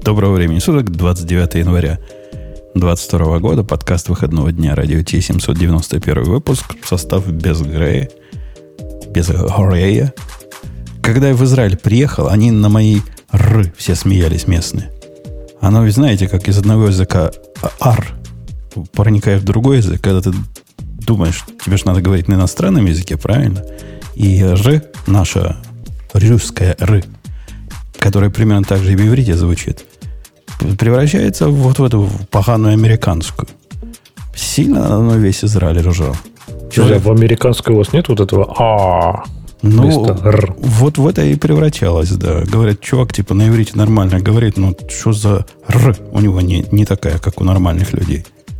Доброго времени суток, 29 января 2022 года, подкаст выходного дня, радио Ти, 791 выпуск, состав без Грея. Когда я в Израиль приехал, они на мои «р» все смеялись местные. Оно, вы знаете, как из одного языка «ар» проникая в другой язык, когда ты думаешь, тебе же надо говорить на иностранном языке, правильно? И «р», наша русская «р», которая примерно так же и в иврите звучит, превращается вот в эту поганую американскую. Сильно оно весь Израиль ржал. В американской у вас нет вот этого «а»? Вот в это и превращалось, да. Говорят, чувак типа на иврите нормально говорит, но что за «р» у него не такая, как у нормальных людей.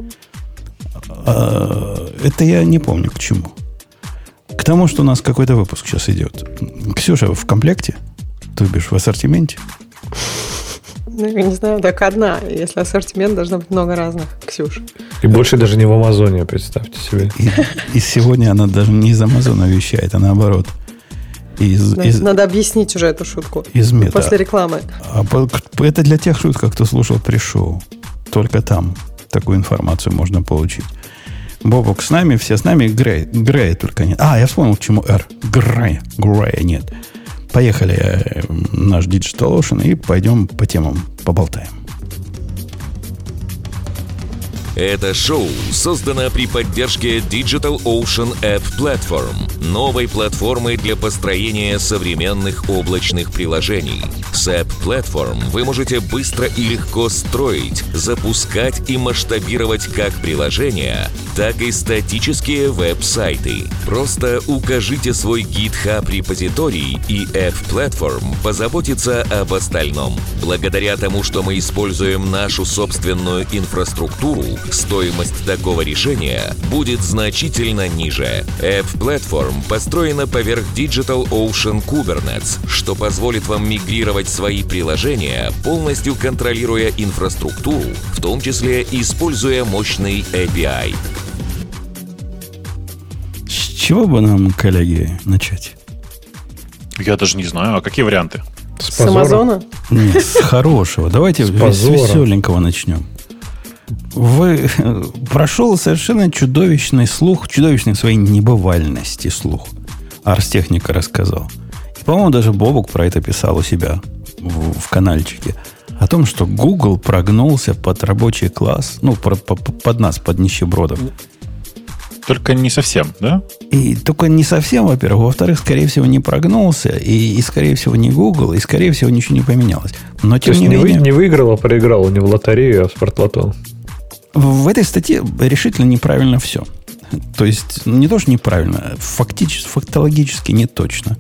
Это я не помню к чему. К тому, что у нас какой-то выпуск сейчас идет. Ксюша в комплекте? То бишь в ассортименте? Ну, я не знаю, так одна. Если ассортимент, должно быть много разных, Ксюш. И больше даже не в Амазоне, представьте себе. И сегодня она даже не из Амазона вещает, а наоборот. Надо объяснить уже эту шутку. Из мета. После рекламы. Это для тех шуток, кто слушал при-шоу. Только там такую информацию можно получить. Бобок с нами, все с нами. Грея только нет. Я вспомнил, к чему «Р». Грея нет. Поехали наш DigitalOcean и пойдем по темам поболтаем. Это шоу создано при поддержке DigitalOcean App Platform, новой платформы для построения современных облачных приложений. С App Platform вы можете быстро и легко строить, запускать и масштабировать как приложения, так и статические веб-сайты. Просто укажите свой GitHub репозиторий, и App Platform позаботится об остальном. Благодаря тому, что мы используем нашу собственную инфраструктуру, стоимость такого решения будет значительно ниже. App Platform построена поверх DigitalOcean Kubernetes, что позволит вам мигрировать свои приложения, полностью контролируя инфраструктуру, в том числе используя мощный API. С чего бы нам, коллеги, начать? Я даже не знаю. А какие варианты? С Амазона? Нет, с хорошего. Давайте с веселенького начнем. Прошел совершенно чудовищный слух, чудовищный в своей небывальности слух. Арс Техника рассказал. И, по-моему, даже Бобук про это писал у себя в канальчике. О том, что Google прогнулся под рабочий класс, под нас, под нищебродов. Только не совсем, да? И только не совсем, во-первых. Во-вторых, скорее всего, не прогнулся. И скорее всего, не Google. И, скорее всего, ничего не поменялось. Но, тем не менее... не выиграл, а проиграл не в лотерею, а в спортлото. В этой статье решительно неправильно все. То есть, не то, что неправильно, фактологически не точно.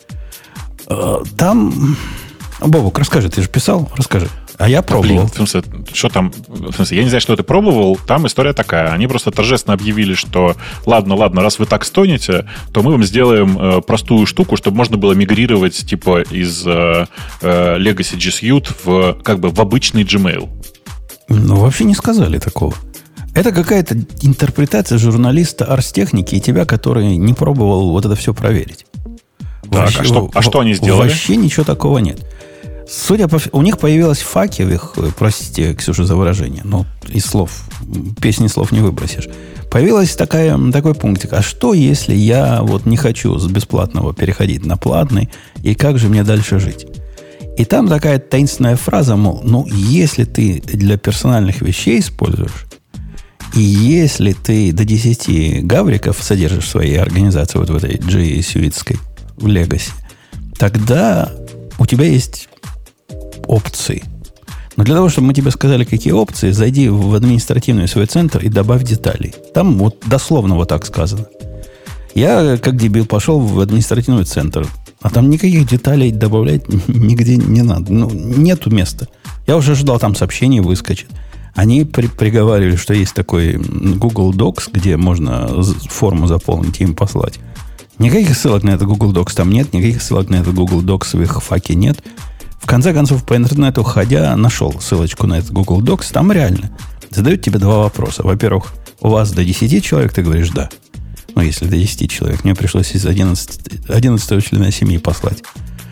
Там... Бобук, расскажи, ты же писал? Расскажи. А я пробовал. В смысле, что там? В смысле, я не знаю, что ты пробовал. Там история такая. Они просто торжественно объявили, что ладно, раз вы так стонете, то мы вам сделаем простую штуку, чтобы можно было мигрировать типа из Legacy G Suite в обычный Gmail. Вообще не сказали такого. Это какая-то интерпретация журналиста Арстехники и тебя, который не пробовал вот это все проверить. Так, что они сделали? Вообще ничего такого нет. Судя по у них появилась факи в их, простите, Ксюша, за выражение, но из слов, песни слов не выбросишь. Появилась такой пунктик. А что, если я не хочу с бесплатного переходить на платный, и как же мне дальше жить? И там такая таинственная фраза, мол, если ты для персональных вещей используешь, и если ты до 10 гавриков содержишь в своей организации, в этой G Suite в Legacy, тогда у тебя есть опции. Но для того, чтобы мы тебе сказали, какие опции, зайди в административный свой центр и добавь деталей. Там дословно так сказано. Я, как дебил, пошел в административный центр, а там никаких деталей добавлять нигде не надо. Нету места. Я уже ждал, там сообщение выскочит. Они приговаривали, что есть такой Google Docs, где можно форму заполнить и им послать. Никаких ссылок на это Google Docs там нет, никаких ссылок на это Google Docs в их факе нет. В конце концов, по интернету ходя, нашел ссылочку на этот Google Docs. Там реально задают тебе два вопроса. Во-первых, у вас до 10 человек, ты говоришь «да». Если до 10 человек. Мне пришлось из 11 члена семьи послать.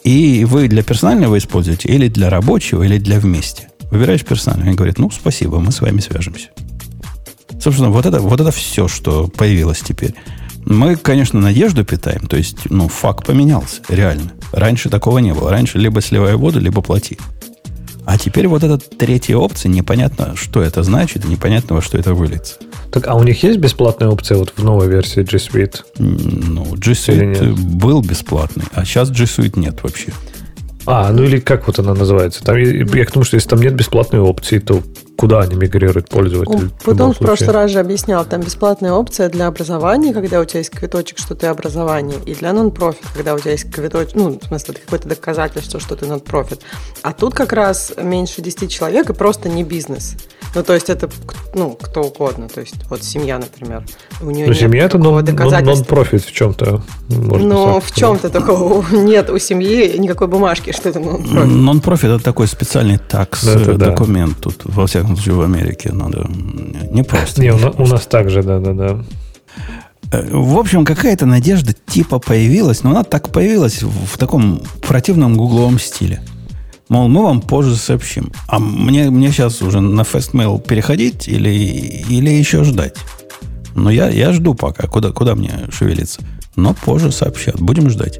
И вы для персонального используете, или для рабочего, или для вместе. Выбираешь персональный. Они говорят, спасибо, мы с вами свяжемся. Собственно, вот это все, что появилось теперь. Мы, конечно, надежду питаем. То есть, факт поменялся, реально. Раньше такого не было. Раньше либо сливай воду, либо плати. А теперь вот эта третья опция, непонятно, что это значит, и непонятно, во что это выльется. Так, а у них есть бесплатная опция вот в новой версии G Suite? G Suite был бесплатный, а сейчас G Suite нет вообще. Или как вот она называется? Там, я к тому, что если там нет бесплатной опции, то куда они мигрируют пользователей? Потом в прошлый раз же объяснял, там бесплатная опция для образования, когда у тебя есть квиточек, что ты образование, и для нон-профит, когда у тебя есть квиточек, в смысле, это какое-то доказательство, что ты нон-профит. А тут как раз меньше 10 человек и просто не бизнес. То есть это, кто угодно. То есть вот семья, например. У нее нет семья это доказательства. нон-профит в чем-то. В чем-то такого нет у семьи никакой бумажки, что это нон-профит. Нон-профит это такой специальный такс-документ тут, во всяком случае, в Америке. Надо не просто. У нас так же, да. В общем, какая-то надежда типа появилась, но она так появилась в таком противном гугловом стиле. Мол, мы вам позже сообщим. А мне сейчас уже на Fastmail переходить или еще ждать? Я жду пока. Куда мне шевелиться? Но позже сообщат. Будем ждать.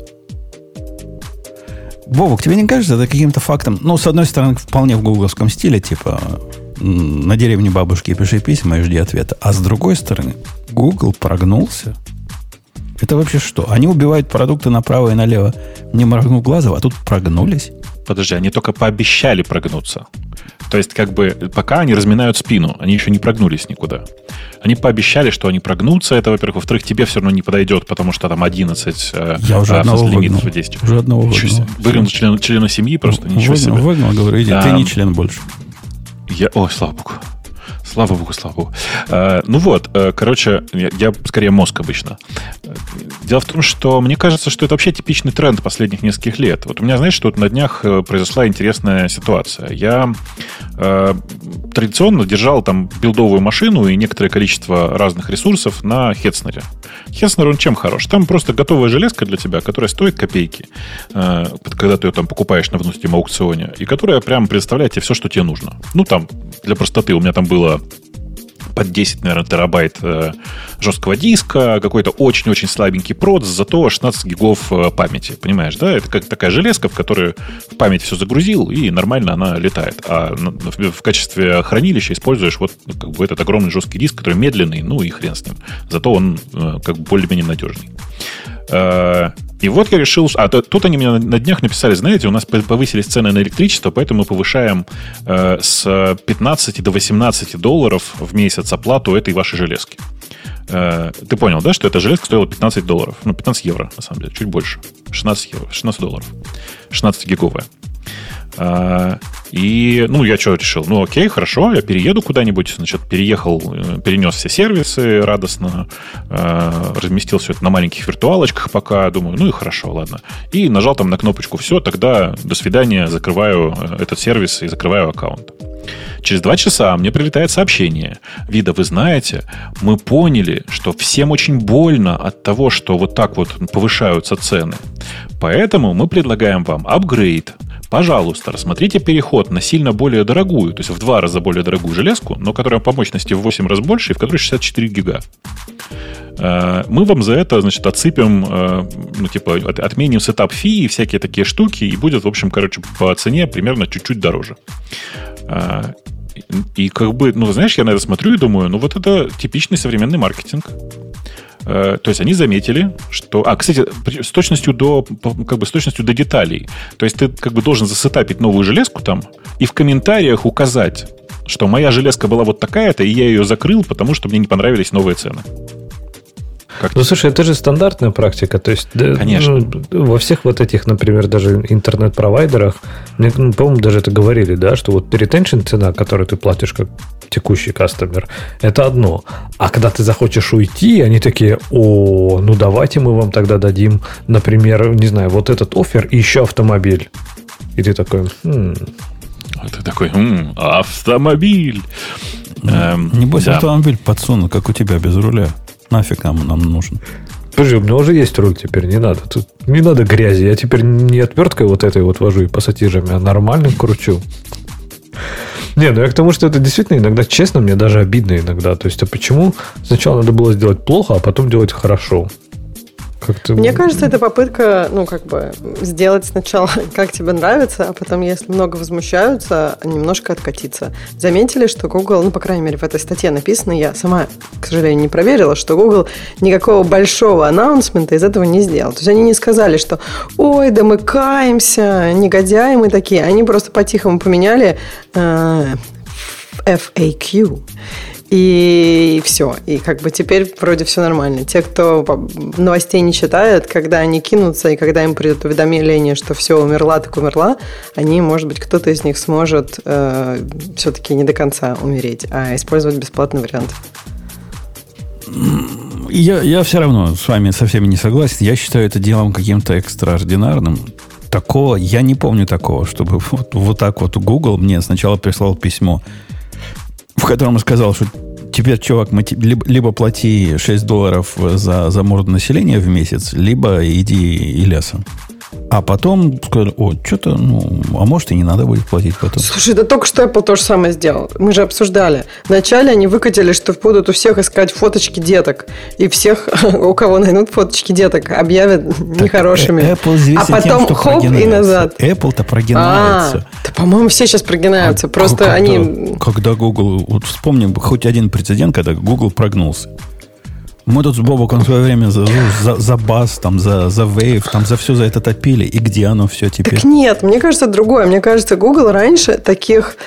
Вовок, тебе не кажется это каким-то фактом? С одной стороны, вполне в гугловском стиле, типа на деревне бабушки пиши письма и жди ответа. А с другой стороны, Google прогнулся. Это вообще что? Они убивают продукты направо и налево, не моргнув глазом, а тут прогнулись? Подожди, они только пообещали прогнуться. То есть, пока они разминают спину, они еще не прогнулись никуда. Они пообещали, что они прогнутся. Это, во-первых. Во-вторых, тебе все равно не подойдет, потому что там 11 Я уже одного лимитов в 10. Уже одного выгнал. Выгнал члена семьи просто, ничего себе. Выгнал, говорю, иди, ты не член больше. Слава богу. Слава богу. Я скорее мозг обычно. Дело в том, что мне кажется, что это вообще типичный тренд последних нескольких лет. Вот у меня, знаешь, на днях произошла интересная ситуация. Я традиционно держал там билдовую машину и некоторое количество разных ресурсов на Хетснере. Хетснер, он чем хорош? Там просто готовая железка для тебя, которая стоит копейки, когда ты ее там покупаешь на внутреннем аукционе, и которая прямо предоставляет тебе все, что тебе нужно. Там, для простоты, у меня там было под 10, наверное, терабайт жесткого диска, какой-то очень-очень слабенький прод, зато 16 гигов памяти, понимаешь, да? Это как такая железка, в которую в память все загрузил, и нормально она летает. А в качестве хранилища используешь этот огромный жесткий диск, который медленный, и хрен с ним. Зато он более-менее надежный. И вот я решил... тут они мне на днях написали, знаете, у нас повысились цены на электричество, поэтому мы повышаем с 15 до 18 долларов в месяц оплату этой вашей железки. Ты понял, да, что эта железка стоила 15 долларов? 15 евро, на самом деле, чуть больше. 16 евро, 16 долларов. 16-гиговая. И, я что решил? Окей, хорошо, я перееду куда-нибудь. Перенес все сервисы радостно, разместил все это на маленьких виртуалочках пока, думаю, и хорошо, ладно. И нажал там на кнопочку «Все», тогда до свидания, закрываю этот сервис и закрываю аккаунт. Через 2 часа мне прилетает сообщение. Вида, вы знаете, мы поняли, что всем очень больно от того, что вот так вот повышаются цены. Поэтому мы предлагаем вам апгрейд. Пожалуйста, рассмотрите переход на сильно более дорогую, то есть в 2 раза более дорогую железку, но которая по мощности в 8 раз больше и в которой 64 гига. Мы вам за это, отсыпем, отменим сетап-фи и всякие такие штуки, и будет, в общем, по цене примерно чуть-чуть дороже. И знаешь, я на это смотрю и думаю, вот это типичный современный маркетинг. То есть они заметили, что... кстати, с точностью до деталей. То есть ты должен засетапить новую железку там и в комментариях указать, что моя железка была вот такая-то, и я ее закрыл, потому что мне не понравились новые цены. Слушай, это же стандартная практика. То есть, конечно. Во всех вот этих, например, даже интернет-провайдерах, мне, по-моему, даже это говорили, да, что вот ретеншн цена, которую ты платишь как текущий кастомер, это одно. А когда ты захочешь уйти, они такие: давайте мы вам тогда дадим, например, не знаю, вот этот оффер и еще автомобиль. И ты такой: Ты такой: автомобиль. Небось, автомобиль подсунут, как у тебя, без руля. Нафиг нам нужен. Подожди, у меня уже есть руль теперь, не надо. Тут не надо грязи. Я теперь не отверткой вот этой вот вожу и пассатижами, а нормально кручу. Не, ну я к тому, что это действительно иногда, честно, мне даже обидно иногда. То есть, а почему сначала надо было сделать плохо, а потом делать хорошо? Как-то... Мне кажется, это попытка, сделать сначала, как тебе нравится, а потом, если много возмущаются, немножко откатиться. Заметили, что Google, по крайней мере, в этой статье написано, я сама, к сожалению, не проверила, что Google никакого большого анонсмента из этого не сделал. То есть они не сказали, что ой, да мы каемся, негодяи мы такие. Они просто по-тихому поменяли FAQ. И все. И теперь вроде все нормально. Те, кто новостей не читает, когда они кинутся, и когда им придет уведомление, что все, умерла, так умерла, они, может быть, кто-то из них сможет все-таки не до конца умереть, а использовать бесплатный вариант. Я все равно с вами совсем не согласен. Я считаю это делом каким-то экстраординарным. Такого, я не помню такого, чтобы вот так вот Google мне сначала прислал письмо, в котором сказал, что теперь, чувак, мы либо плати $6 за морду населения в месяц, либо иди и лесом. А потом сказали, что-то, а может и не надо будет платить потом. Слушай, да только что Apple то же самое сделал. Мы же обсуждали. Вначале они выкатили, что будут у всех искать фоточки деток. И всеих, у кого найдут фоточки деток, объявят нехорошими. Apple а потом тем, хоп, и назад. Apple-то прогинается. Да, по-моему, все сейчас прогинаются. Просто они... Когда Google... вспомним хоть один прецедент, когда Google прогнулся. Мы тут с Бобоком в свое время за бас, за Wave, за все за это топили. И где оно все теперь? Так нет, мне кажется, другое. Мне кажется, Google раньше таких,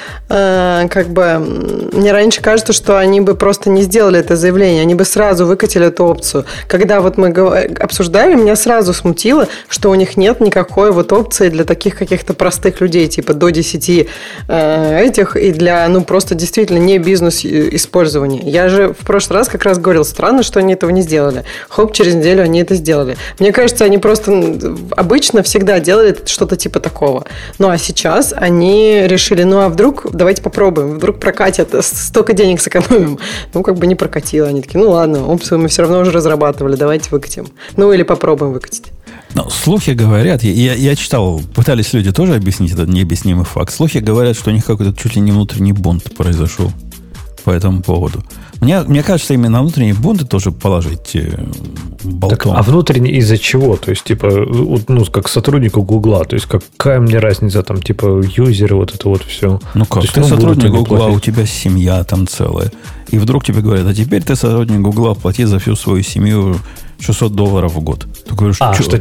мне раньше кажется, что они бы просто не сделали это заявление. Они бы сразу выкатили эту опцию. Когда мы обсуждали, меня сразу смутило, что у них нет никакой опции для таких каких-то простых людей, типа до 10 этих, и для, просто действительно не бизнес-использования. Я же в прошлый раз как раз говорил, странно, что они этого не сделали. Хоп, через неделю они это сделали. Мне кажется, они просто обычно всегда делали что-то типа такого. Ну, а сейчас они решили, а вдруг, давайте попробуем, вдруг прокатят, столько денег сэкономим. Не прокатило. Они такие, ладно, опцию мы все равно уже разрабатывали, давайте выкатим. Или попробуем выкатить. Слухи говорят, я читал, пытались люди тоже объяснить этот необъяснимый факт. Слухи говорят, что у них какой-то чуть ли не внутренний бунт произошел по этому поводу. Мне кажется, именно внутренние бунты тоже положить болтом. Так, а внутренний из-за чего? То есть, как сотруднику Гугла. То есть, какая мне разница, юзеры, вот это вот все. Как? Ты сотрудник Гугла, у тебя семья там целая. И вдруг тебе говорят, а теперь ты сотрудник Гугла, плати за всю свою семью $600 в год. Ты говоришь,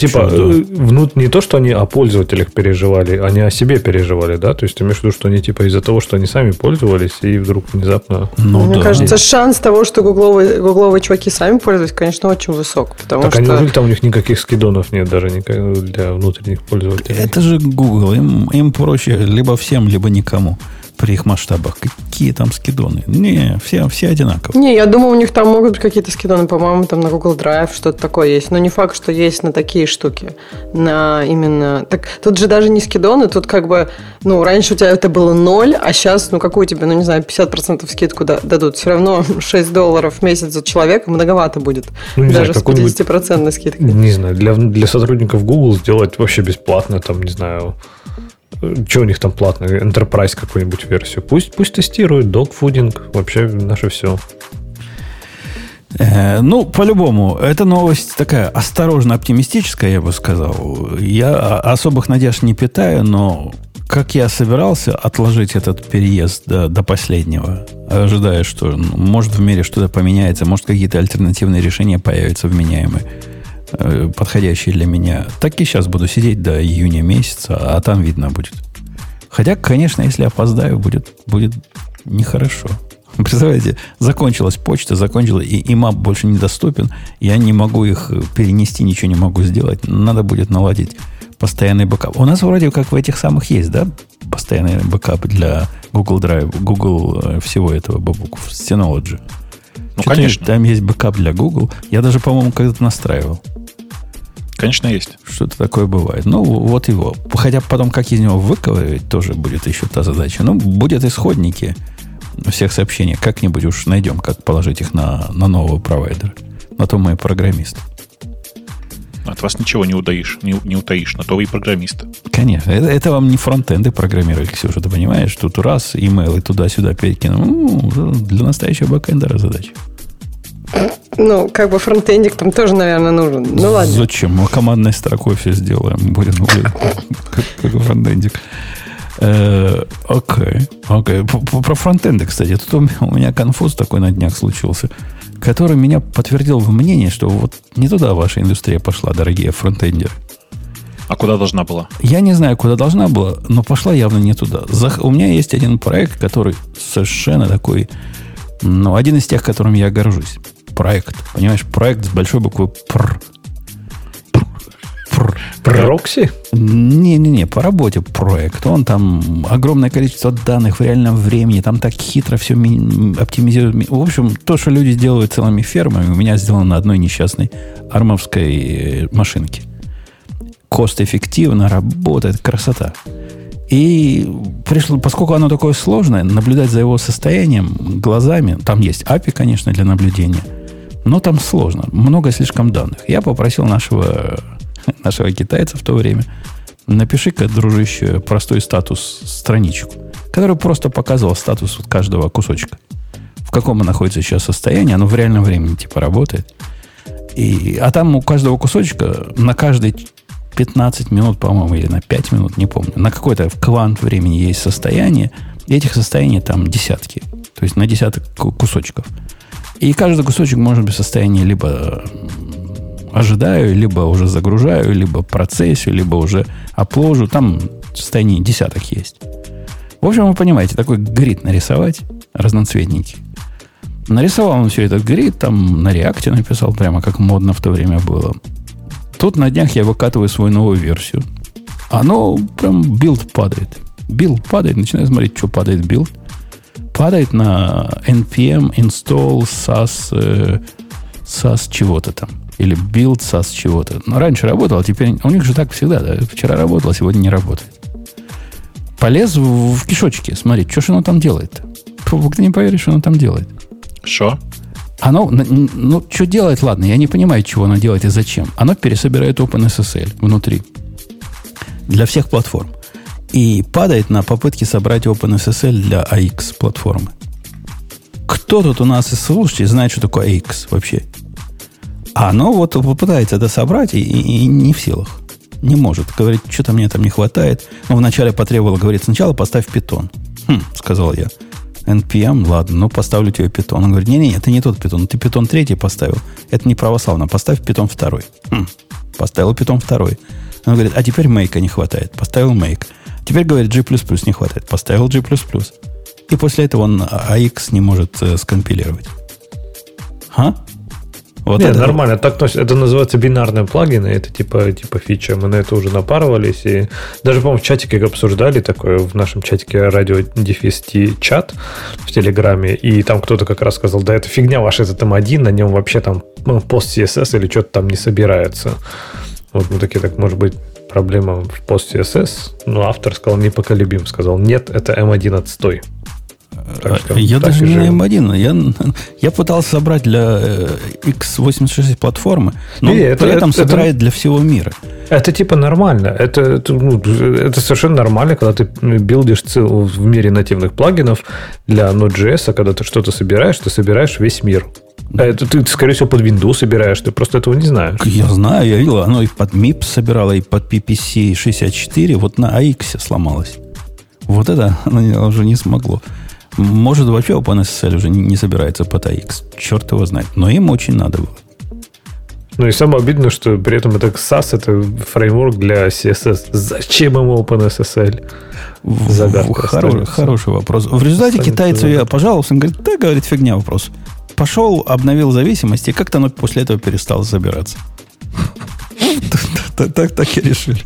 не то, что они о пользователях переживали, они о себе переживали, да? То есть, ты имеешь в виду, что они из-за того, что они сами пользовались, и вдруг внезапно... Мне кажется, шанс того, что гугловые чуваки сами пользуются, конечно, очень высок. Неужели там у них никаких скидонов нет даже для внутренних пользователей? Это же Google. Им проще либо всем, либо никому. При их масштабах. Какие там скидоны? Не, все одинаковые. Не, я думаю, у них там могут быть какие-то скидоны. По-моему, там на Google Drive что-то такое есть. Но не факт, что есть на такие штуки. На именно... Так, тут же даже не скидоны. Тут раньше у тебя это было 0, а сейчас, какую тебе, 50% скидку дадут. Все равно $6 в месяц за человека многовато будет. Даже с 50% скидкой. Не знаю, для сотрудников Google сделать вообще бесплатно, не знаю... Что у них там платно? Enterprise какую-нибудь версию. Пусть тестируют, догфудинг, вообще наше все. По-любому, эта новость такая осторожно оптимистическая, я бы сказал. Я особых надежд не питаю, но как я собирался отложить этот переезд до последнего, ожидая, что может в мире что-то поменяется, может какие-то альтернативные решения появятся вменяемые, подходящие для меня, так и сейчас буду сидеть до июня месяца, а там видно будет. Хотя, конечно, если опоздаю, будет нехорошо. Представляете, закончилась почта, и имап больше недоступен, я не могу их перенести, ничего не могу сделать. Надо будет наладить постоянный бэкап. У нас вроде как в этих самых есть, да, постоянный бэкап для Google Drive, Google всего этого, Бабук, в Synology. Конечно. Там есть бэкап для Google. Я даже, по-моему, когда-то настраивал. Конечно, есть. Что-то такое бывает. Вот его. Хотя потом, как из него выковыривать, тоже будет еще та задача. Будет исходники всех сообщений. Как-нибудь уж найдем, как положить их на нового провайдера. На то мы и программисты. От вас ничего не утаишь, на то вы и программисты. Конечно. Это вам не фронтенды программировали, Ксюша, ты понимаешь? Тут раз имейлы туда-сюда перекинул. Для настоящего бэкэндера задача. Ну, как бы фронтендик там тоже, наверное, нужен. Ну, ладно. Зачем? Мы командной строкой все сделаем. Будем как фронтендик. Окей. Про фронтенды, кстати. Тут у меня конфуз такой на днях случился, который меня подтвердил в мнении, что вот не туда ваша индустрия пошла, дорогие фронтендеры. А куда должна была? Я не знаю, куда должна была, но пошла явно не туда. У меня есть один проект, который совершенно такой, один из тех, которым я горжусь. Проект. Понимаешь, проект с большой буквы «Пр». Прокси? Не, по работе проект. Он там огромное количество данных в реальном времени, там так хитро все оптимизирует. В общем, то, что люди делают целыми фермами, у меня сделано на одной несчастной армовской машинке. Кост-эффективно работает, красота. И пришло, поскольку оно такое сложное, наблюдать за его состоянием глазами, там есть API, конечно, для наблюдения, но там сложно, много слишком данных. Я попросил нашего китайца в то время: напиши-ка, дружище, простой статус страничку, который просто показывал статус каждого кусочка, в каком он находится сейчас состоянии, оно в реальном времени типа работает. А там у каждого кусочка на каждый 15 минут, по-моему, или на 5 минут, не помню, на какой-то квант времени есть состояние, и этих состояний там десятки, то есть на десяток кусочков. И каждый кусочек может быть в состоянии либо ожидаю, либо уже загружаю, либо процессию, либо уже опложу. Там в состоянии десяток есть. В общем, вы понимаете, такой грид нарисовать разноцветненький. Нарисовал он все этот грид, там на реакте написал, прямо как модно в то время было. Тут на днях я выкатываю свою новую версию. Оно прям билд падает. Билд падает, начинаю смотреть, что падает билд. Падает на npm install sas чего-то там. Или build sas чего-то. Но раньше работало, теперь у них же так всегда. Да? Вчера работало, сегодня не работает. Полез в кишочки смотреть, что же оно там делает. Ты не поверишь, что оно там делает. Что? Оно, что делает, ладно, я не понимаю, чего оно делает и зачем. Оно пересобирает OpenSSL внутри. Для всех платформ. И падает на попытки собрать OpenSSL для AX платформы. Кто тут у нас из слушателей знает, что такое AX вообще? А оно вот попытается это собрать и не в силах. Не может. Говорит, что-то мне там не хватает. Но вначале потребовало, говорит, сначала поставь Python. Сказал я. NPM, ладно, поставлю тебе Python. Он говорит, не, это не тот Python. Ты Python 3 поставил. Это не православно. Поставь Python 2. Поставил Python 2. Он говорит, а теперь Make не хватает. Поставил Make. Теперь, говорит, G++ не хватает. Поставил G++. И после этого он AX не может скомпилировать. Вот нет, это нормально. Так, это называется бинарные плагины. Это типа фича. Мы на это уже напарывались. И даже, по-моему, в чатике обсуждали такое. В нашем чатике радио-T чат в Телеграме. И там кто-то как раз сказал, да это фигня ваш этот M1, на нем вообще там пост CSS или что-то там не собирается. Вот мы такие, так может быть проблема в пост CSS. Но автор сказал непоколебим. Сказал, нет, это M1 отстой. Я даже не на M1. Я пытался собрать для x86 платформы, но при этом собирает для всего мира. Это типа нормально. Это совершенно нормально, когда ты билдишь в мире нативных плагинов для Node.js, когда ты что-то собираешь, ты собираешь весь мир. Это ты, скорее всего, под Windows собираешь, ты просто этого не знаешь. Я знаю, я видел, оно и под MIPS собирало, и под PPC 64, вот на AX сломалось. Вот это оно уже не смогло. Может, вообще OpenSSL уже не собирается под AX. Черт его знает. Но им очень надо было. Ну и самое обидное, что при этом это SAS, это фреймворк для CSS. Зачем ему OpenSSL? Хороший вопрос. В результате китайцу я пожаловался, он говорит, да, говорит, фигня вопрос. Пошел, обновил зависимости, и как-то оно после этого перестало собираться. Так и решили.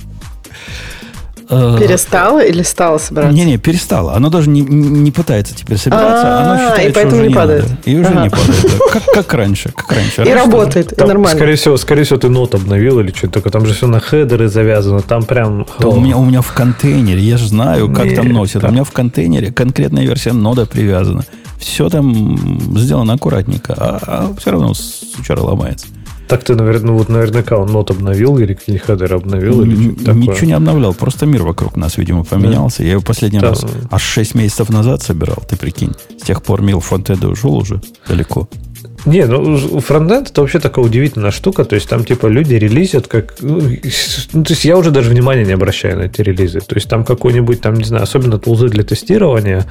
Перестало или стало собираться? Не, перестало. Оно даже не пытается теперь собираться. Оно считает, и поэтому что уже не падает. Надо. И уже не падает. Как раньше. И работает, и нормально. Скорее всего, ты нот обновил или что-то такое. Там же все на хедеры завязано. Там прям... Да, у меня в контейнере. Я же знаю, как там носят. У меня в контейнере конкретная версия нода привязана. Все там сделано аккуратненько. А все равно сучара ломается. Так ты, наверняка он нот обновил или какие-нибудь хедеры обновил? Или что-то такое? Ничего не обновлял, просто мир вокруг нас, видимо, поменялся. Я его последний раз аж 6 месяцев назад собирал, ты прикинь. С тех пор мир фронтенда ушел уже далеко. Не, фронтенд это вообще такая удивительная штука. То есть там типа люди релизят как... то есть я уже даже внимания не обращаю на эти релизы. То есть там какой-нибудь, там, не знаю, особенно тулзы для тестирования.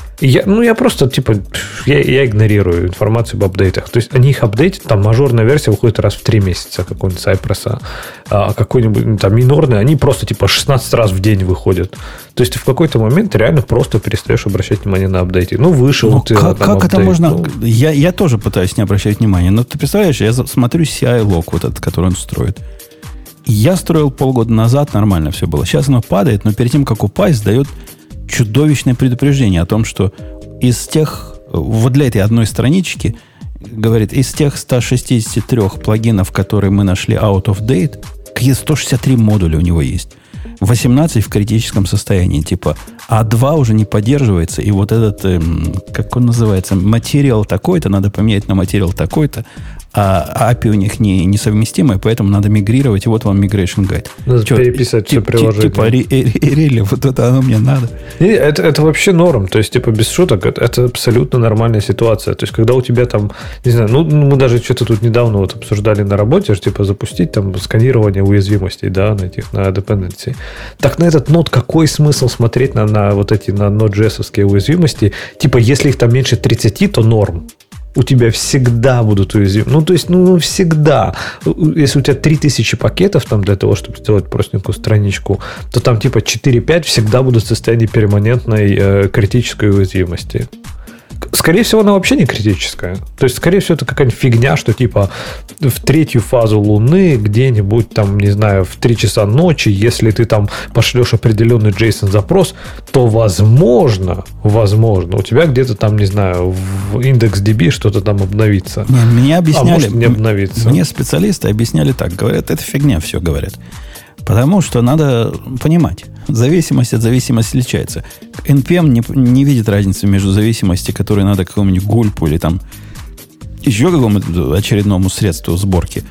Я просто, типа, я игнорирую информацию об апдейтах. То есть они их апдейтят, там мажорная версия выходит раз в 3 месяца какой-нибудь Cypress, а какой-нибудь там минорный, они просто типа 16 раз в день выходят. То есть ты в какой-то момент реально просто перестаешь обращать внимание на апдейты. Вышел ты как апдейт, это можно... Я тоже пытаюсь не обращать внимания, но ты представляешь, я смотрю CI-лог вот этот, который он строит. Я строил полгода назад, нормально все было. Сейчас оно падает, но перед тем, как упасть, дает чудовищное предупреждение о том, что из тех, вот для этой одной странички, говорит, из тех 163 плагинов, которые мы нашли out of date, какие 163 модуля у него есть. 18 в критическом состоянии, типа, а 2 уже не поддерживается, и вот этот, как он называется, материал такой-то, надо поменять на материал такой-то, а API у них несовместимое, поэтому надо мигрировать, и вот вам migration guide. Надо переписать все приложение. Типа, рели, вот это оно мне надо. Это вообще норм, то есть, типа, без шуток, это абсолютно нормальная ситуация. То есть, когда у тебя там, не знаю, мы даже что-то тут недавно вот обсуждали на работе, типа, запустить там сканирование уязвимостей, да, на dependency. Так на этот нод какой смысл смотреть на вот эти, на Node.js-овские уязвимости? Типа, если их там меньше 30, то норм. У тебя всегда будут уязвимы. То есть, всегда. Если у тебя 3000 пакетов там для того, чтобы сделать простенькую страничку, то там типа 4-5 всегда будут в состоянии перманентной критической уязвимости. Скорее всего, она вообще не критическая. То есть, скорее всего, это какая-нибудь фигня, что типа в 3-ю фазу Луны где-нибудь там, не знаю, в 3 часа ночи, если ты там пошлешь определенный JSON-запрос, то возможно, у тебя где-то там, не знаю, в IndexedDB что-то там обновится. Мне объясняли, может не обновиться. Мне специалисты объясняли так, говорят, это фигня, все говорят. Потому что надо понимать, зависимость от зависимости отличается. NPM не видит разницы между зависимостью, которой надо какому-нибудь гульпу или там еще какому-то очередному средству сборки,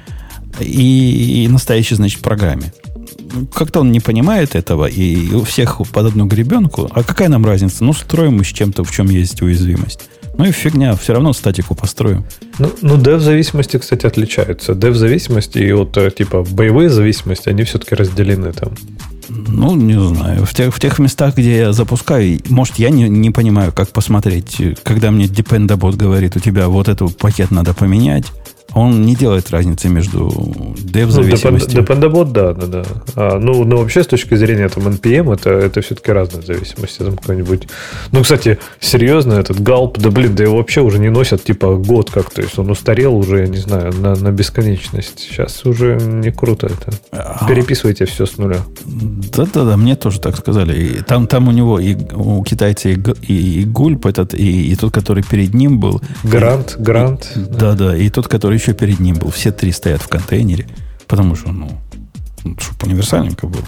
и настоящей, значит, программе. Как-то он не понимает этого, и у всех под одну гребенку. А какая нам разница? Строим мы с чем-то, в чем есть уязвимость. И фигня, все равно статику построим. Dev-зависимости, кстати, отличаются. Dev-зависимости и вот, типа, боевые зависимости, они все-таки разделены там. Не знаю. В тех местах, где я запускаю, может, я не понимаю, как посмотреть, когда мне Dependabot говорит, у тебя вот этот пакет надо поменять. Он не делает разницы между dev-зависимостью. Dependabot, да. Вообще, с точки зрения там, NPM, это все-таки разные зависимости. Там какой-нибудь... кстати, серьезно, этот Gulp, да его вообще уже не носят типа год как. То есть он устарел уже, я не знаю, на бесконечность. Сейчас уже не круто это. Переписывайте все с нуля. Да, мне тоже так сказали. И там у него у китайца и Gulp этот, и тот, который перед ним был. Грант. Да, и тот, который еще перед ним был. Все 3 стоят в контейнере. Потому что, чтобы универсальненько был.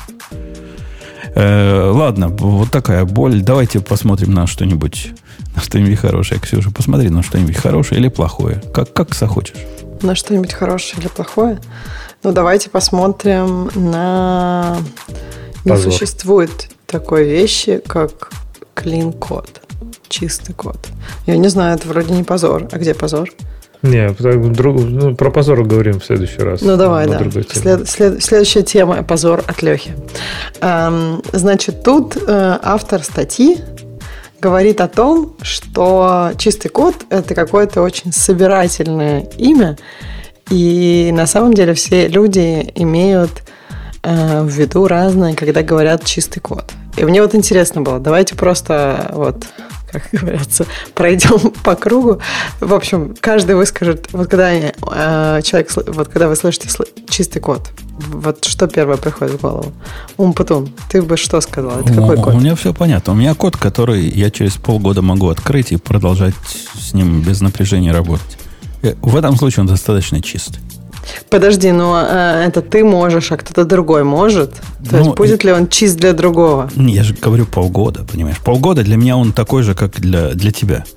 Ладно, вот такая боль. Давайте посмотрим на что-нибудь хорошее. Ксюша, посмотри на что-нибудь хорошее или плохое. Как захочешь. На что-нибудь хорошее или плохое? Давайте посмотрим на... Не существует такой вещи, как clean код. Чистый код. Я не знаю, это вроде не позор. А где позор? Не, про позор говорим в следующий раз. Давай, да. Следующая тема – позор от Лехи. Значит, тут автор статьи говорит о том, что чистый код – это какое-то очень собирательное имя, и на самом деле все люди имеют в виду разное, когда говорят чистый код. И мне интересно было, давайте просто как говорится, пройдем по кругу. В общем, каждый выскажет, когда вы слышите чистый код, что первое приходит в голову? Умпутун, ты бы что сказал? Это какой код? У меня все понятно. У меня код, который я через полгода могу открыть и продолжать с ним без напряжения работать. В этом случае он достаточно чистый. Подожди, это ты можешь, а кто-то другой может? То есть будет ли он чист для другого? Я же говорю полгода, понимаешь? Полгода для меня он такой же, как для тебя.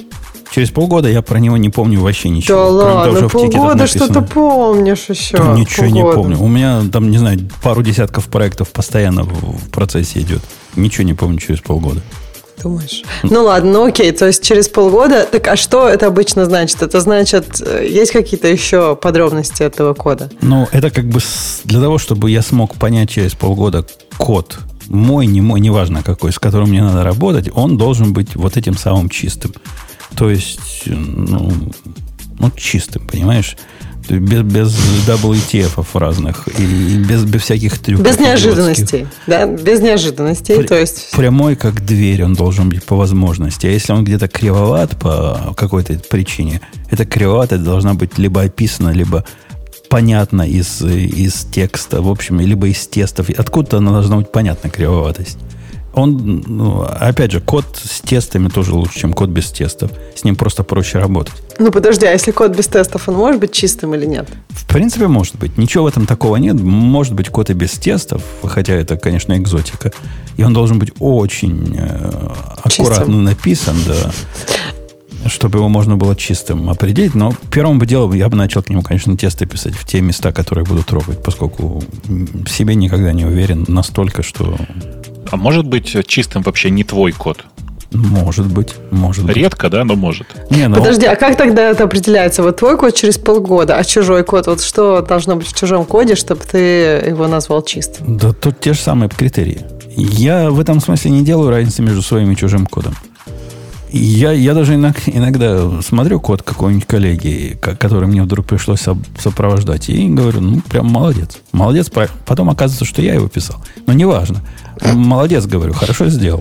Через полгода я про него не помню вообще ничего. Да ладно, того, что полгода что-то помнишь еще. Да, ничего не помню. У меня там, не знаю, пару десятков проектов постоянно в процессе идет. Ничего не помню через полгода. Думаешь? Ну ладно, ну окей, то есть через полгода. Так а что это обычно значит? Это значит, есть какие-то еще подробности этого кода? Ну, это как бы для того, чтобы я смог понять через полгода код, мой, не мой, неважно какой, с которым мне надо работать, он должен быть вот этим самым чистым. То есть, ну чистым, понимаешь? Без WTF разных и без всяких трюков. Без неожиданностей. Да, без неожиданностей. То есть... Прямой, как дверь, он должен быть по возможности. А если он где-то кривоват по какой-то причине, эта кривоватость должна быть либо описана, либо понятна из текста, в общем, либо из тестов. Откуда-то она должна быть понятна, кривоватость. Опять же, код с тестами тоже лучше, чем код без тестов. С ним просто проще работать. Ну, подожди, а если код без тестов, он может быть чистым или нет? В принципе, может быть. Ничего в этом такого нет. Может быть, код и без тестов, хотя это, конечно, экзотика. И он должен быть очень аккуратно написан, да, чтобы его можно было чистым определить. Но первым бы делом я бы начал к нему, конечно, тесты писать в те места, которые буду трогать, поскольку в себе никогда не уверен настолько, что... А может быть чистым вообще не твой код? Может быть. Редко, да, но может. Подожди, а как тогда это определяется? Вот твой код через полгода, а чужой код, вот что должно быть в чужом коде, чтобы ты его назвал чистым? Да тут те же самые критерии. Я в этом смысле не делаю разницы между своим и чужим кодом. Я даже иногда смотрю код какой-нибудь коллеги, который мне вдруг пришлось сопровождать, и говорю, прям молодец. Молодец, потом оказывается, что я его писал. Но неважно. Молодец, говорю, хорошо сделал.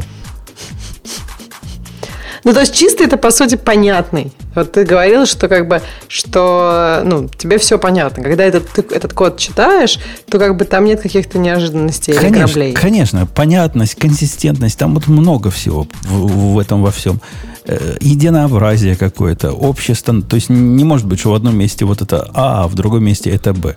Ну, то есть чистый это, по сути, понятный. Вот ты говорил, что тебе все понятно. Когда этот код читаешь, то как бы там нет каких-то неожиданностей или граблей. Конечно, понятность, консистентность, там вот много всего в этом во всем. Единообразие какое-то, общество. То есть не может быть, что в одном месте вот это А в другом месте это Б.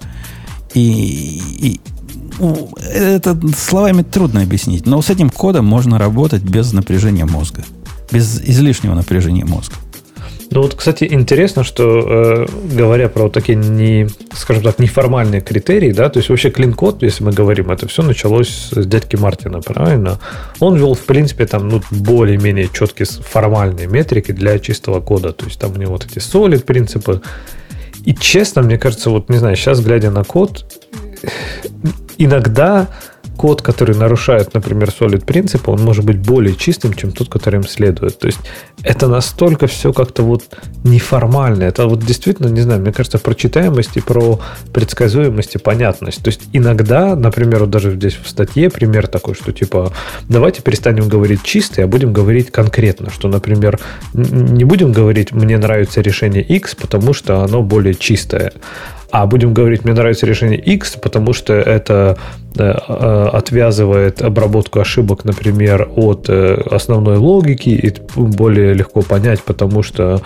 И это словами трудно объяснить. Но с этим кодом можно работать без напряжения мозга. Без излишнего напряжения мозга. Ну вот, кстати, интересно, что говоря про вот такие скажем так, неформальные критерии, да, то есть вообще клин-код, если мы говорим, это все началось с дядьки Мартина, правильно? Он вел, в принципе, там более-менее четкие формальные метрики для чистого кода, то есть там у него вот эти solid принципы. И честно, мне кажется, вот не знаю, сейчас глядя на код, иногда код, который нарушает, например, solid принципы, он может быть более чистым, чем тот, который им следует. То есть это настолько все как-то вот неформально. Это вот действительно, не знаю, мне кажется, про читаемость и про предсказуемость и понятность. То есть иногда, например, вот даже здесь в статье пример такой, что типа давайте перестанем говорить чисто, а будем говорить конкретно. Что, например, не будем говорить «мне нравится решение X, потому что оно более чистое». А будем говорить, мне нравится решение X, потому что это отвязывает обработку ошибок, например, от основной логики, и более легко понять, потому что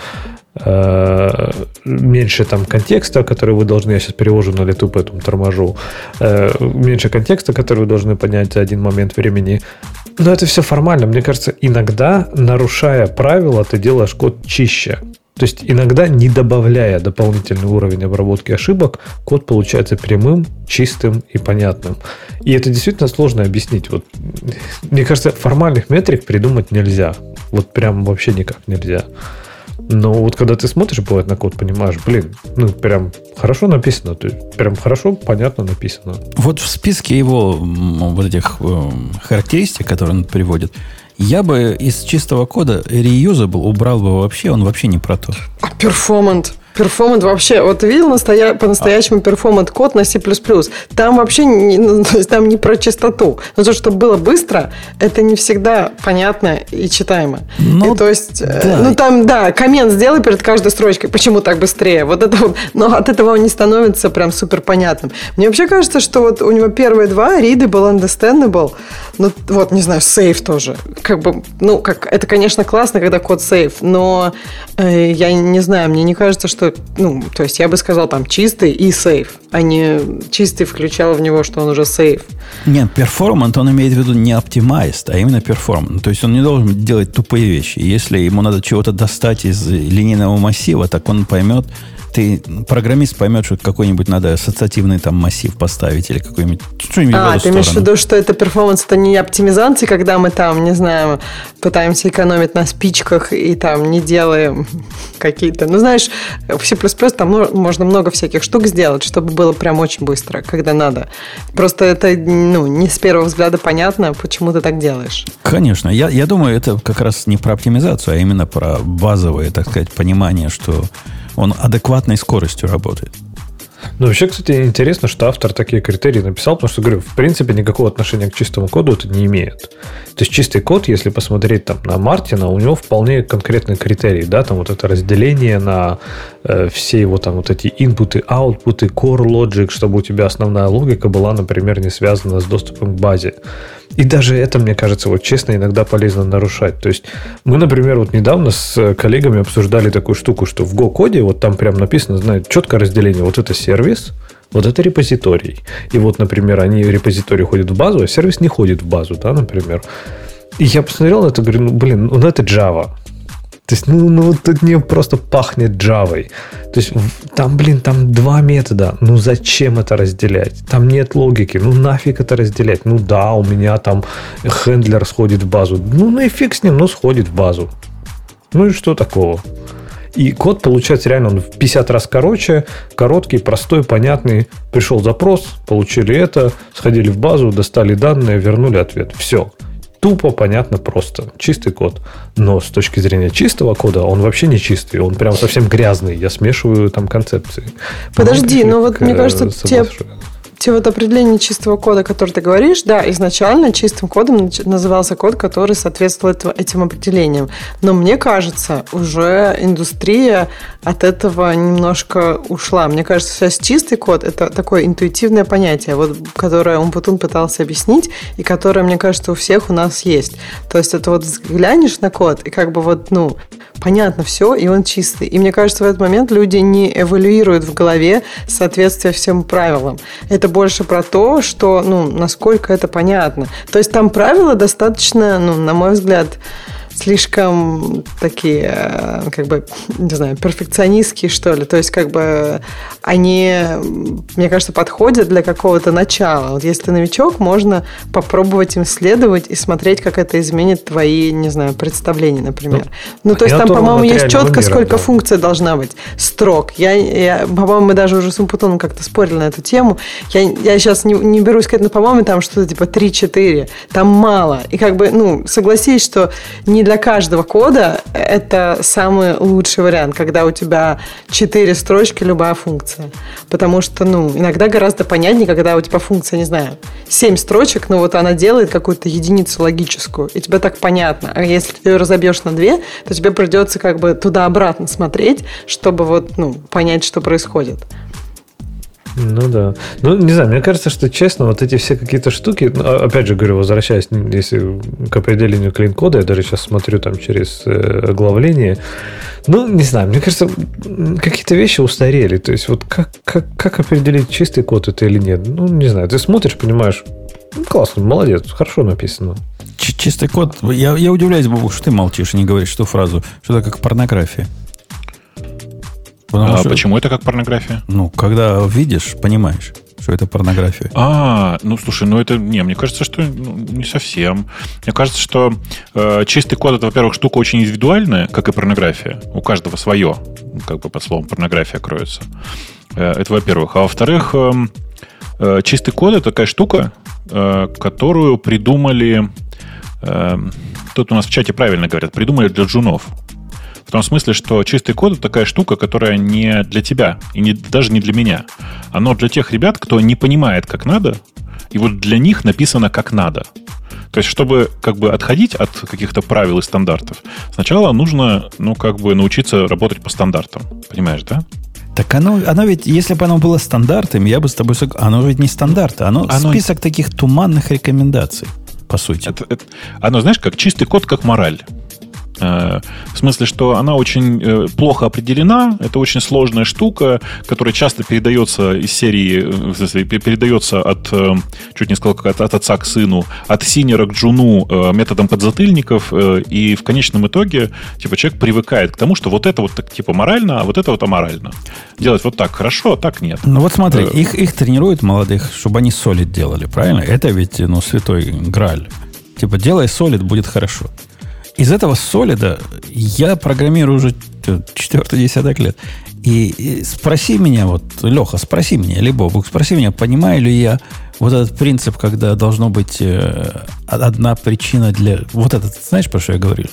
меньше там контекста, который вы должны, я сейчас перевожу на лету, поэтому торможу, меньше контекста, который вы должны понять за один момент времени. Но это все формально. Мне кажется, иногда, нарушая правила, ты делаешь код чище. То есть иногда, не добавляя дополнительный уровень обработки ошибок, код получается прямым, чистым и понятным. И это действительно сложно объяснить. Вот, мне кажется, формальных метрик придумать нельзя. Вот прям вообще никак нельзя. Но вот когда ты смотришь, бывает, на код, понимаешь, прям хорошо написано, то есть прям хорошо, понятно написано. Вот в списке его вот этих характеристик, которые он приводит, я бы из чистого кода reusable убрал бы вообще, он вообще не про то. А перформант вообще, вот ты видел по-настоящему перформант код на C++? Там вообще там не про чистоту. Но то, что было быстро, это не всегда понятно и читаемо. То есть, коммент сделай перед каждой строчкой. Почему так быстрее? Вот это вот. Но от этого он не становится прям супер понятным. Мне вообще кажется, что вот у него первые два readable, understandable, вот, не знаю, safe тоже. Это, конечно, классно, когда код safe, но я не знаю, мне не кажется, что что, то есть я бы сказал там чистый и сейф, а не чистый включал в него, что он уже сейф. Нет, перформант, он имеет в виду не оптимайст, а именно перформант. То есть он не должен делать тупые вещи. Если ему надо чего-то достать из линейного массива, так он поймет, программист поймет, что какой-нибудь надо ассоциативный там массив поставить или какой-нибудь что-нибудь в эту ты имеешь в сторону. виду, что это перформанс, это не оптимизация, когда мы там, не знаю, пытаемся экономить на спичках и там не делаем какие-то... знаешь, в C++ там можно много всяких штук сделать, чтобы было прям очень быстро, когда надо. Просто это, не с первого взгляда понятно, почему ты так делаешь. Конечно. Я думаю, это как раз не про оптимизацию, а именно про базовое, так сказать, понимание, что он адекватной скоростью работает. Вообще, кстати, интересно, что автор такие критерии написал, потому что, говорю, в принципе, никакого отношения к чистому коду это не имеет. То есть чистый код, если посмотреть там на Мартина, у него вполне конкретные критерии, да, там вот это разделение на все его там вот эти инпуты, аутпуты, core logic, чтобы у тебя основная логика была, например, не связана с доступом к базе. И даже это, мне кажется, вот честно, иногда полезно нарушать. То есть мы, например, вот недавно с коллегами обсуждали такую штуку, что в Go-коде вот там прям написано, знаете, четкое разделение. Вот это сервис, вот это репозиторий. И вот, например, репозиторий ходит в базу, а сервис не ходит в базу, да, например. И я посмотрел на это и говорю, это Java. То есть, вот тут не просто пахнет Java. То есть, там два метода. Зачем это разделять? Там нет логики. Нафиг это разделять? Да, у меня там хендлер сходит в базу. И фиг с ним, сходит в базу. И что такого? И код получается реально он в 50 раз короче, короткий, простой, понятный. Пришел запрос, получили это, сходили в базу, достали данные, вернули ответ. Все. Тупо, понятно, просто. Чистый код. Но с точки зрения чистого кода, он вообще не чистый. Он прям совсем грязный. Я смешиваю там концепции. Подожди, мне кажется, те вот определение чистого кода, который ты говоришь, да, изначально чистым кодом назывался код, который соответствует этим определениям. Но мне кажется, уже индустрия от этого немножко ушла. Мне кажется, сейчас чистый код – это такое интуитивное понятие, вот, которое Умпутун пытался объяснить, и которое, мне кажется, у всех у нас есть. То есть это вот глянешь на код, и как бы понятно все, и он чистый. И мне кажется, в этот момент люди не эвалюируют в голове соответствие всем правилам. Это больше про то, что, насколько это понятно. То есть там правила достаточно, на мой взгляд, слишком такие, не знаю, перфекционистские, что ли. То есть, они, мне кажется, подходят для какого-то начала. Вот если ты новичок, можно попробовать им следовать и смотреть, как это изменит твои, не знаю, представления, например. То есть, там, по-моему, есть четко, сколько функций должна быть. Строк. По-моему, мы даже уже с Умпутуном как-то спорили на эту тему. Я сейчас не берусь сказать, но, по-моему, там что-то типа 3-4. Там мало. И согласись, что не для каждого кода это самый лучший вариант, когда у тебя 4 строчки, любая функция. Потому что, иногда гораздо понятнее, когда у тебя функция, не знаю, 7 строчек, она делает какую-то единицу логическую, и тебе так понятно. А если ты ее разобьешь на 2, то тебе придется туда-обратно смотреть, чтобы понять, что происходит. Да. Не знаю, мне кажется, что, честно, вот эти все какие-то штуки, опять же говорю, возвращаясь если к определению клин-кода, я даже сейчас смотрю там через оглавление, не знаю, мне кажется, какие-то вещи устарели. То есть, вот как определить, чистый код это или нет? Не знаю, ты смотришь, понимаешь, классно, молодец, хорошо написано. Чистый код, я удивляюсь, Бобук, что ты молчишь и не говоришь эту фразу, что это как порнография. Почему это как порнография? Когда видишь, понимаешь, что это порнография. Слушай, это... мне кажется, что не совсем. Мне кажется, что чистый код, это, во-первых, штука очень индивидуальная, как и порнография. У каждого свое, под словом порнография кроется. Это, во-первых. А во-вторых, чистый код – это такая штука, которую придумали... Тут у нас в чате правильно говорят, придумали для джунов. В том смысле, что чистый код – это такая штука, которая не для тебя и даже не для меня. Оно для тех ребят, кто не понимает, как надо, и вот для них написано как надо. То есть, чтобы отходить от каких-то правил и стандартов, сначала нужно научиться работать по стандартам. Понимаешь, да? Так оно ведь, если бы оно было стандартом, я бы с тобой согласен. Оно ведь не стандарты, оно список таких туманных рекомендаций, по сути. Оно, знаешь, как чистый код, как мораль. В смысле, что она очень плохо определена, это очень сложная штука, которая часто передается из серии, в смысле, передается от, чуть не сказал, от отца к сыну, от синера к джуну методом подзатыльников, и в конечном итоге, типа, человек привыкает к тому, что вот это вот, типа, морально, а вот это вот аморально. Делать вот так хорошо, а так нет. Ну вот смотри, их тренируют молодых, чтобы они солид делали, правильно? Это ведь, святой грааль. Типа, делай солид, будет хорошо. Из этого солида я программирую уже 4-й десяток лет. И спроси меня, вот, Леха, спроси меня, или Бобук, спроси меня, понимаю ли я вот этот принцип, когда должно быть одна причина для... Вот этот, знаешь, про что я говорил?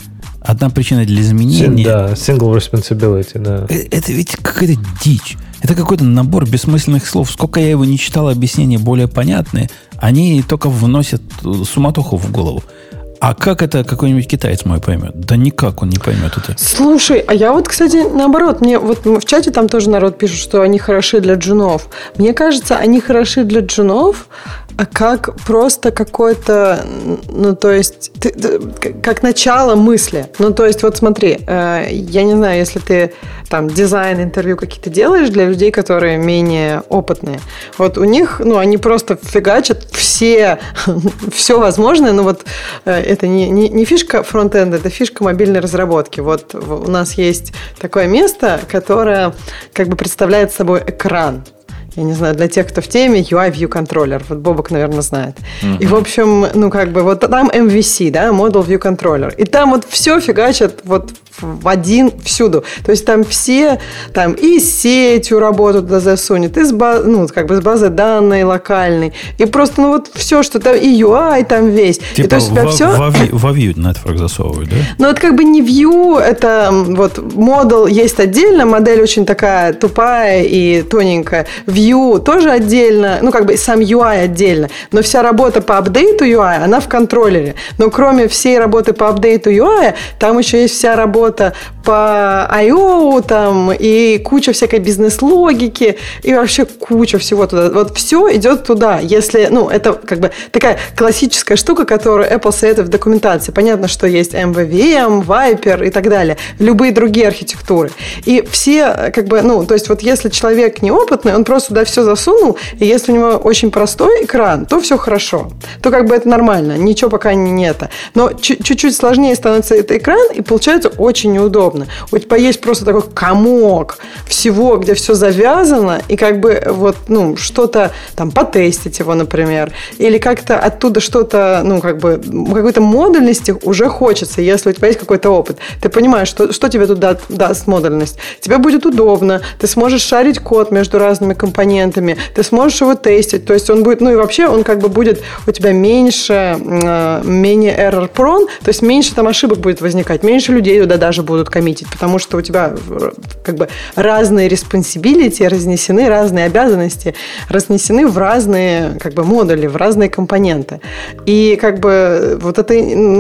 Одна причина для изменения. Да, single responsibility, да. Это ведь какая-то дичь. Это какой-то набор бессмысленных слов. Сколько я его не читал, объяснения более понятные, они только вносят суматоху в голову. А как это какой-нибудь китаец мой поймет? Да никак он не поймет это. Слушай, а я вот, кстати, наоборот, мне вот в чате там тоже народ пишет, что они хороши для джунов. Мне кажется, они хороши для джунов, как просто какой-то, то есть, как начало мысли. То есть, вот смотри, я не знаю, если ты там дизайн, интервью какие-то делаешь для людей, которые менее опытные. Вот у них, они просто фигачат все возможное, это не фишка фронтенда, это фишка мобильной разработки. Вот у нас есть такое место, которое как бы представляет собой экран. Я не знаю, для тех, кто в теме, UI View Controller. Вот Бобок, наверное, знает. И, в общем, вот там MVC, да, Model View Controller. И там вот все фигачат вот в один всюду. То есть там все, там и с сетью работу туда засунет, и с базой данной локальной. И просто, вот все, что там, и UI там весь. Типа и то есть во Vue Network засовывают, да? Это как бы не Vue, это вот Model есть отдельно, модель очень такая тупая и тоненькая. Vue тоже отдельно, сам UI отдельно, но вся работа по апдейту UI, она в контроллере. Но кроме всей работы по апдейту UI, там еще есть вся работа по I.O. там, и куча всякой бизнес-логики, и вообще куча всего туда. Вот все идет туда. Если, это как бы такая классическая штука, которую Apple советует в документации. Понятно, что есть MVVM, Viper и так далее. Любые другие архитектуры. И все, то есть вот если человек неопытный, он просто туда все засунул, и если у него очень простой экран, то все хорошо. То это нормально. Ничего пока не это. Но чуть-чуть сложнее становится этот экран, и получается очень неудобно. У тебя есть просто такой комок всего, где все завязано, и что-то там потестить его, например, или как-то оттуда что-то, какой-то модульности уже хочется, если у тебя есть какой-то опыт. Ты понимаешь, что тебе тут даст модульность. Тебе будет удобно, ты сможешь шарить код между разными компонентами, ты сможешь его тестить, то есть он будет, и вообще он будет у тебя менее error prone, то есть меньше там ошибок будет возникать, меньше людей туда даже будут коммитить, потому что у тебя разные responsibility разнесены, разные обязанности разнесены в разные модули, в разные компоненты. И вот это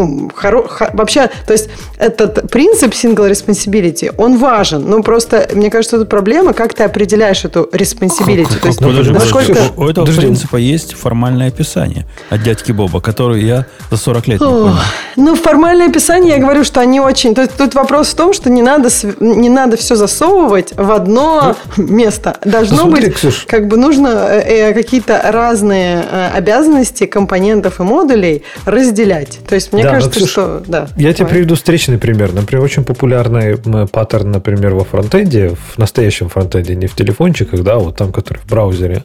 вообще, то есть этот принцип single responsibility, он важен, но просто, мне кажется, это проблема, как ты определяешь эту responsibility. У этого принципа есть формальное описание от дядьки Боба, которое я за 40 лет не понял. Формальное описание, я говорю, что они очень... То есть тут вопрос в том, что не надо все засовывать в одно место. Должно быть, Ксюш, нужно какие-то разные обязанности компонентов и модулей разделять. То есть мне кажется, Ксюш, что... Да, я тебе приведу встречный пример. Например, очень популярный паттерн, например, во фронтенде, в настоящем фронтенде, не в телефончиках, да, вот там, который в браузере.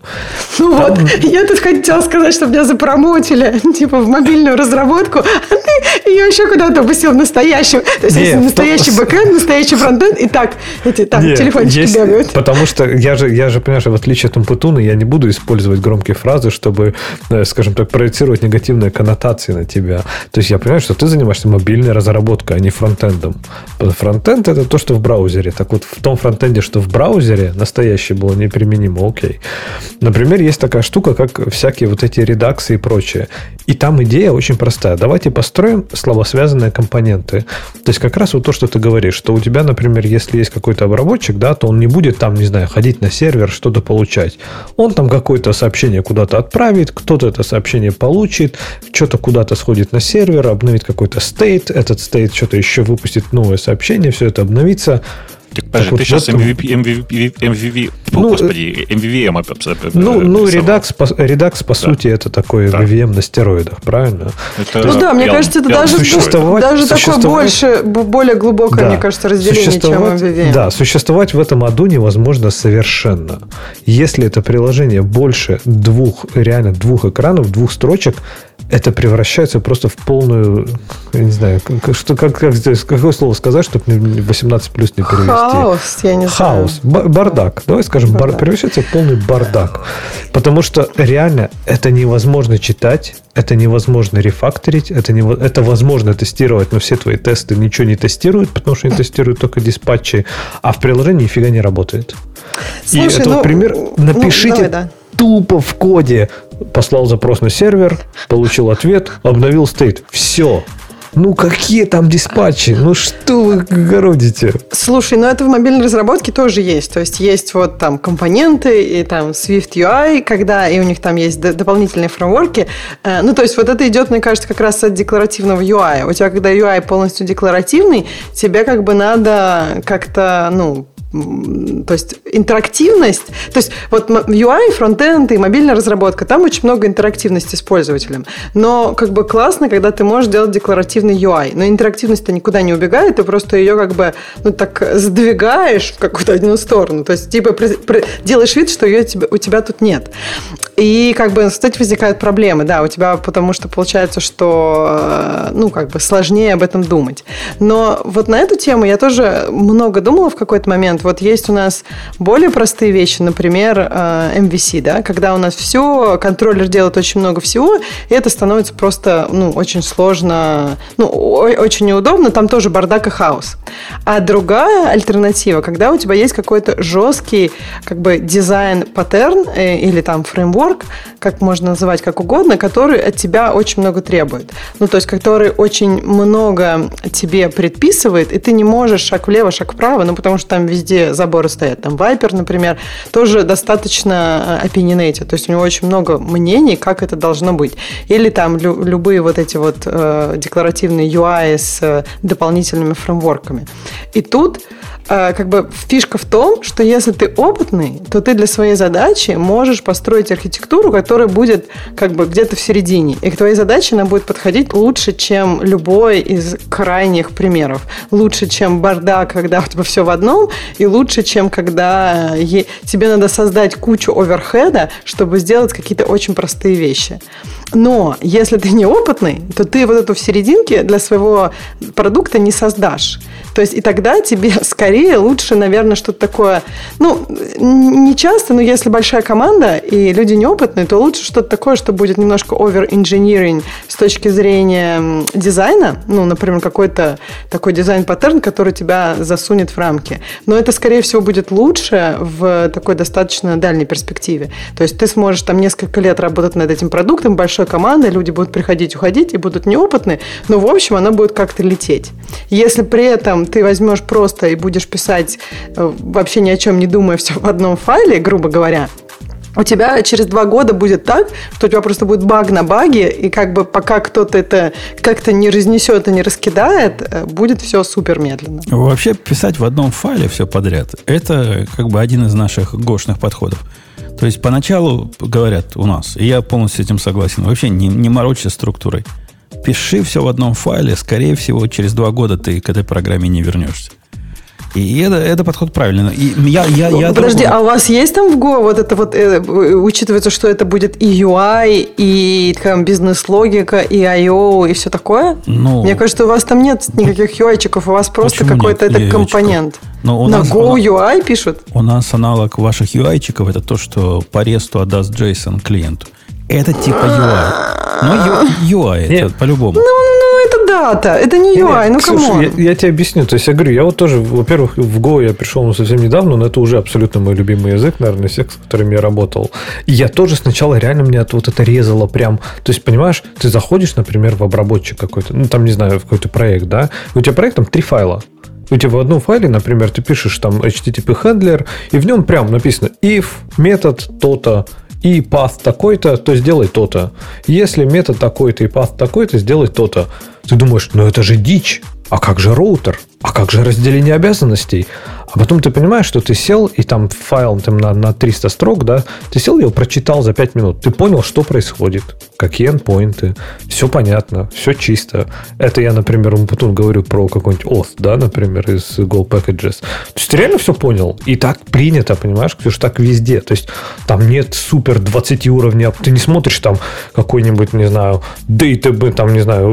Я тут хотела сказать, что меня запромоутили, в мобильную разработку, а ты ее еще куда-то упустил в настоящем. То есть, если настоящий бэкэнд, настоящий фронтенд, и телефончики бегают. Потому что я же понимаю, что в отличие от Умпутуна, я не буду использовать громкие фразы, чтобы, скажем так, проецировать негативные коннотации на тебя. То есть я понимаю, что ты занимаешься мобильной разработкой, а не фронтендом. Фронтенд — это то, что в браузере. Так вот, в том фронтенде, что в браузере, настоящий было неприменимо. Ну, окей. Например, есть такая штука, как всякие вот эти редаксы и прочее. И там идея очень простая. Давайте построим слабосвязанные компоненты. То есть, как раз вот то, что ты говоришь, что у тебя, например, если есть какой-то обработчик, да, то он не будет там, не знаю, ходить на сервер, что-то получать. Он там какое-то сообщение куда-то отправит, кто-то это сообщение получит, что-то куда-то сходит на сервер, обновит какой-то стейт, этот стейт что-то еще выпустит новое сообщение, все это обновится. Так, подожди, ты сейчас MVVM. Редакс, по сути, это такой VVM на стероидах, правильно? Мне кажется, это даже такое более глубокое, мне кажется, разделение, чем MVVM. Да, существовать в этом аду невозможно совершенно. Если это приложение больше двух экранов, 2 строчек, это превращается просто в полную, я не знаю, какое слово сказать, чтобы 18 плюс не перевести. Хаос, я не знаю. Хаос, бардак. Давай скажем, превращается в полный бардак. Потому что реально это невозможно читать, это невозможно рефакторить, это возможно тестировать, но все твои тесты ничего не тестируют, потому что они тестируют только диспатчи, а в приложении нифига не работает. Слушай, и это вот пример. Напишите тупо в коде. Послал запрос на сервер, получил ответ, обновил стейт. Все. Ну, какие там диспатчи? Ну, что вы городите? Слушай, это в мобильной разработке тоже есть. То есть, есть вот там компоненты и там Swift UI, когда и у них там есть дополнительные фреймворки. То есть, вот это идет, мне кажется, как раз от декларативного UI. У тебя, когда UI полностью декларативный, тебе как бы надо как-то, то есть интерактивность, то есть вот UI, фронтенд и мобильная разработка, там очень много интерактивности с пользователем. Но как бы классно, когда ты можешь делать декларативный UI. Но интерактивность-то никуда не убегает, ты просто ее как бы так сдвигаешь в какую-то одну сторону. То есть типа делаешь вид, что ее у тебя тут нет. И как бы с этим возникают проблемы, да, у тебя, потому что получается, что как бы сложнее об этом думать. Но вот на эту тему я тоже много думала в какой-то момент. Вот есть у нас более простые вещи, например, MVC, да, когда у нас все, контроллер делает очень много всего, и это становится просто, очень сложно, очень неудобно, там тоже бардак и хаос. А другая альтернатива, когда у тебя есть какой-то жесткий, как бы, дизайн-паттерн или там фреймворк, как можно называть как угодно, который от тебя очень много требует. То есть, который очень много тебе предписывает, и ты не можешь шаг влево, шаг вправо, потому что там везде заборы стоят. Там Viper, например, тоже достаточно opinionated, то есть у него очень много мнений, как это должно быть. Или там любые вот эти вот декларативные UI с дополнительными фреймворками. И тут как бы фишка в том, что если ты опытный, то ты для своей задачи можешь построить архитектуру, которая будет как бы где-то в середине. И к твоей задаче она будет подходить лучше, чем любой из крайних примеров. Лучше, чем бардак, когда у тебя все в одном, и лучше, чем когда тебе надо создать кучу оверхеда, чтобы сделать какие-то очень простые вещи. Но если ты неопытный, то ты вот эту в серединке для своего продукта не создашь. То есть и тогда тебе скорее лучше, наверное, что-то такое, не часто, но если большая команда и люди неопытные, то лучше что-то такое, что будет немножко over-engineering с точки зрения дизайна, например, какой-то такой дизайн-паттерн, который тебя засунет в рамки. Но это, скорее всего, будет лучше в такой достаточно дальней перспективе. То есть ты сможешь там несколько лет работать над этим продуктом, большой командой, люди будут приходить, уходить и будут неопытны, но, в общем, она будет как-то лететь. Если при этом ты возьмешь просто и будешь писать вообще ни о чем не думая все в одном файле, грубо говоря, у тебя через 2 года будет так, что у тебя просто будет баг на баге, и как бы пока кто-то это как-то не разнесет и не раскидает, будет все супер медленно. Вообще писать в одном файле все подряд, это как бы один из наших гошных подходов. То есть поначалу говорят у нас, и я полностью с этим согласен, вообще не морочься структурой. Пиши все в одном файле, скорее всего, через 2 года ты к этой программе не вернешься. И это подход правильный. Подожди, а у вас есть там в Go вот это вот, учитывается, что это будет и UI, и бизнес-логика, и I.O., и все такое? Мне кажется, у вас там нет никаких UI-чиков, у вас просто какой-то это компонент. На Go UI пишут? У нас аналог ваших UI-чиков это то, что по ресту отдаст JSON клиенту. Это типа UI. Но UI это по-любому. Это дата, это не UI, ну камон. Я тебе объясню. То есть я говорю, я вот тоже, во-первых, в Go я пришел совсем недавно, но это уже абсолютно мой любимый язык, наверное, всех, с которыми я работал. И я тоже сначала реально меня вот это резало прям. То есть, понимаешь, ты заходишь, например, в обработчик какой-то, ну там, не знаю, в какой-то проект, да, и у тебя проект там 3 файла. У тебя в одном файле, например, ты пишешь там HTTP-хендлер, и в нем прям написано if метод то-то, и path такой-то, то сделай то-то. Если метод такой-то и path такой-то, сделай то-то. Ты думаешь, ну это же дичь. А как же роутер? А как же разделение обязанностей? А потом ты понимаешь, что ты сел, и там файл там, на 300 строк, да, ты сел, его прочитал за 5 минут. Ты понял, что происходит, какие эндпоинты. Все понятно, все чисто. Это я, например, потом говорю про какой-нибудь auth, да, например, из Go Packages. То есть ты реально все понял. И так принято, понимаешь, Ксюш, так везде. То есть там нет супер 20 уровней. Ты не смотришь там какой-нибудь, не знаю, data, там, не знаю,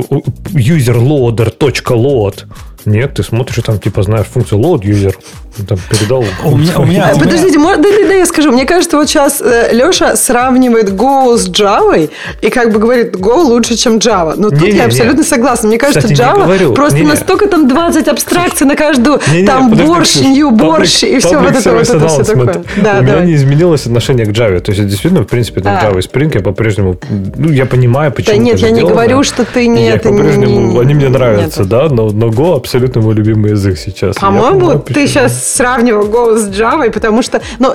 userloader.load. Нет, ты смотришь, и там, типа, знаешь, функцию load user, там, передал. Подождите, да, я скажу. Мне кажется, вот сейчас Леша сравнивает Go с Java и как бы говорит, Go лучше, чем Java. Но тут я абсолютно согласна. Мне кажется, Java просто настолько там 20 абстракций на каждую, там борщ, new борщ и все вот это все такое. У меня не изменилось отношение к Java. То есть, действительно, в принципе, там Java и Spring я по-прежнему, ну, я понимаю, почему. Да нет, я не говорю, что ты не это. По-прежнему они мне нравятся, да, но Go абсолютно мой любимый язык сейчас. По-моему, ты сейчас сравнивал Go с Java, потому что... Но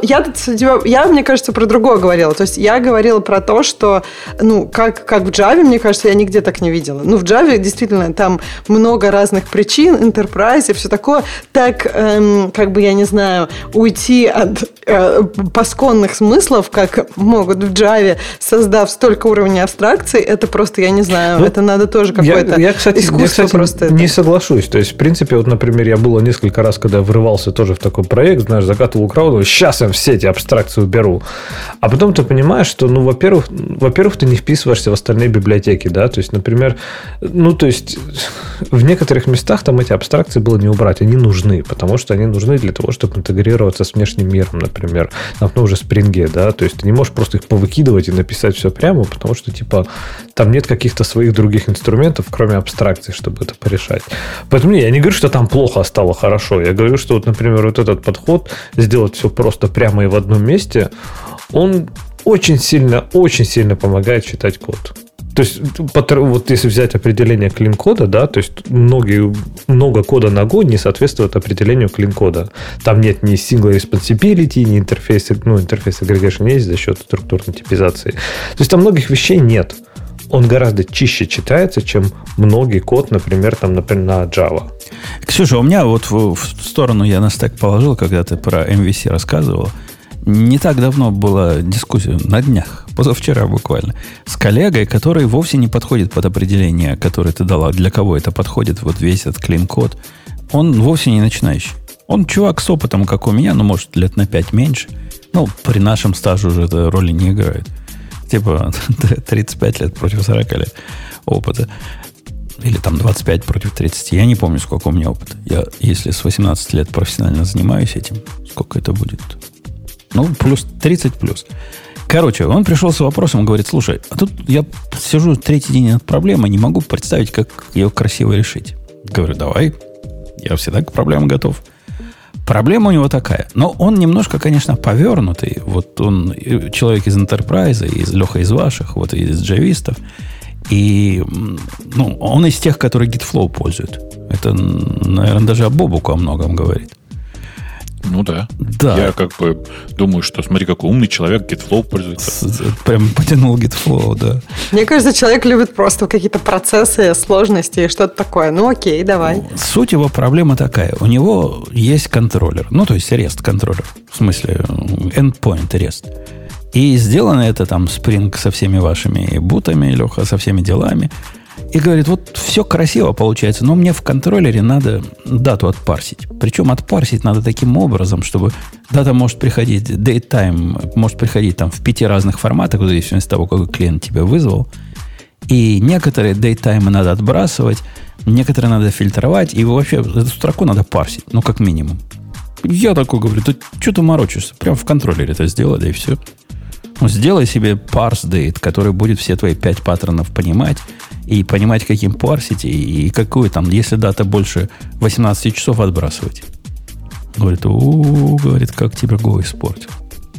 я, мне кажется, про другое говорила. То есть я говорила про то, что, ну, как в Java, мне кажется, я нигде так не видела. Ну, в Java действительно там много разных причин, enterprise и все такое. Так, как бы, я не знаю, уйти от пасконных смыслов, как могут в Java, создав столько уровней абстракций, это просто, я не знаю, это надо тоже какое-то искусство просто. Не соглашусь. То есть, в принципе, вот, например, я было несколько раз, когда врывался тоже в такой проект, знаешь, закатывал крауду, сейчас я все эти абстракции уберу. А потом ты понимаешь, что, ну, во-первых, ты не вписываешься в остальные библиотеки, да, то есть, например, ну, то есть, в некоторых местах там эти абстракции было не убрать, они нужны, потому что они нужны для того, чтобы интегрироваться с внешним миром, например, на том же Spring, да, то есть, ты не можешь просто их повыкидывать и написать все прямо, потому что, типа, там нет каких-то своих других инструментов, кроме абстракций, чтобы это порешать. Поэтому я не говорю, что там плохо стало хорошо. Я говорю, что, вот, например, вот этот подход сделать все просто прямо и в одном месте, он очень сильно помогает читать код. То есть, вот если взять определение клин-кода, да, то есть много кода на Go не соответствует определению клин-кода. Там нет ни single responsibility, ни интерфейс aggregation есть за счет структурной типизации. То есть, там многих вещей нет. Он гораздо чище читается, чем многие код, например, на Java. Ксюша, у меня вот в сторону я на стек положил, когда ты про MVC рассказывал. Не так давно была дискуссия, на днях, позавчера буквально, с коллегой, который вовсе не подходит под определение, которое ты дала. Для кого это подходит, вот весь этот клин-код. Он вовсе не начинающий. Он чувак с опытом, как у меня, ну, может, лет на 5 меньше. Ну, при нашем стаже уже это роли не играет. Типа 35 лет против 40 лет опыта. Или там 25 против 30. Я не помню, сколько у меня опыта. Я, если с 18 лет профессионально занимаюсь этим, сколько это будет? Ну, плюс 30 плюс. Короче, он пришел с вопросом, говорит, слушай, а тут я сижу третий день над проблемой, не могу представить, как ее красиво решить. Говорю, давай, я всегда к проблемам готов. Проблема у него такая. Но он немножко, конечно, повернутый. Вот он человек из Enterprise, из Леха из ваших, вот из джавистов. И ну, он из тех, которые GitFlow пользуют. Это, наверное, даже о Бобуку о многом говорит. Ну да. Да. Я как бы думаю, что смотри, какой умный человек GitFlow пользуется. Прям потянул GitFlow, да. Мне кажется, человек любит просто какие-то процессы, сложности и что-то такое. Ну окей, давай. Суть его проблемы такая. У него есть контроллер. Ну, то есть REST контроллер. В смысле, endpoint REST. И сделано это там Spring со всеми вашими бутами, Леха, со всеми делами. И говорит, вот все красиво получается, но мне в контроллере надо дату отпарсить. Причем отпарсить надо таким образом, чтобы дата может приходить, datetime может приходить там в 5 разных форматах, в зависимости от того, какой клиент тебя вызвал. И некоторые datetime надо отбрасывать, некоторые надо фильтровать, и вообще эту строку надо парсить, ну, как минимум. Я такой говорю, ты что ты морочишься? Прям в контроллере это сделай, да и все. Ну, сделай себе parse date, который будет все твои 5 паттернов понимать, и понимать, каким парсить, и какую там, если дата больше 18 часов, отбрасывать. Говорит, говорит, как тебе Go испортил.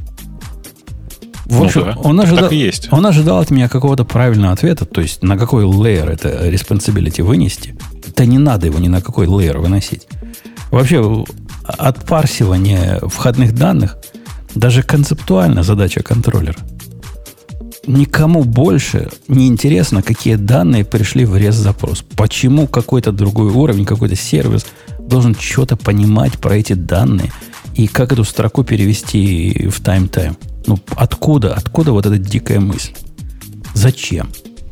В общем, он ожидал от меня какого-то правильного ответа, то есть на какой layer это responsibility вынести. Да не надо его ни на какой layer выносить. Вообще, отпарсивание входных данных даже концептуально задача контроллера. Никому больше не интересно, какие данные пришли в REST-запрос. Почему какой-то другой уровень, какой-то сервис должен что-то понимать про эти данные и как эту строку перевести в time-time. Ну, откуда вот эта дикая мысль? Зачем?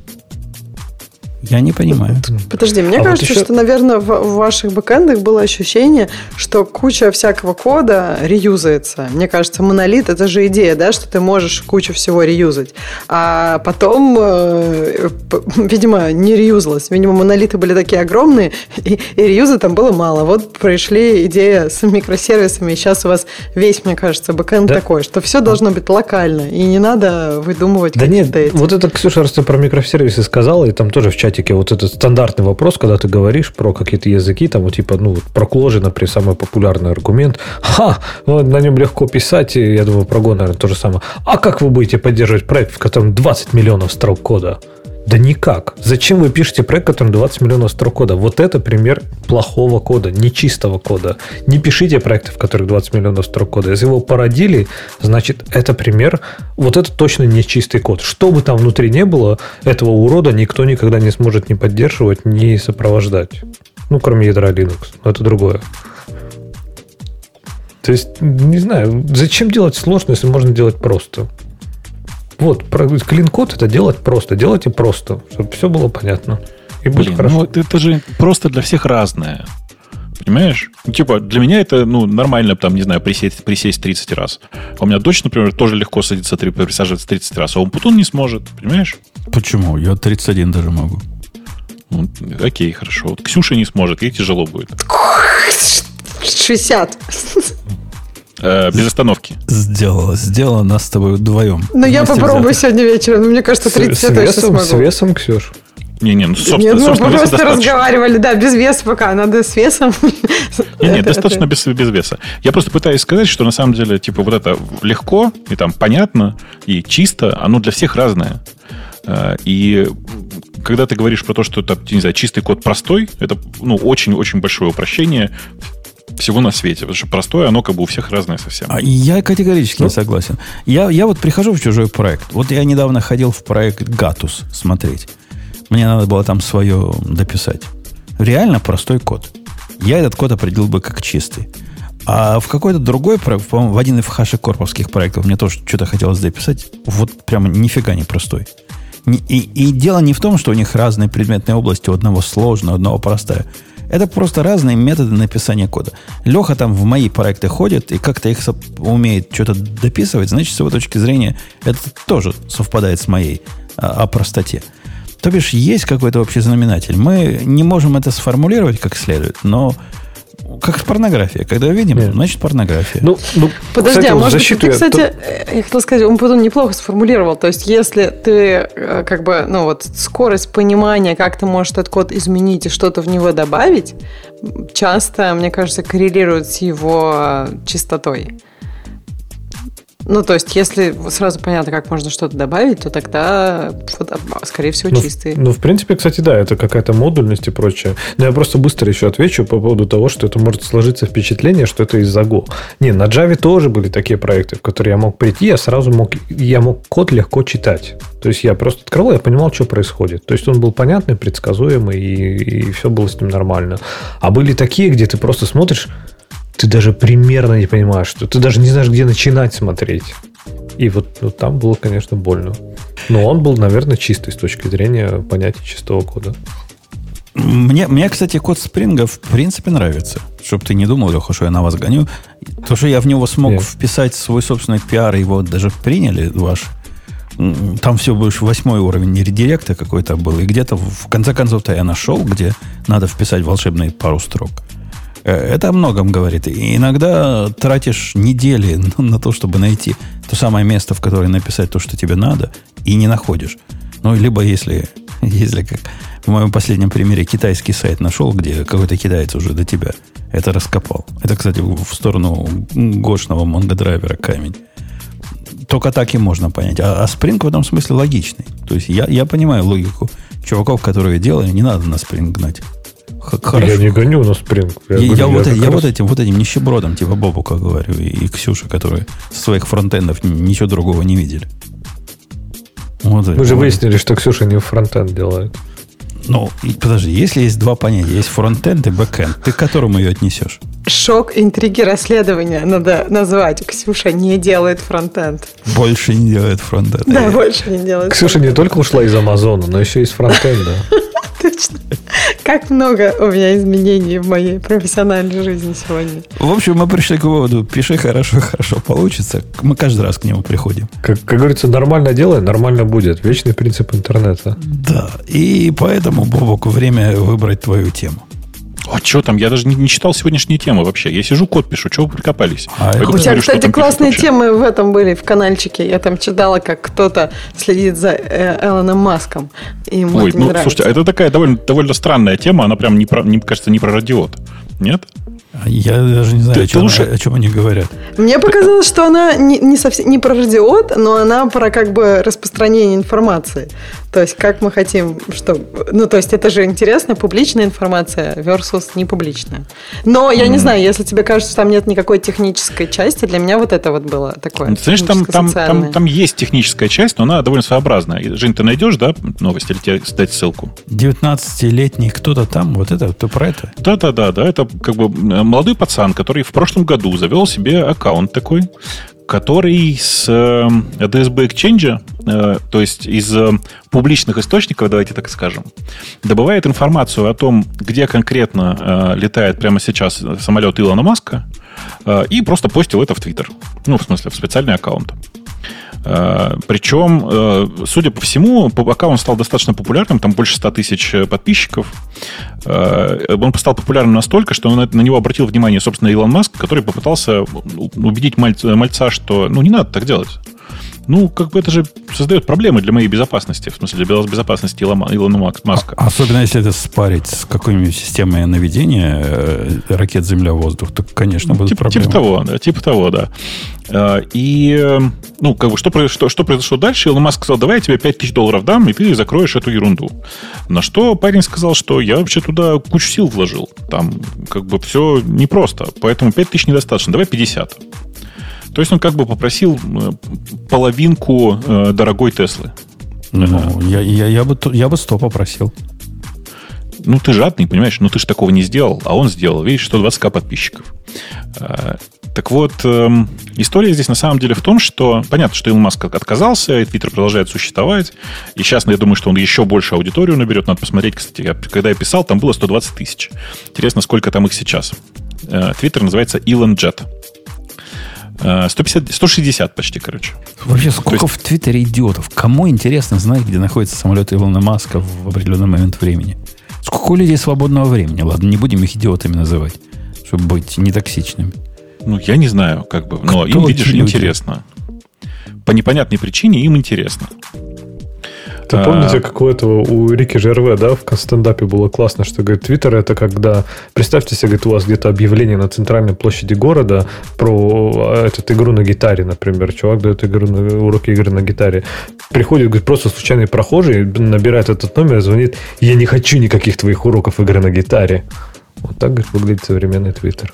Я не понимаю. Подожди, мне кажется, что, наверное, в ваших бэкэндах было ощущение, что куча всякого кода реюзается. Мне кажется, монолит – это же идея, да, что ты можешь кучу всего реюзать. А потом, видимо, не реюзалось. Видимо, монолиты были такие огромные, и реюза там было мало. Вот пришли идея с микросервисами, и сейчас у вас весь, мне кажется, бэкэнд такой, что все должно быть локально, и не надо выдумывать какие-то эти. Вот это, Ксюша, раз ты про микросервисы сказала, и там тоже в чате вот этот стандартный вопрос, когда ты говоришь про какие-то языки, там, вот, типа, ну, про Clojure, например, самый популярный аргумент. На нем легко писать, и я думаю, про Go, наверное, то же самое. А как вы будете поддерживать проект, в котором 20 миллионов строк кода? Да никак. Зачем вы пишете проект, в котором 20 миллионов строк кода? Вот это пример плохого кода, нечистого кода. Не пишите проекты, в которых 20 миллионов строк кода. Если его породили, значит, это пример. Вот это точно нечистый код. Что бы там внутри не было, этого урода никто никогда не сможет ни поддерживать, ни сопровождать. Ну, кроме ядра Linux. Но это другое. То есть, не знаю, зачем делать сложно, если можно делать просто? Вот, клин-код это делать просто. Делайте просто, чтобы все было понятно. И будет хорошо. Ну это же просто для всех разное. Понимаешь? Ну, типа, для меня это, ну, нормально, там, не знаю, присесть 30 раз. А у меня дочь, например, тоже легко присаживаться 30 раз, а Умпутун не сможет. Понимаешь? Почему? Я 31 даже могу. Ну, окей, хорошо. Вот Ксюша не сможет, ей тяжело будет. 60. Без остановки. Сделала нас с тобой вдвоем. Ну, я попробую сегодня вечером. Но мне кажется, 30 я точно смогу. С весом, Ксюш? Ну, собственно, мы просто разговаривали, да, без веса пока, надо с весом. Нет, достаточно без веса. Я просто пытаюсь сказать, что на самом деле, типа, вот это легко, и там понятно, и чисто, оно для всех разное. И когда ты говоришь про то, что это, не знаю, чистый код простой, это, ну, очень-очень большое упрощение всего на свете. Потому что простое, оно как бы у всех разное совсем. Я категорически не согласен. Я вот прихожу в чужой проект. Вот я недавно ходил в проект Gatus смотреть. Мне надо было там свое дописать. Реально простой код. Я этот код определил бы как чистый. А в какой-то другой проект, по-моему, в один из HashiCorp-овских проектов мне тоже что-то хотелось дописать. Вот прямо нифига не простой. И дело не в том, что у них разные предметные области. У одного сложная, у одного простая. Это просто разные методы написания кода. Леха там в мои проекты ходит и как-то их умеет что-то дописывать. Значит, с его точки зрения, это тоже совпадает с моей о простоте. То бишь, есть какой-то общий знаменатель. Мы не можем это сформулировать как следует, но как порнография. Когда видим, значит порнография. Ну, подожди, кстати, а может быть, ты, кстати, я хотел сказать, он потом неплохо сформулировал. То есть, если ты, как бы, ну вот, скорость понимания, как ты можешь этот код изменить и что-то в него добавить, часто, мне кажется, коррелирует с его чистотой. Ну, то есть, если сразу понятно, как можно что-то добавить, то тогда, скорее всего, чистый. Ну, в принципе, кстати, да, это какая-то модульность и прочее. Но я просто быстро еще отвечу по поводу того, что это может сложиться впечатление, что это из-за Go. Не, на Java тоже были такие проекты, в которые я мог прийти, я мог код легко читать. То есть, я просто открывал, я понимал, что происходит. То есть, он был понятный, предсказуемый, и все было с ним нормально. А были такие, где ты просто смотришь, ты даже примерно не понимаешь, что ты даже не знаешь, где начинать смотреть. И вот там было, конечно, больно. Но он был, наверное, чистый с точки зрения понятия чистого кода. Мне, кстати, код Спринга в принципе нравится. Чтоб ты не думал, Леха, что я на вас гоню. То, что я в него смог вписать свой собственный пиар, его даже приняли ваш. Там все больше 8 уровень редиректа какой-то был. И где-то в конце концов-то я нашел, где надо вписать волшебные пару строк. Это о многом говорит. И иногда тратишь недели на то, чтобы найти то самое место, в которое написать то, что тебе надо, и не находишь. Ну, либо если как в моем последнем примере, китайский сайт нашел, где какой-то китаец уже до тебя это раскопал. Это, кстати, в сторону гошного монго-драйвера камень. Только так и можно понять. А Spring в этом смысле логичный. То есть я понимаю логику чуваков, которые делали, не надо на Spring гнать. Хорошо. Я не гоню на Spring. Я вот этим нищебродом, типа Бобука говорю, и Ксюше, которые со своих фронтендов ничего другого не видели. Вот мы же выяснили, что Ксюша не фронтенд делает. Ну, подожди, если есть два понятия, есть фронтенд и бэкенд, ты к которому ее отнесешь? Шок, интриги, расследования надо назвать. Ксюша не делает фронтенд. Больше не делает фронтенд. Да, больше не делает Ксюша фронтенд. не только ушла из Амазона, но еще из фронтенда. Точно. Как много у меня изменений в моей профессиональной жизни сегодня. В общем, мы пришли к выводу, пиши хорошо получится. Мы каждый раз к нему приходим. Как говорится, нормально делай, нормально будет. Вечный принцип интернета. Да, и поэтому, Бобок, время выбрать твою тему. О, что там? Я даже не читал сегодняшние темы вообще. Я сижу, код пишу. Чего вы прикопались? У тебя, кстати, классные темы в этом были, в канальчике. Я там читала, как кто-то следит за Элоном Маском. И ему это не нравится. Слушайте, это такая довольно странная тема. Она прям, кажется, не про радиот. Нет? Я даже не знаю, о чем они говорят. Мне показалось, что она не совсем не про радиот, но она про как бы распространение информации. То есть, как мы хотим, чтобы... Ну, то есть, это же интересно, публичная информация versus непубличная. Но я не знаю, если тебе кажется, что там нет никакой технической части, для меня вот это вот было такое. Ты знаешь, там есть техническая часть, но она довольно своеобразная. Жень, ты найдешь, да, новость, или тебе дать ссылку? 19-летний кто-то там, вот это, ты про это? Да, это как бы молодой пацан, который в прошлом году завел себе аккаунт такой, который с DSB Exchange, то есть из публичных источников, давайте так скажем, добывает информацию о том, где конкретно летает прямо сейчас самолет Илона Маска, и просто постил это в Твиттер. Ну, в смысле, в специальный аккаунт. Причем, судя по всему, аккаунт стал достаточно популярным, там больше 100 тысяч подписчиков. Он стал популярным настолько, что на него обратил внимание, собственно, Илон Маск, который попытался убедить мальца, что не надо так делать. Как бы это же создает проблемы для моей безопасности, в смысле, для безопасности Илона Маска. Особенно, если это спарить с какой-нибудь системой наведения ракет Земля-воздух, то, конечно, будут проблемы. Типа того, да. И, как бы, что произошло дальше? Илон Маск сказал, давай я тебе $5000 дам, и ты закроешь эту ерунду. На что парень сказал, что я вообще туда кучу сил вложил. Там, как бы, все непросто. Поэтому 5000 недостаточно, давай 50. То есть он как бы попросил половинку дорогой Теслы. Я бы 100 попросил. Ты жадный, понимаешь? Ты же такого не сделал, а он сделал. Видишь, 120к подписчиков. Так вот, история здесь на самом деле в том, что понятно, что Илон Маск отказался, и Твиттер продолжает существовать. И сейчас, я думаю, что он еще больше аудиторию наберет. Надо посмотреть, кстати, когда я писал, там было 120 тысяч. Интересно, сколько там их сейчас. Твиттер называется Elon Jet. 160 почти, короче. Вообще, сколько в Твиттере идиотов? Кому интересно знать, где находится самолет Илона Маска в определенный момент времени? Сколько у людей свободного времени? Ладно, не будем их идиотами называть, чтобы быть нетоксичными. Я не знаю, как бы. Но им, видишь, интересно. По непонятной причине им интересно. Ты помните, как у Рики Жерве, да, в стендапе было классно, что, говорит, Твиттер — это когда, представьте себе, говорит, у вас где-то объявление на центральной площади города про игру на гитаре, например. Чувак дает уроки игры на гитаре. Приходит, говорит, просто случайный прохожий, набирает этот номер и звонит: я не хочу никаких твоих уроков игры на гитаре. Вот так, говорит, выглядит современный Твиттер.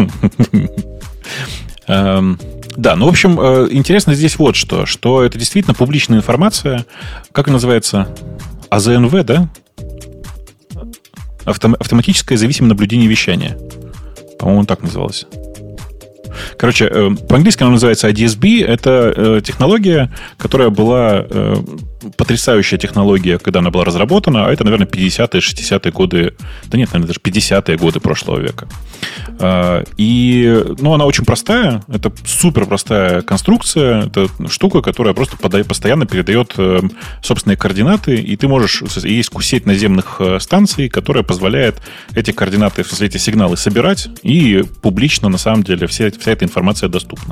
Да, в общем, интересно здесь вот что это действительно публичная информация. Как она называется? АЗНВ, да? Автоматическое зависимое наблюдение вещания. По-моему, так называлось. Короче, по-английски она называется IDSB. Это технология, которая была потрясающая технология, когда она была разработана, а это, наверное, 50-е, 60-е годы, да нет, наверное, даже 50-е годы прошлого века. И, она очень простая, это супер простая конструкция, это штука, которая просто постоянно передает собственные координаты, и ты можешь, есть сеть наземных станций, которая позволяет эти координаты, в смысле, эти сигналы собирать, и публично, на самом деле, вся эта информация доступна.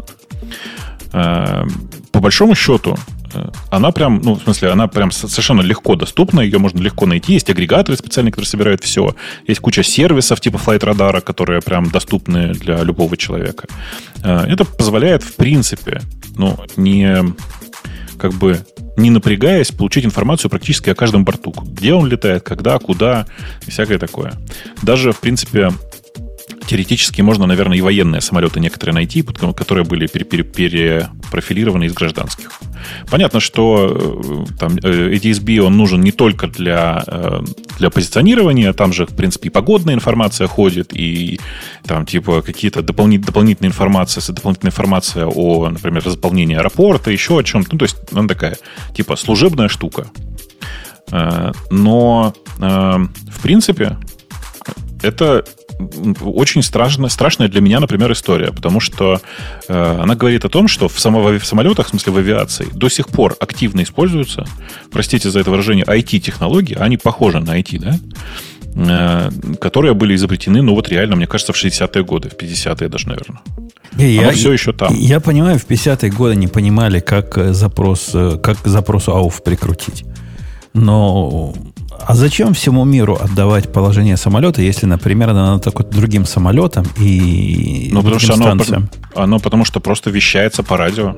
По большому счету, она прям, она прям совершенно легко доступна, ее можно легко найти. Есть агрегаторы специальные, которые собирают все. Есть куча сервисов типа Flight Radar, которые прям доступны для любого человека. Это позволяет, в принципе, не напрягаясь, получить информацию практически о каждом борту. Где он летает, когда, куда и всякое такое. Даже, в принципе, теоретически можно, наверное, и военные самолеты некоторые найти, которые были перепрофилированы из гражданских. Понятно, что там ADS-B он нужен не только для позиционирования, там же, в принципе, и погодная информация ходит, и там типа какие-то дополнительная информация о, например, заполнении аэропорта, еще о чем-то. То есть она такая, типа, служебная штука. Но, в принципе, это очень страшная для меня, например, история, потому что она говорит о том, что в самолетах, в смысле в авиации, до сих пор активно используются, простите за это выражение, IT-технологии, они похожи на IT, да, которые были изобретены, реально, мне кажется, в 60-е годы, в 50-е даже, наверное. Оно все еще там. Я понимаю, в 50-е годы не понимали, как запросу AUF прикрутить. Но а зачем всему миру отдавать положение самолета, если, например, надо только другим самолетам и потому другим станциям? Потому что просто вещается по радио.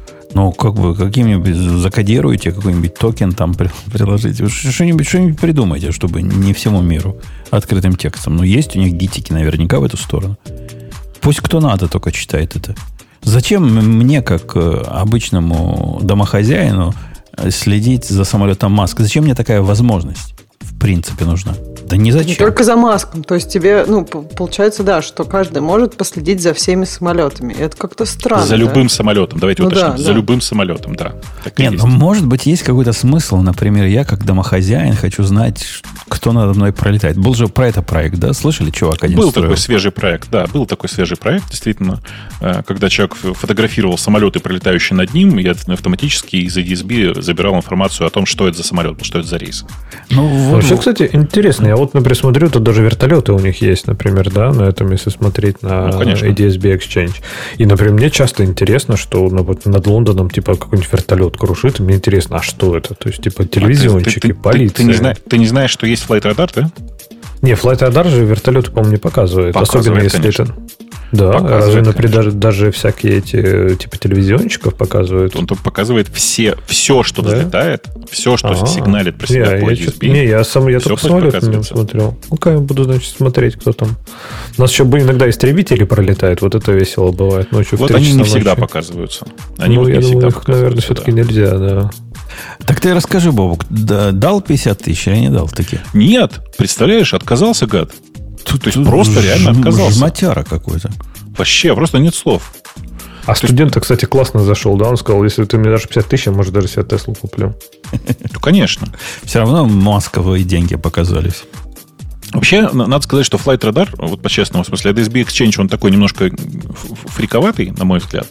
Каким-нибудь закодируете, какой-нибудь токен там приложите. Что-нибудь придумайте, чтобы не всему миру открытым текстом. Есть у них гитики наверняка в эту сторону. Пусть кто надо только читает это. Зачем мне, как обычному домохозяину, следить за самолетом Маска? Зачем мне такая возможность, в принципе, нужна? Да не зачем. Не только за Маском. То есть тебе, получается, да, что каждый может последить за всеми самолетами. Это как-то странно. За любым самолетом. Давайте уточним. За любым самолетом, да. Нет, может быть, есть какой-то смысл. Например, я, как домохозяин, хочу знать, кто надо мной пролетает. Был же про это проект, да? Слышали, чувак один Был строил? такой свежий проект, да. Был такой свежий проект, действительно. Когда человек фотографировал самолеты, пролетающие над ним, и автоматически из ADS-B забирал информацию о том, что это за самолет, что это за рейс. Вообще, кстати, интересно. Я например, смотрю, тут даже вертолеты у них есть, например, да, на этом, если смотреть на ADS-B Exchange. И, например, мне часто интересно, что над Лондоном, типа, какой-нибудь вертолет крушит, и мне интересно, а что это? То есть, типа, телевизиончики, полиция. Ты не знаешь, что есть Flight Radar, да? Не, Flight Radar же вертолеты, по-моему, не показывает. Особенно, если конечно. это... Да, разве, например, даже всякие эти типа телевизиончиков показывают? Он показывает все, что взлетает, все, что сигналит про себя по ADS-B. Я только самолет на нем смотрел. Я буду, значит, смотреть, кто там. У нас еще иногда истребители пролетают, вот это весело бывает. Ночью вот они не всегда показываются. Они я думаю, их, наверное, все-таки нельзя, да. Так ты расскажи, Бобук, дал 50 тысяч или не дал таки? Нет, представляешь, отказался, гад. То есть просто реально отказался. Жматяра какой-то. Вообще, просто нет слов. А студент, кстати, классно зашел, да? Он сказал, если ты мне дашь 50 тысяч, я, может, даже себе Теслу куплю. Ну, конечно. Все равно масковые деньги показались. Вообще, надо сказать, что Flight Radar, вот по-честному, в смысле, ADS-B Exchange, он такой немножко фриковатый, на мой взгляд.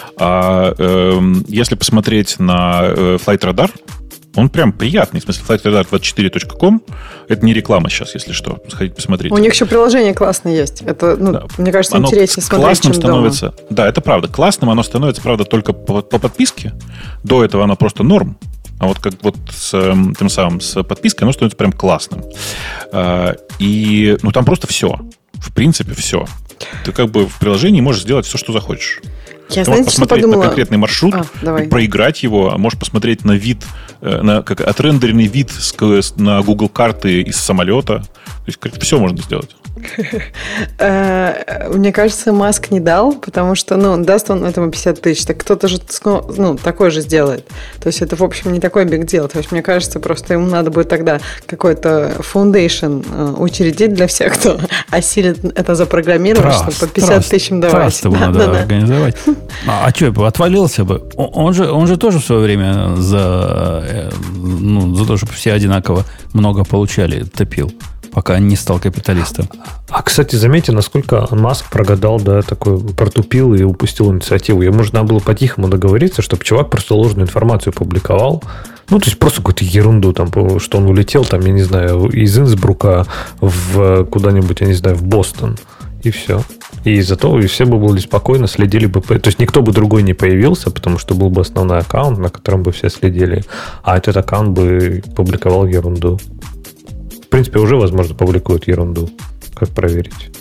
А если посмотреть на Flight Radar, он прям приятный. В смысле, flightradar24.com. Это не реклама сейчас, если что. Сходите, посмотрите. У них еще приложение классное есть. Это, да. Мне кажется, оно интереснее смотреть, чем становится, дома. Да, это правда. Классным оно становится, правда, только по подписке. До этого оно просто норм. А вот как вот с тем самым с подпиской оно становится прям классным. И там просто все. В принципе, все. Ты как бы в приложении можешь сделать все, что захочешь. Я, ты можешь посмотреть на конкретный маршрут, проиграть его, можешь посмотреть на вид, отрендеренный вид на Google карты из самолета. То есть все можно сделать. Мне кажется, Маск не дал, потому что, даст он этому 50 тысяч, так кто-то же такой же сделает. То есть это, в общем, не такой биг дел. То есть мне кажется, просто ему надо будет тогда какой-то foundation учредить для всех, кто осилит это запрограммировать, чтобы по 50 тысяч им давать. Надо организовать. А что, отвалился бы? Он же тоже в свое время за то, чтобы все одинаково много получали, топил, пока не стал капиталистом. А, кстати, заметьте, насколько Маск прогадал, да, такой протупил и упустил инициативу. Ему же надо было по-тихому договориться, чтобы чувак просто ложную информацию публиковал. Ну, то есть просто какую-то ерунду, там, что он улетел, там, я не знаю, из Инсбрука в куда-нибудь, я не знаю, в Бостон. И все. И из-за того, и все бы были спокойно, следили бы. То есть никто бы другой не появился, потому что был бы основной аккаунт, на котором бы все следили. А этот аккаунт бы публиковал ерунду. В принципе, уже, возможно, публикуют ерунду. Как проверить?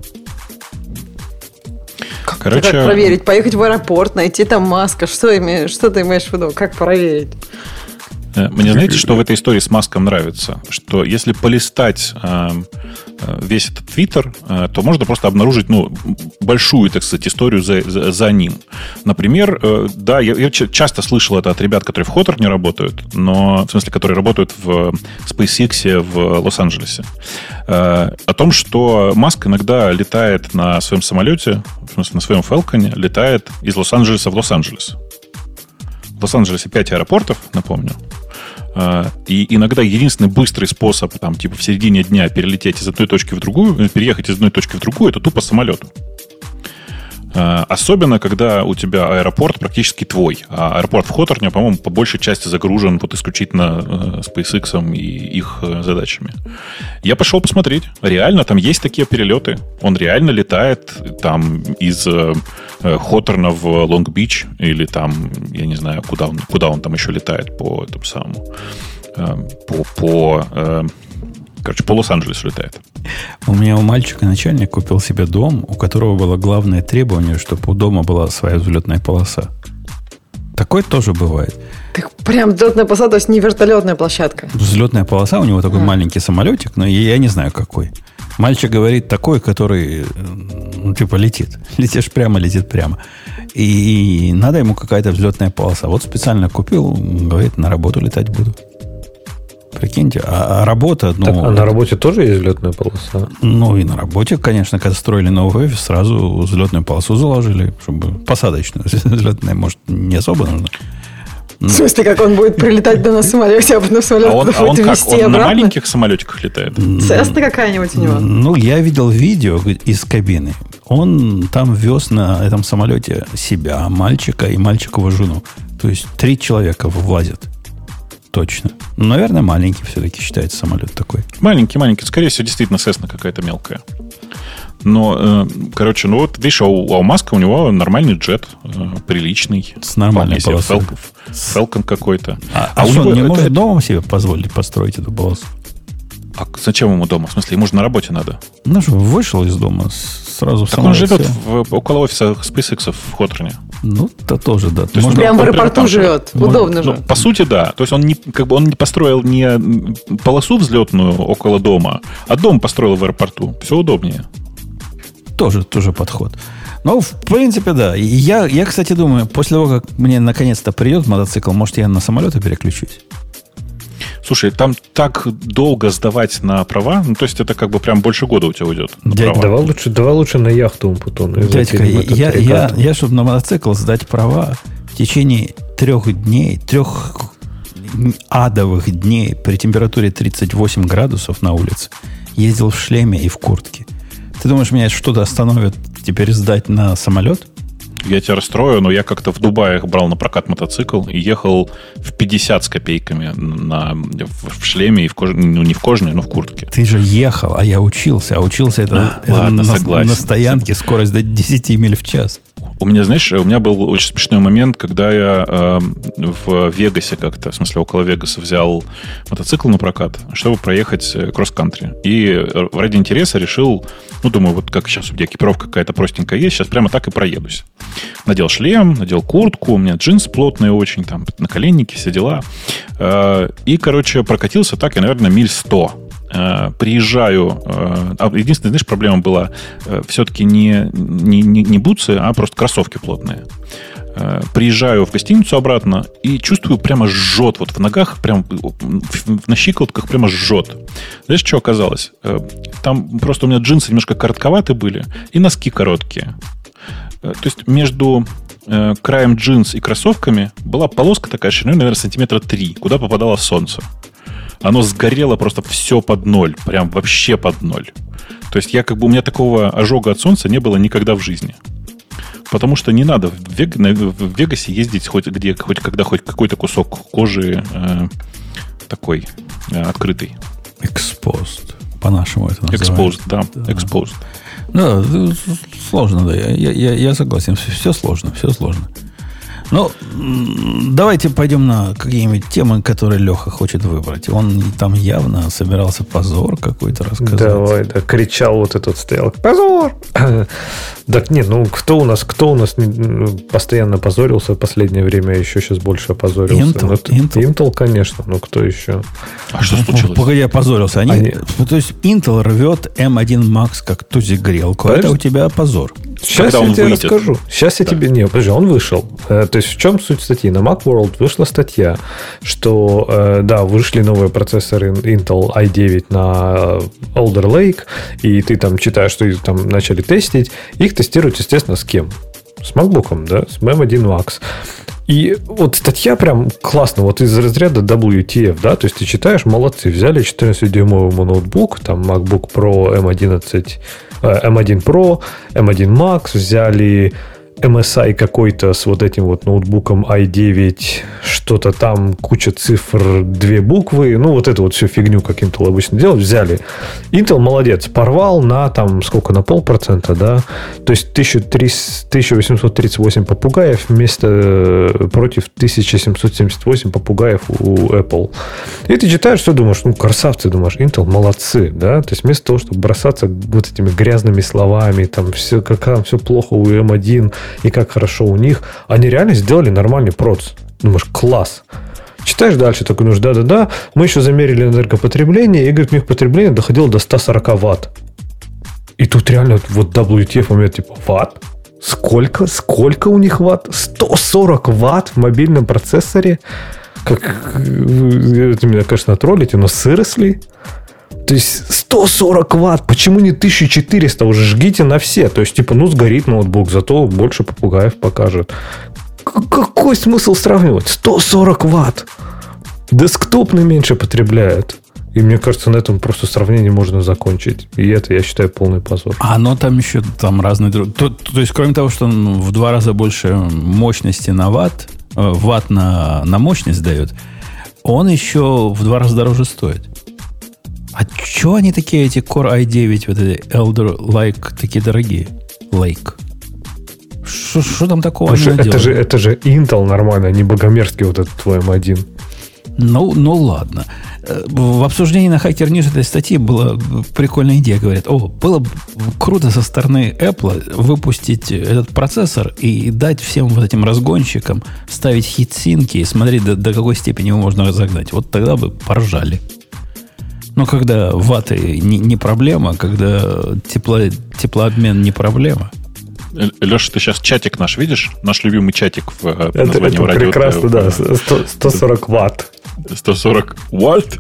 Короче, как проверить? Поехать в аэропорт, найти там Маска. Что ты имеешь в виду? Как проверить? Мне, знаете, что в этой истории с Маском нравится? Что если полистать весь этот Твиттер, то можно просто обнаружить большую, так сказать, историю за ним. Например, да, я часто слышал это от ребят, которые в Хоторне работают, но в смысле, которые работают в SpaceX в Лос-Анджелесе, о том, что Маск иногда летает на своем самолете, в смысле, на своем Falcon, летает из Лос-Анджелеса в Лос-Анджелес. В Лос-Анджелесе 5 аэропортов, напомню. И иногда единственный быстрый способ там, типа, в середине дня перелететь из одной точки в другую, переехать из одной точки в другую, это тупо самолет. Особенно, когда у тебя аэропорт практически твой. А аэропорт в Хоторне, по-моему, по большей части загружен вот исключительно SpaceX и их задачами. Я пошел посмотреть. Реально, там есть такие перелеты. Он реально летает там из Хоторна в Лонг-Бич или там, я не знаю, куда он там еще летает по этому самому по Лос-Анджелесу летает. У меня у мальчика начальник купил себе дом, у которого было главное требование, чтобы у дома была своя взлетная полоса. Такое тоже бывает. Так прям взлетная полоса, то есть не вертолетная площадка. Взлетная полоса, у него такой маленький самолетик, но я не знаю какой. Мальчик говорит такой, который, типа летит. Летишь прямо, летит прямо. И надо ему какая-то взлетная полоса. Вот специально купил, говорит, на работу летать буду. Прикиньте, а работа... Так, а на работе тоже есть взлетная полоса? Ну, и на работе, конечно, когда строили новый офис, сразу взлетную полосу заложили, чтобы посадочную. Взлетная, может, не особо нужно. В смысле, как он будет прилетать до нас в самолете, а потом самолет будет везти обратно? Он на маленьких самолетиках летает? Цесна какая-нибудь у него? Ну, я видел видео из кабины. Он там вез на этом самолете себя, мальчика и мальчикову жену. То есть 3 человека влазят. Точно. Ну, наверное, маленький все-таки считается самолет такой. Маленький. Скорее всего, действительно, Cessna какая-то мелкая. Но, вот, видишь, у Маска у него нормальный джет, приличный. С нормальной полосой. Falcon какой-то. А что, он не может дома себе позволить построить эту полосу? А зачем ему дома? В смысле, ему же на работе надо. Ну что, вышел из дома, сразу в так самолет. Он живет около офиса SpaceX в Хоторне. Ну, это тоже, да. То есть прямо в аэропорту живет. Удобно же. По сути, да. То есть он не построил не полосу взлетную около дома, а дом построил в аэропорту. Все удобнее. Тоже подход. Ну, в принципе, да. Я, кстати, думаю, после того, как мне наконец-то придет мотоцикл, может, я на самолеты переключусь. Слушай, там так долго сдавать на права, то есть это как бы прям больше года у тебя уйдет. Давай лучше на яхту, Умпутун. Дядька, я, чтобы на мотоцикл сдать права, в течение 3 дней, 3 адовых дней при температуре 38 градусов на улице ездил в шлеме и в куртке. Ты думаешь, меня что-то остановит теперь сдать на самолет? Я тебя расстрою, но я как-то в Дубае брал на прокат мотоцикл и ехал в 50 с копейками в шлеме и в кожаной, не в кожаной, но в куртке. Ты же ехал, а я учился. А учился это на стоянке скорость до 10 миль в час. У меня был очень смешной момент, когда я в Вегасе как-то, в смысле около Вегаса, взял мотоцикл на прокат, чтобы проехать кросс-кантри. И ради интереса решил, думаю, вот как сейчас у меня экипировка какая-то простенькая есть, сейчас прямо так и проедусь. Надел шлем, надел куртку, у меня джинсы плотные очень, там, наколенники, все дела. И, прокатился так, я, наверное, миль 100. Приезжаю. Единственная, знаешь, проблема была все-таки не бутсы, а просто кроссовки плотные. Приезжаю в гостиницу обратно и чувствую, прямо жжет. Вот в ногах, прям на щиколотках прямо жжет. Знаешь, что оказалось? Там просто у меня джинсы немножко коротковаты были и носки короткие. То есть между краем джинс и кроссовками была полоска такая шириной, наверное, сантиметра 3, куда попадало солнце. Оно сгорело просто все под ноль. Прям вообще под ноль. То есть у меня такого ожога от солнца не было никогда в жизни. Потому что не надо в Вегасе ездить хоть какой-то кусок кожи такой открытый. Exposed. По-нашему это называется. Exposed, да. Exposed. Да, сложно, да. Я согласен. Все сложно. Ну, давайте пойдем на какие-нибудь темы, которые Леха хочет выбрать. Он там явно собирался позор какой-то рассказать. Давай, да, кричал вот этот стоял. Позор! Так нет, кто у нас постоянно позорился в последнее время, еще сейчас больше опозорился? Intel, конечно, но кто еще? А что случилось? Погоди, опозорился. То есть Intel рвет M1 Max как тузик грелку. Это у тебя позор. Сейчас я тебе расскажу. Сейчас я тебе... Не, подожди, он вышел. То есть в чем суть статьи? На Macworld вышла статья, что, да, вышли новые процессоры Intel i9 на Alder Lake, и ты там читаешь, что их там начали тестить. Их тестируют, естественно, с кем? С MacBook'ом, да? С M1 Max. И вот статья прям классно, вот из разряда WTF, да, то есть ты читаешь, молодцы, взяли 14-дюймовый ноутбук, там MacBook Pro M1 Pro, M1 Max, взяли MSI какой-то с вот этим вот ноутбуком i9, что-то там, куча цифр, 2 буквы, ну, вот эту вот всю фигню, как Intel обычно делает, взяли. Intel молодец, порвал на там, сколько, на 0,5%, да, то есть 1838 попугаев против 1778 попугаев у Apple. И ты читаешь, что думаешь, красавцы, думаешь, Intel молодцы, да, то есть вместо того, чтобы бросаться вот этими грязными словами, там, все, как там все плохо у M1, и как хорошо у них. Они реально сделали нормальный проц. Думаешь, класс. Читаешь дальше, такой, да. Мы еще замерили энергопотребление, и, говорит, у них потребление доходило до 140 ватт. И тут реально вот WTF момент, типа, ватт? Сколько у них ватт? 140 ватт в мобильном процессоре? Это меня, конечно, троллите, но seriously? То есть 140 ватт, почему не 1400? Уже жгите на все. То есть, типа, сгорит ноутбук, зато больше попугаев покажет. Какой смысл сравнивать? 140 ватт. Десктопный меньше потребляет. И мне кажется, на этом просто сравнение можно закончить. И это, я считаю, полный позор. Но там еще разные... То есть, кроме того, что он в 2 раза больше мощности на ватт на мощность дает, он еще в 2 раза дороже стоит. А что они такие, эти Core i9, вот эти Elder Lake, такие дорогие? Lake. Что там такого? Это же Intel нормально, а не богомерзкий вот этот твой M1. Ну ладно. В обсуждении на Hacker News этой статьи была прикольная идея. Говорят, было бы круто со стороны Apple выпустить этот процессор и дать всем вот этим разгонщикам ставить хит-синки и смотреть, до какой степени его можно разогнать. Вот тогда бы поржали. Но когда ваты не проблема, когда теплообмен не проблема. Леша, ты сейчас чатик наш видишь? Наш любимый чатик в названии радио. Это прекрасно, да. 140 ватт. 140 ватт?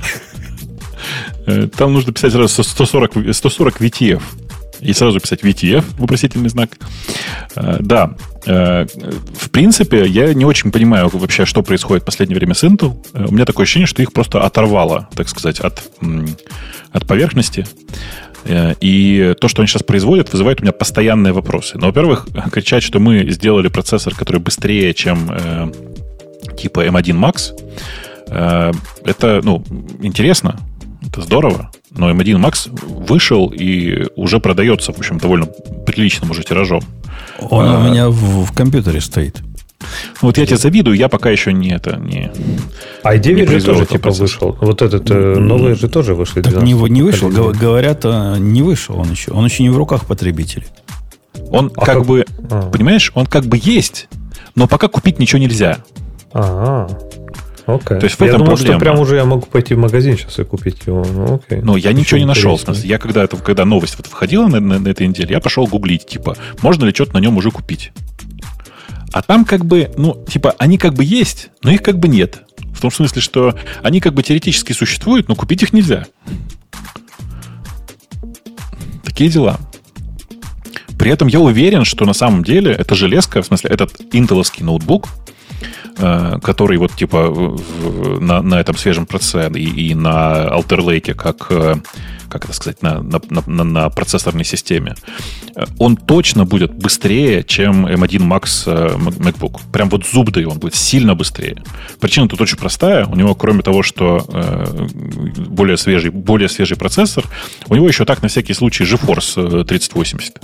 Там нужно писать сразу 140 VTF. И сразу писать VTF, вопросительный знак. Да. В принципе, я не очень понимаю вообще, что происходит в последнее время с Intel. У меня такое ощущение, что их просто оторвало, так сказать, от поверхности. И то, что они сейчас производят, вызывает у меня постоянные вопросы. Но, во-первых, кричать, что мы сделали процессор, который быстрее, чем типа M1 Max, это, интересно, это здорово. Но M1 Max вышел и уже продается, в общем, довольно приличным уже тиражом. Он у меня в компьютере стоит. Вот я тебе завидую, я пока еще не i9 же тоже типа вышел. Вот этот новый же тоже вышел. Так не вышел, говорят, не вышел он еще. Он еще не в руках потребителей. Он понимаешь, он как бы есть, но пока купить ничего нельзя. Окей. То есть в этом думал, проблема. Что прям уже я могу пойти в магазин сейчас и купить его. Окей. Но я ничего не нашел. В смысле, я когда новость выходила на этой неделе, я пошел гуглить, типа, можно ли что-то на нем уже купить. А там как бы, они как бы есть, но их как бы нет. В том смысле, что они как бы теоретически существуют, но купить их нельзя. Такие дела. При этом я уверен, что на самом деле эта железка, в смысле, этот интеловский ноутбук, который вот типа на этом свежем процессоре и на Alder Lake, как это сказать, на процессорной системе, он точно будет быстрее, чем M1 Max MacBook. Прям вот зуб даю, он будет сильно быстрее. Причина тут очень простая. У него, кроме того, что более свежий процессор, у него еще так на всякий случай GeForce 3080.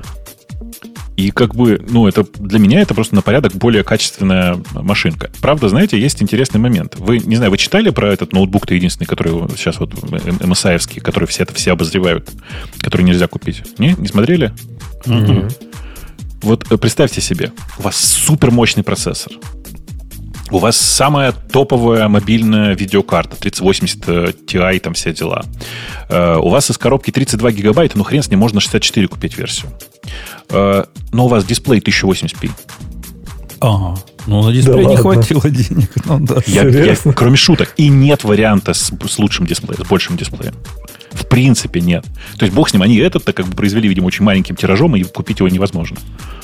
И как бы, это для меня это просто на порядок более качественная машинка. Правда, знаете, есть интересный момент. Вы, не знаю, вы читали про этот ноутбук-то единственный, который сейчас вот MSI-евский, который все обозревают, который нельзя купить? Не смотрели? Mm-hmm. Вот представьте себе, у вас супермощный процессор. У вас самая топовая мобильная видеокарта 3080 Ti, там все дела. У вас из коробки 32 гигабайта, хрен с ним, можно 64 купить версию. Но у вас дисплей 1080p. Ага. На дисплей не хватило денег. Я, кроме шуток. И нет варианта с лучшим дисплеем, с большим дисплеем. В принципе, нет. То есть, бог с ним, они этот-то как бы произвели, видимо, очень маленьким тиражом, и купить его невозможно.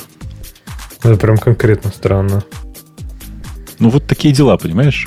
Это прям конкретно странно. Вот такие дела, понимаешь?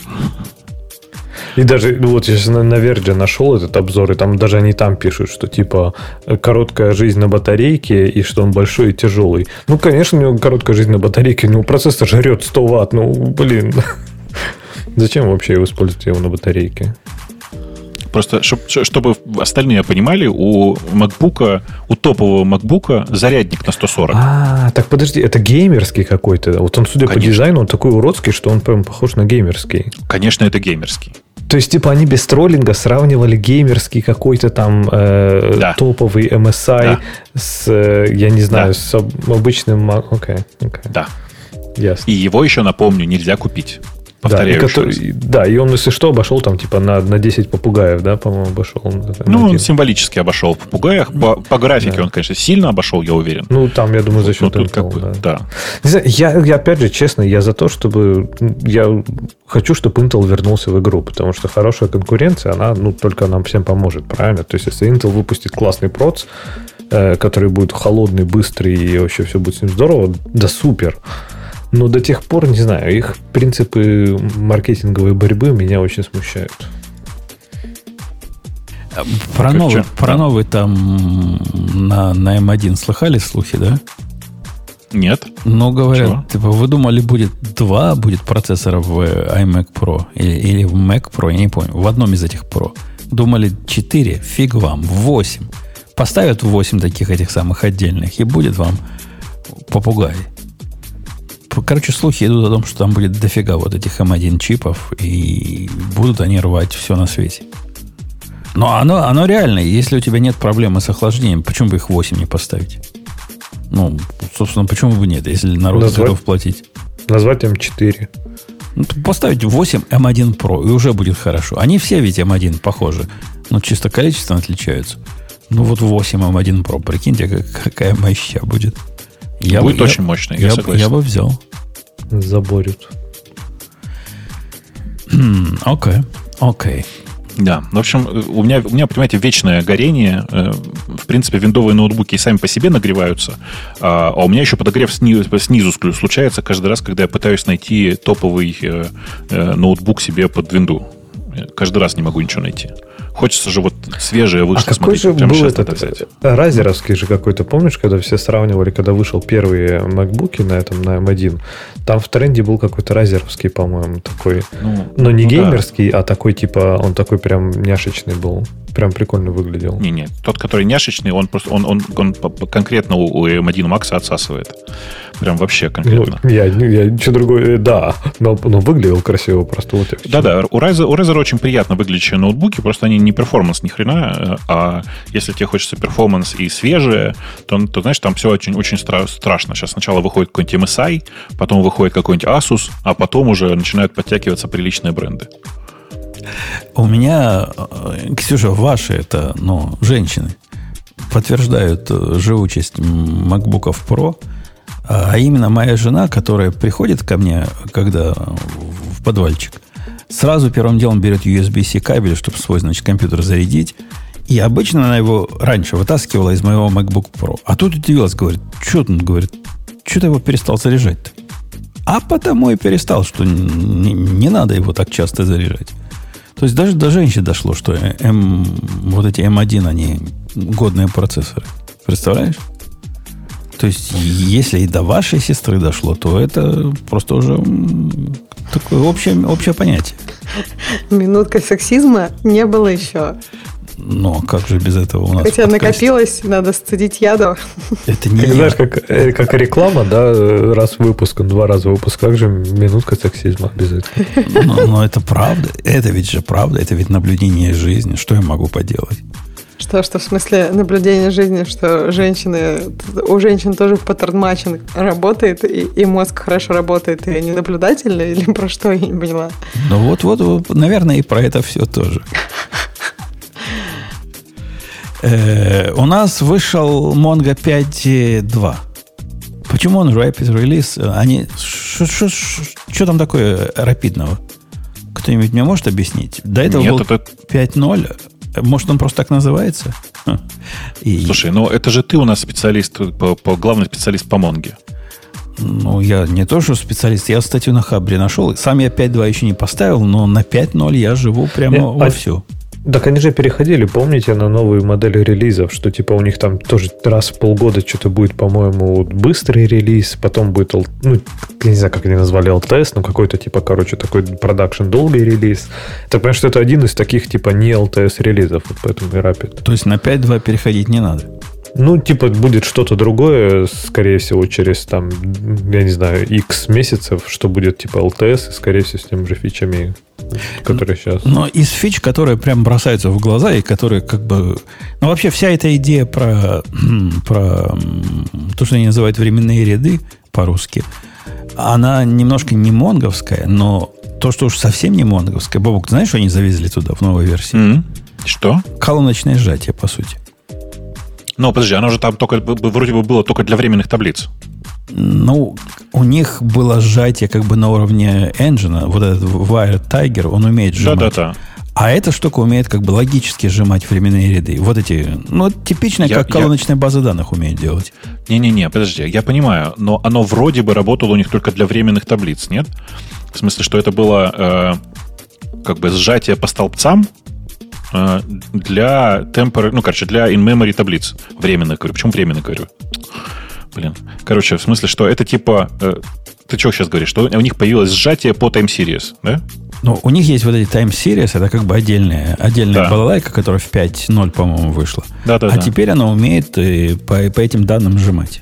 И даже, вот я сейчас на Verge нашел этот обзор, и там даже они там пишут, что типа короткая жизнь на батарейке, и что он большой и тяжелый. Конечно, у него короткая жизнь на батарейке, но процессор жрет 100 ватт, блин. Зачем вообще его использовать его на батарейке? Просто, чтобы остальные понимали, у топового MacBook зарядник на 140. Так подожди, это геймерский какой-то. Вот он, судя по дизайну, он такой уродский, что он прям похож на геймерский. Конечно, это геймерский. То есть, типа, они без троллинга сравнивали геймерский какой-то там топовый MSI с, я не знаю, с обычным... Окей. Да. Ясно. И его еще, напомню, нельзя купить. Повторяю. И он, если что, обошел там типа на 10 попугаев, да, по-моему, обошел. Он символически обошел в попугаях. По графике он, конечно, сильно обошел, я уверен. Там, я думаю, за счет тут как бы, да. Не знаю, я опять же, честно, я за то, чтобы... Я хочу, чтобы Intel вернулся в игру, потому что хорошая конкуренция, она, только нам всем поможет, правильно? То есть, если Intel выпустит классный проц, который будет холодный, быстрый, и вообще все будет с ним здорово, да супер. Но до тех пор, не знаю, их принципы маркетинговой борьбы меня очень смущают. Про новый там на M1 слыхали слухи, да? Нет. Говорят, вы думали, будет процессора в iMac Pro или в Mac Pro, я не помню, в одном из этих Pro. Думали 4, фиг вам, 8. Поставят 8 таких этих самых отдельных, и будет вам попугай. Короче, слухи идут о том, что там будет дофига вот этих M1 чипов, и будут они рвать все на свете. Но оно реально, если у тебя нет проблемы с охлаждением, почему бы их 8 не поставить? Собственно, почему бы нет, если народ готов платить? Назвать M4. Поставить 8 M1 Pro, и уже будет хорошо. Они все ведь M1 похожи, чисто количественно отличаются. 8 M1 Pro, прикиньте, какая моща будет. Будет очень мощный, я согласен. Я бы взял. Заборют. Окей. Да, в общем, у меня, понимаете, вечное горение. В принципе, виндовые ноутбуки сами по себе нагреваются, а у меня еще подогрев снизу случается каждый раз, когда я пытаюсь найти топовый ноутбук себе под винду. Каждый раз не могу ничего найти. Хочется же свежее вышло. А какой же был этот разеровский же какой-то, помнишь, когда все сравнивали, когда вышел первые MacBook'и на M1, там в тренде был какой-то разеровский, по-моему, такой, но не геймерский, а такой типа, он такой прям няшечный был. Прям прикольно выглядел. Не, тот, который няшечный, он просто он конкретно у M1 Max отсасывает. Прям вообще конкретно. Я ничего другое, да. Но выглядел красиво просто. Да. У Razer очень приятно выглядящие ноутбуки, просто они не перформанс ни хрена, а если тебе хочется перформанс и свежее, то знаешь, там все очень страшно. Сейчас сначала выходит какой-нибудь MSI, потом выходит какой-нибудь Asus, а потом уже начинают подтягиваться приличные бренды. У меня, Ксюша, ваши женщины подтверждают живучесть MacBook'ов Pro, а именно моя жена, которая приходит ко мне, когда в подвальчик, сразу первым делом берет USB-C кабель, чтобы свой, компьютер зарядить, И обычно она его раньше вытаскивала из моего MacBook Pro. А тут удивилась, говорит, что он говорит, что ты его перестал заряжать-то? А потому и перестал, что не надо его так часто заряжать. То есть даже до женщин дошло, что вот эти M1, они годные процессоры. Представляешь? То есть, если и до вашей сестры дошло, то это просто уже такое общее понятие. Минутка сексизма не было еще. Но как же без этого у нас? Хотя накопилось, надо сцедить яду. Это не знаешь, как реклама, да, раз в выпуск, 2 раза в выпуск, как же минутка сексизма без этого? Но это правда. Это ведь же правда. Это ведь наблюдение жизни. Что я могу поделать? Что в смысле наблюдение жизни, что у женщин тоже паттерн-матчинг работает, и мозг хорошо работает, и они наблюдательны, или про что, я не поняла. Ну вот, наверное, и про это все тоже. У нас вышел Mongo 5.2. Почему он rapid release? Что там такое рапидного? Кто-нибудь мне может объяснить? До этого был 5.0. Может, он просто так называется? Слушай, ну это же ты у нас специалист, главный специалист по Монге. Ну, я не то, что специалист. Я статью на Хабре нашел. Сам я 5.2 еще не поставил, но на 5.0 я живу прямо вовсю. Так они же переходили, помните, на новые модели релизов, что типа у них там тоже раз в полгода что-то будет, по-моему, быстрый релиз, потом будет, ну, я не знаю, как они назвали, LTS, но какой-то типа, короче, такой продакшн долгий релиз. Так понимаешь, что это один из таких типа не LTS релизов, вот поэтому и Rapid. То есть на 5.2 переходить не надо? Ну, типа, будет что-то другое, скорее всего, через, там, я не знаю, X месяцев, что будет, типа, LTS, и, скорее всего, с теми же фичами, которые сейчас. Но из фич, которые прям бросаются в глаза, и которые, как бы... Ну, вообще, вся эта идея про то, что они называют временные ряды по-русски, она немножко не монговская, но то, что уж совсем не монговская. Бобок, знаешь, что они завезли туда в новой версии? Что? Колоночное сжатие, по сути. Ну, подожди, оно же там только, вроде бы было только для временных таблиц. Ну, у них было сжатие как бы на уровне engine. Вот этот Wired Tiger, он умеет сжимать. Да. А эта штука умеет как бы логически сжимать временные ряды. Вот эти, ну, типичные, как колоночная база данных умеет делать. Не-не-не, подожди, я понимаю, но оно вроде бы работало у них только для временных таблиц, нет? В смысле, что это было как бы сжатие по столбцам, для temporary, ну, короче, для in-memory таблиц. Временных, говорю. Почему временно говорю? Блин. Короче, в смысле, что это типа... ты что сейчас говоришь? Что у них появилось сжатие по time series, да? Ну, у них есть вот эти time series, это как бы отдельная балалайка, которая в 5.0, по-моему, вышла. Да. Теперь она умеет по этим данным сжимать.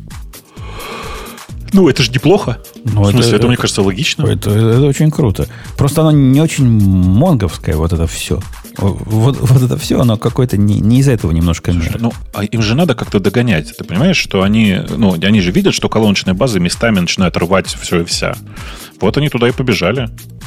Ну, это же неплохо. Ну, в смысле, это, мне кажется, логично. Это очень круто. Просто оно не очень монговское, вот это все. Вот это все, оно какое-то не из этого немножко мира. Ну, а им же надо как-то догонять. Ты понимаешь, что они же видят, что колоночные базы местами начинают рвать все и вся. Вот они туда и побежали.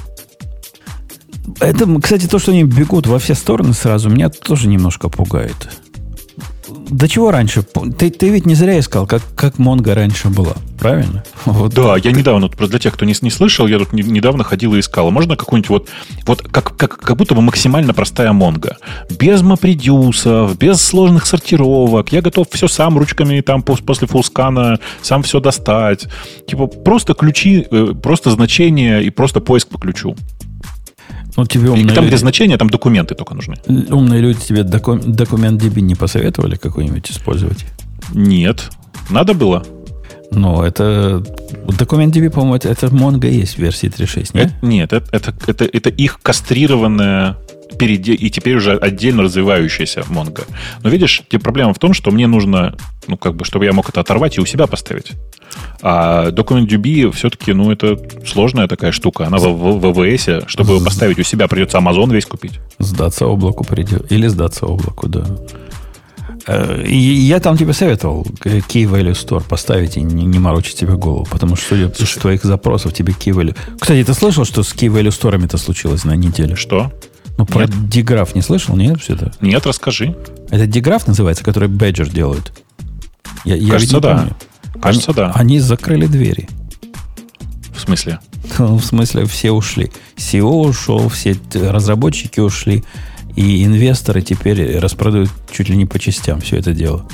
Это, кстати, то, что они бегут во все стороны сразу, меня тоже немножко пугает. До чего раньше? Ты ведь не зря искал, как Монго раньше была, правильно? Вот. Да, я недавно, для тех, кто не слышал, я тут недавно ходил и искал. Можно какую-нибудь вот как будто бы максимально простая Монго. Без мапредюсов, без сложных сортировок. Я готов все сам ручками там после фуллскана сам все достать. Типа просто ключи, просто значения и просто поиск по ключу. Ну, тебе умные там, где значения, там документы только нужны. Умные люди тебе документ DB не посоветовали какой-нибудь использовать? Нет. Надо было? Ну, это... Документ DB, по-моему, это Mongo есть в версии 3.6, нет? Нет, это их кастрированная и теперь уже отдельно развивающаяся Mongo. Но видишь, проблема в том, что мне нужно, ну, как бы, чтобы я мог это оторвать и у себя поставить. А DocumentDB все-таки, ну, это сложная такая штука. Она в ВВС, чтобы его поставить у себя, придется Amazon весь купить. Сдаться облаку придется. Или сдаться облаку, да. И я там тебе советовал Key Value Store поставить и не морочить тебе голову, потому что, судя по твоих запросов, тебе Key Value... Кстати, ты слышал, что с Key Value Store это случилось на неделе? Что? Ну, про Digraph не слышал? Нет, все-то? Нет, расскажи. Это Digraph называется, который Badger делают? Кажется, да. Кажется, да. Они закрыли двери. В смысле? Ну, в смысле, все ушли. CEO ушел, все разработчики ушли. И инвесторы теперь распродают чуть ли не по частям все это дело.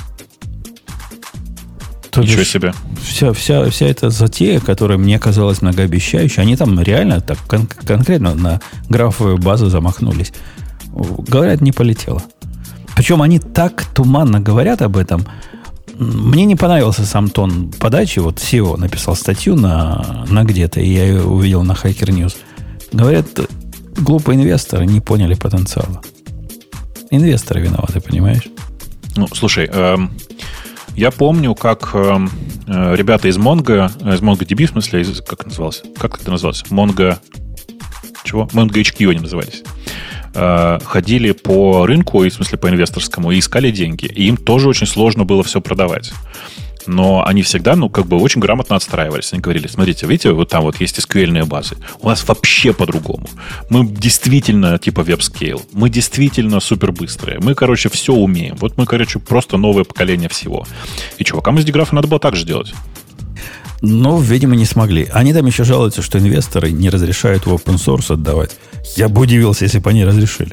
Ничего себе. Вся эта затея, которая мне казалась многообещающей, они там реально так конкретно на графовую базу замахнулись. Говорят, не полетело. Причем они так туманно говорят об этом. Мне не понравился сам тон подачи. Вот SEO написал статью на где-то, и я ее увидел на Hacker News. Говорят, глупые инвесторы не поняли потенциала. Инвесторы виноваты, понимаешь? Ну, слушай, я помню, как ребята из MongoDB, в смысле, как назывался? Как это называлось? MongoHQ они назывались. Ходили по рынку, в смысле по инвесторскому, и искали деньги. И им тоже очень сложно было все продавать. Но они всегда, очень грамотно отстраивались. Они говорили, смотрите, видите, вот там вот есть SQL-ные базы. У нас вообще по-другому. Мы действительно типа веб-скейл. Мы действительно супербыстрые. Мы, все умеем. Вот мы, просто новое поколение всего. И чувакам из Диграфа надо было так же делать. Но, видимо, не смогли. Они там еще жалуются, что инвесторы не разрешают в open source отдавать. Я бы удивился, если бы они разрешили.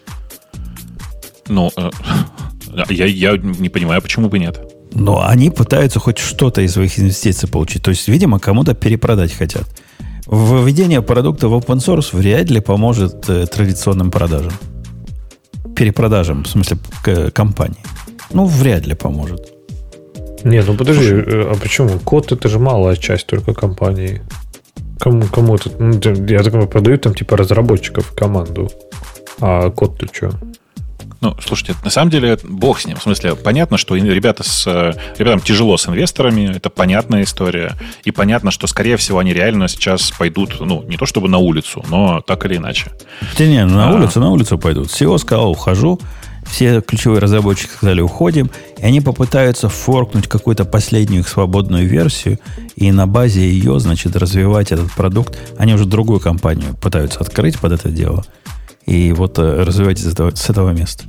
Я не понимаю, почему бы нет. Но они пытаются хоть что-то из своих инвестиций получить. То есть, видимо, кому-то перепродать хотят. Введение продукта в open source вряд ли поможет традиционным продажам. Перепродажам, в смысле, компании. Вряд ли поможет. Нет, подожди, а почему? Код это же малая часть только компании. Кому это? Я так понимаю, продают там типа разработчиков команду. А код-то что? Слушайте, на самом деле, бог с ним. В смысле, понятно, что ребятам тяжело с инвесторами, это понятная история. И понятно, что, скорее всего, они реально сейчас пойдут, не то чтобы на улицу, но так или иначе. На улицу пойдут. SEO сказал, ухожу. Все ключевые разработчики сказали, уходим. И они попытаются форкнуть какую-то последнюю их свободную версию. И на базе ее, развивать этот продукт. Они уже другую компанию пытаются открыть под это дело. И вот развивать с этого места.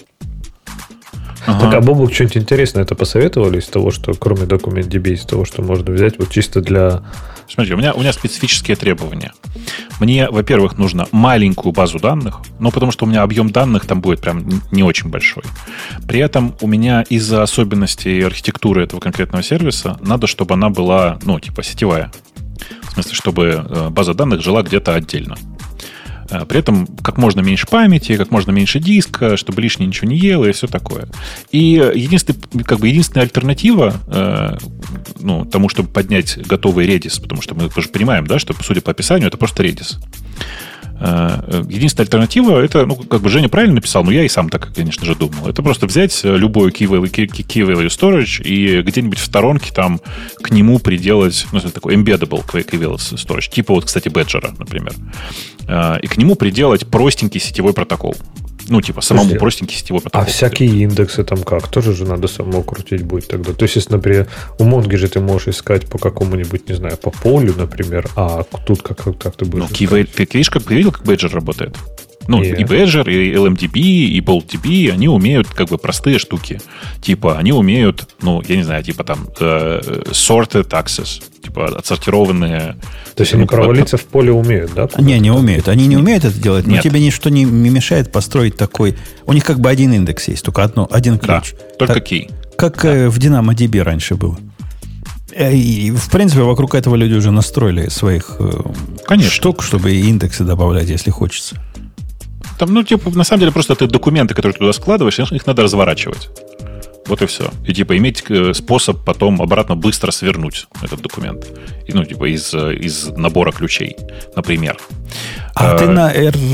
Так, а Бобук что-нибудь интересное это посоветовали из того, что, кроме DocumentDB, из того, что можно взять вот чисто для... Смотри, у меня специфические требования. Мне, во-первых, нужно маленькую базу данных, потому что у меня объем данных там будет прям не очень большой. При этом у меня из-за особенностей архитектуры этого конкретного сервиса надо, чтобы она была, сетевая. В смысле, чтобы база данных жила где-то отдельно. При этом как можно меньше памяти, как можно меньше диска, чтобы лишнее ничего не ело и все такое. И единственная альтернатива тому, чтобы поднять готовый Redis, потому что мы тоже понимаем, да, что, судя по описанию, это просто Redis. Единственная альтернатива, это, Женя правильно написал, но я и сам так, конечно же, думал. Это просто взять любой key value storage и где-нибудь в сторонке там к нему приделать, такой embeddable key value storage, типа вот, кстати, Badger, например. И к нему приделать простенький сетевой протокол. Самому простенький сетевой протокол. А всякие индексы там как? Тоже же надо самому крутить будет тогда. То есть, если, например, у Монги же ты можешь искать по какому-нибудь, не знаю, по полю, например, а тут как ты будешь искать? Ты видел, как Badger работает? И Badger, и LMDB, и BoltDB, они умеют простые штуки. Типа, они умеют, я не знаю, sorted access, отсортированные... То есть они провалиться в поле умеют, да? Не умеют. Они не умеют это делать, но тебе ничто не мешает построить такой... У них один индекс есть, только один ключ. Да, только key. Как в DynamoDB раньше было. И, в принципе, вокруг этого люди уже настроили своих штук, чтобы индексы добавлять, если хочется. Там, на самом деле, просто ты документы, которые ты туда складываешь, их надо разворачивать. Вот и все. И иметь способ потом обратно быстро свернуть этот документ. Из набора ключей, например. Ты на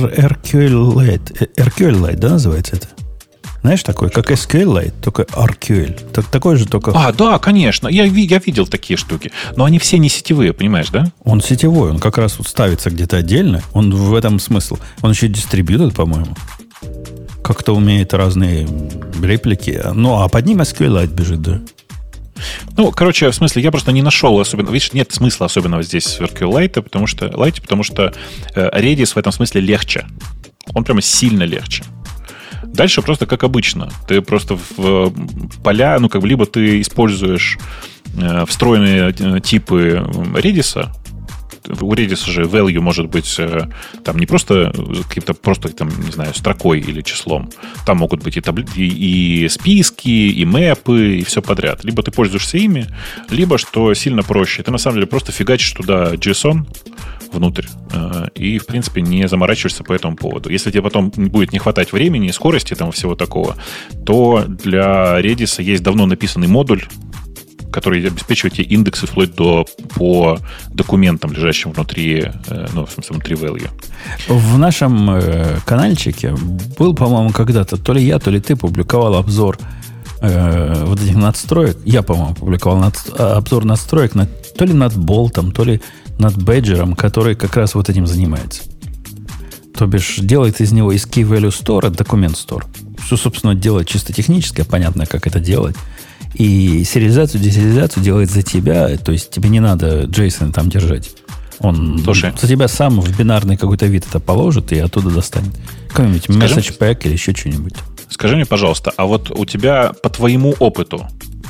RQLite, да, называется это? Знаешь, такой, как SQLite, только RQL. Такой же, только... Да, конечно. Я видел такие штуки. Но они все не сетевые, понимаешь, да? Он сетевой, он как раз ставится где-то отдельно. Он в этом смысл. Он еще дистрибьютор, по-моему. Как-то умеет разные реплики. А под ним SQLite бежит, да. В смысле, я просто не нашел особенно... Видишь, нет смысла особенного здесь в SQLite, потому что Redis в этом смысле легче. Он прямо сильно легче. Дальше просто как обычно. Ты просто в поля, либо ты используешь встроенные типы Redis, у Redis же value может быть там не просто каким-то просто там, не знаю, строкой или числом. Там могут быть и списки, и мэпы, и все подряд. Либо ты пользуешься ими, либо, что сильно проще, ты на самом деле просто фигачишь туда JSON внутрь и, в принципе, не заморачиваешься по этому поводу. Если тебе потом будет не хватать времени, скорости там всего такого, то для Redis есть давно написанный модуль, который обеспечивает тебе индексы вплоть по документам, лежащим внутри, ну, в смысле, внутри value. В нашем каналчике был, по-моему, когда-то, то ли я, то ли ты публиковал обзор вот этих надстроек. Я, по-моему, публиковал обзор надстроек то ли над болтом, то ли над бэджером, который как раз вот этим занимается. То бишь, делает из него из Key Value Store документ Store. Все, собственно, делает чисто техническое, понятно, как это делать. И сериализацию, десериализацию делает за тебя. То есть тебе не надо JSON там держать. Он за тебя сам в бинарный какой-то вид это положит и оттуда достанет. Какой-нибудь message pack или еще что-нибудь. Скажи мне, пожалуйста, а вот у тебя по твоему опыту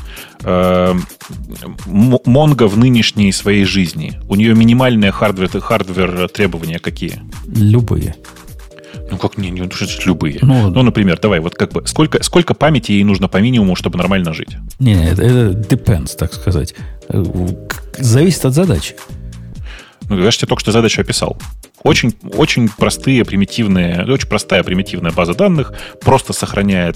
Mongo в нынешней своей жизни, у нее минимальные хардвер требования какие? Любые. Ну, как не любые. Ну, например, давай, вот как бы сколько памяти ей нужно по минимуму, чтобы нормально жить? Не, это depends, так сказать. Зависит от задачи. Ну, я же тебе только что задачу описал. Очень, очень простая примитивная база данных, просто сохраняет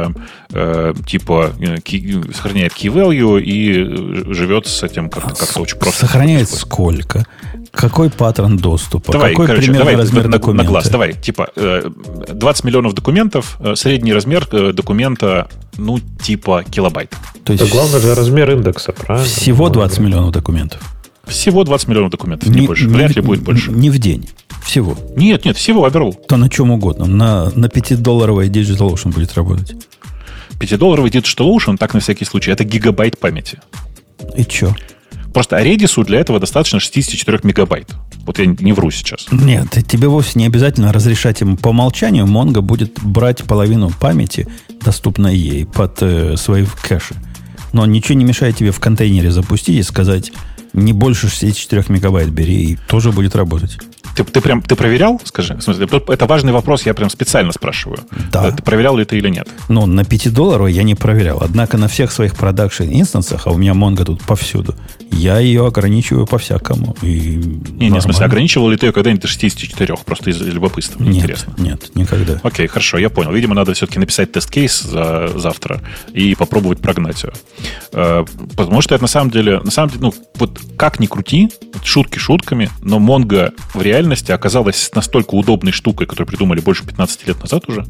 сохраняет key value и живет с этим как-то очень просто. Сохраняет сколько? Какой паттерн доступа? Какой примерный размер документа? На глаз, давай. 20 миллионов документов, средний размер документа, килобайт. То есть главное же размер индекса, правильно? Всего 20 миллионов документов. Всего 20 миллионов документов, не больше. Вряд ли будет больше. Не в день. Всего. Нет, всего обернул. То на чем угодно. На $5 DigitalOcean будет работать. $5 DigitalOcean, так на всякий случай, это гигабайт памяти. И что? Просто Redis для этого достаточно 64 мегабайт. Вот я не вру сейчас. Нет, тебе вовсе не обязательно разрешать ему по умолчанию. Mongo будет брать половину памяти, доступной ей, под свои кэши. Но ничего не мешает тебе в контейнере запустить и сказать, не больше 64 мегабайт бери, и тоже будет работать. Ты проверял, скажи? В смысле, это важный вопрос, я прям специально спрашиваю. Да. Ты проверял ли ты или нет? Ну, на $5 я не проверял. Однако на всех своих продакшн-инстансах, а у меня Mongo тут повсюду, я ее ограничиваю по-всякому. Не, в смысле, ограничивал ли ты ее когда-нибудь до 64? Просто из любопытства, мне интересно. Нет, никогда. Окей, хорошо, я понял. Видимо, надо все-таки написать тест-кейс завтра и попробовать прогнать ее. Потому что это на самом деле, вот как ни крути, шутки шутками, но Mongo в реальности оказалась настолько удобной штукой, которую придумали больше 15 лет назад уже,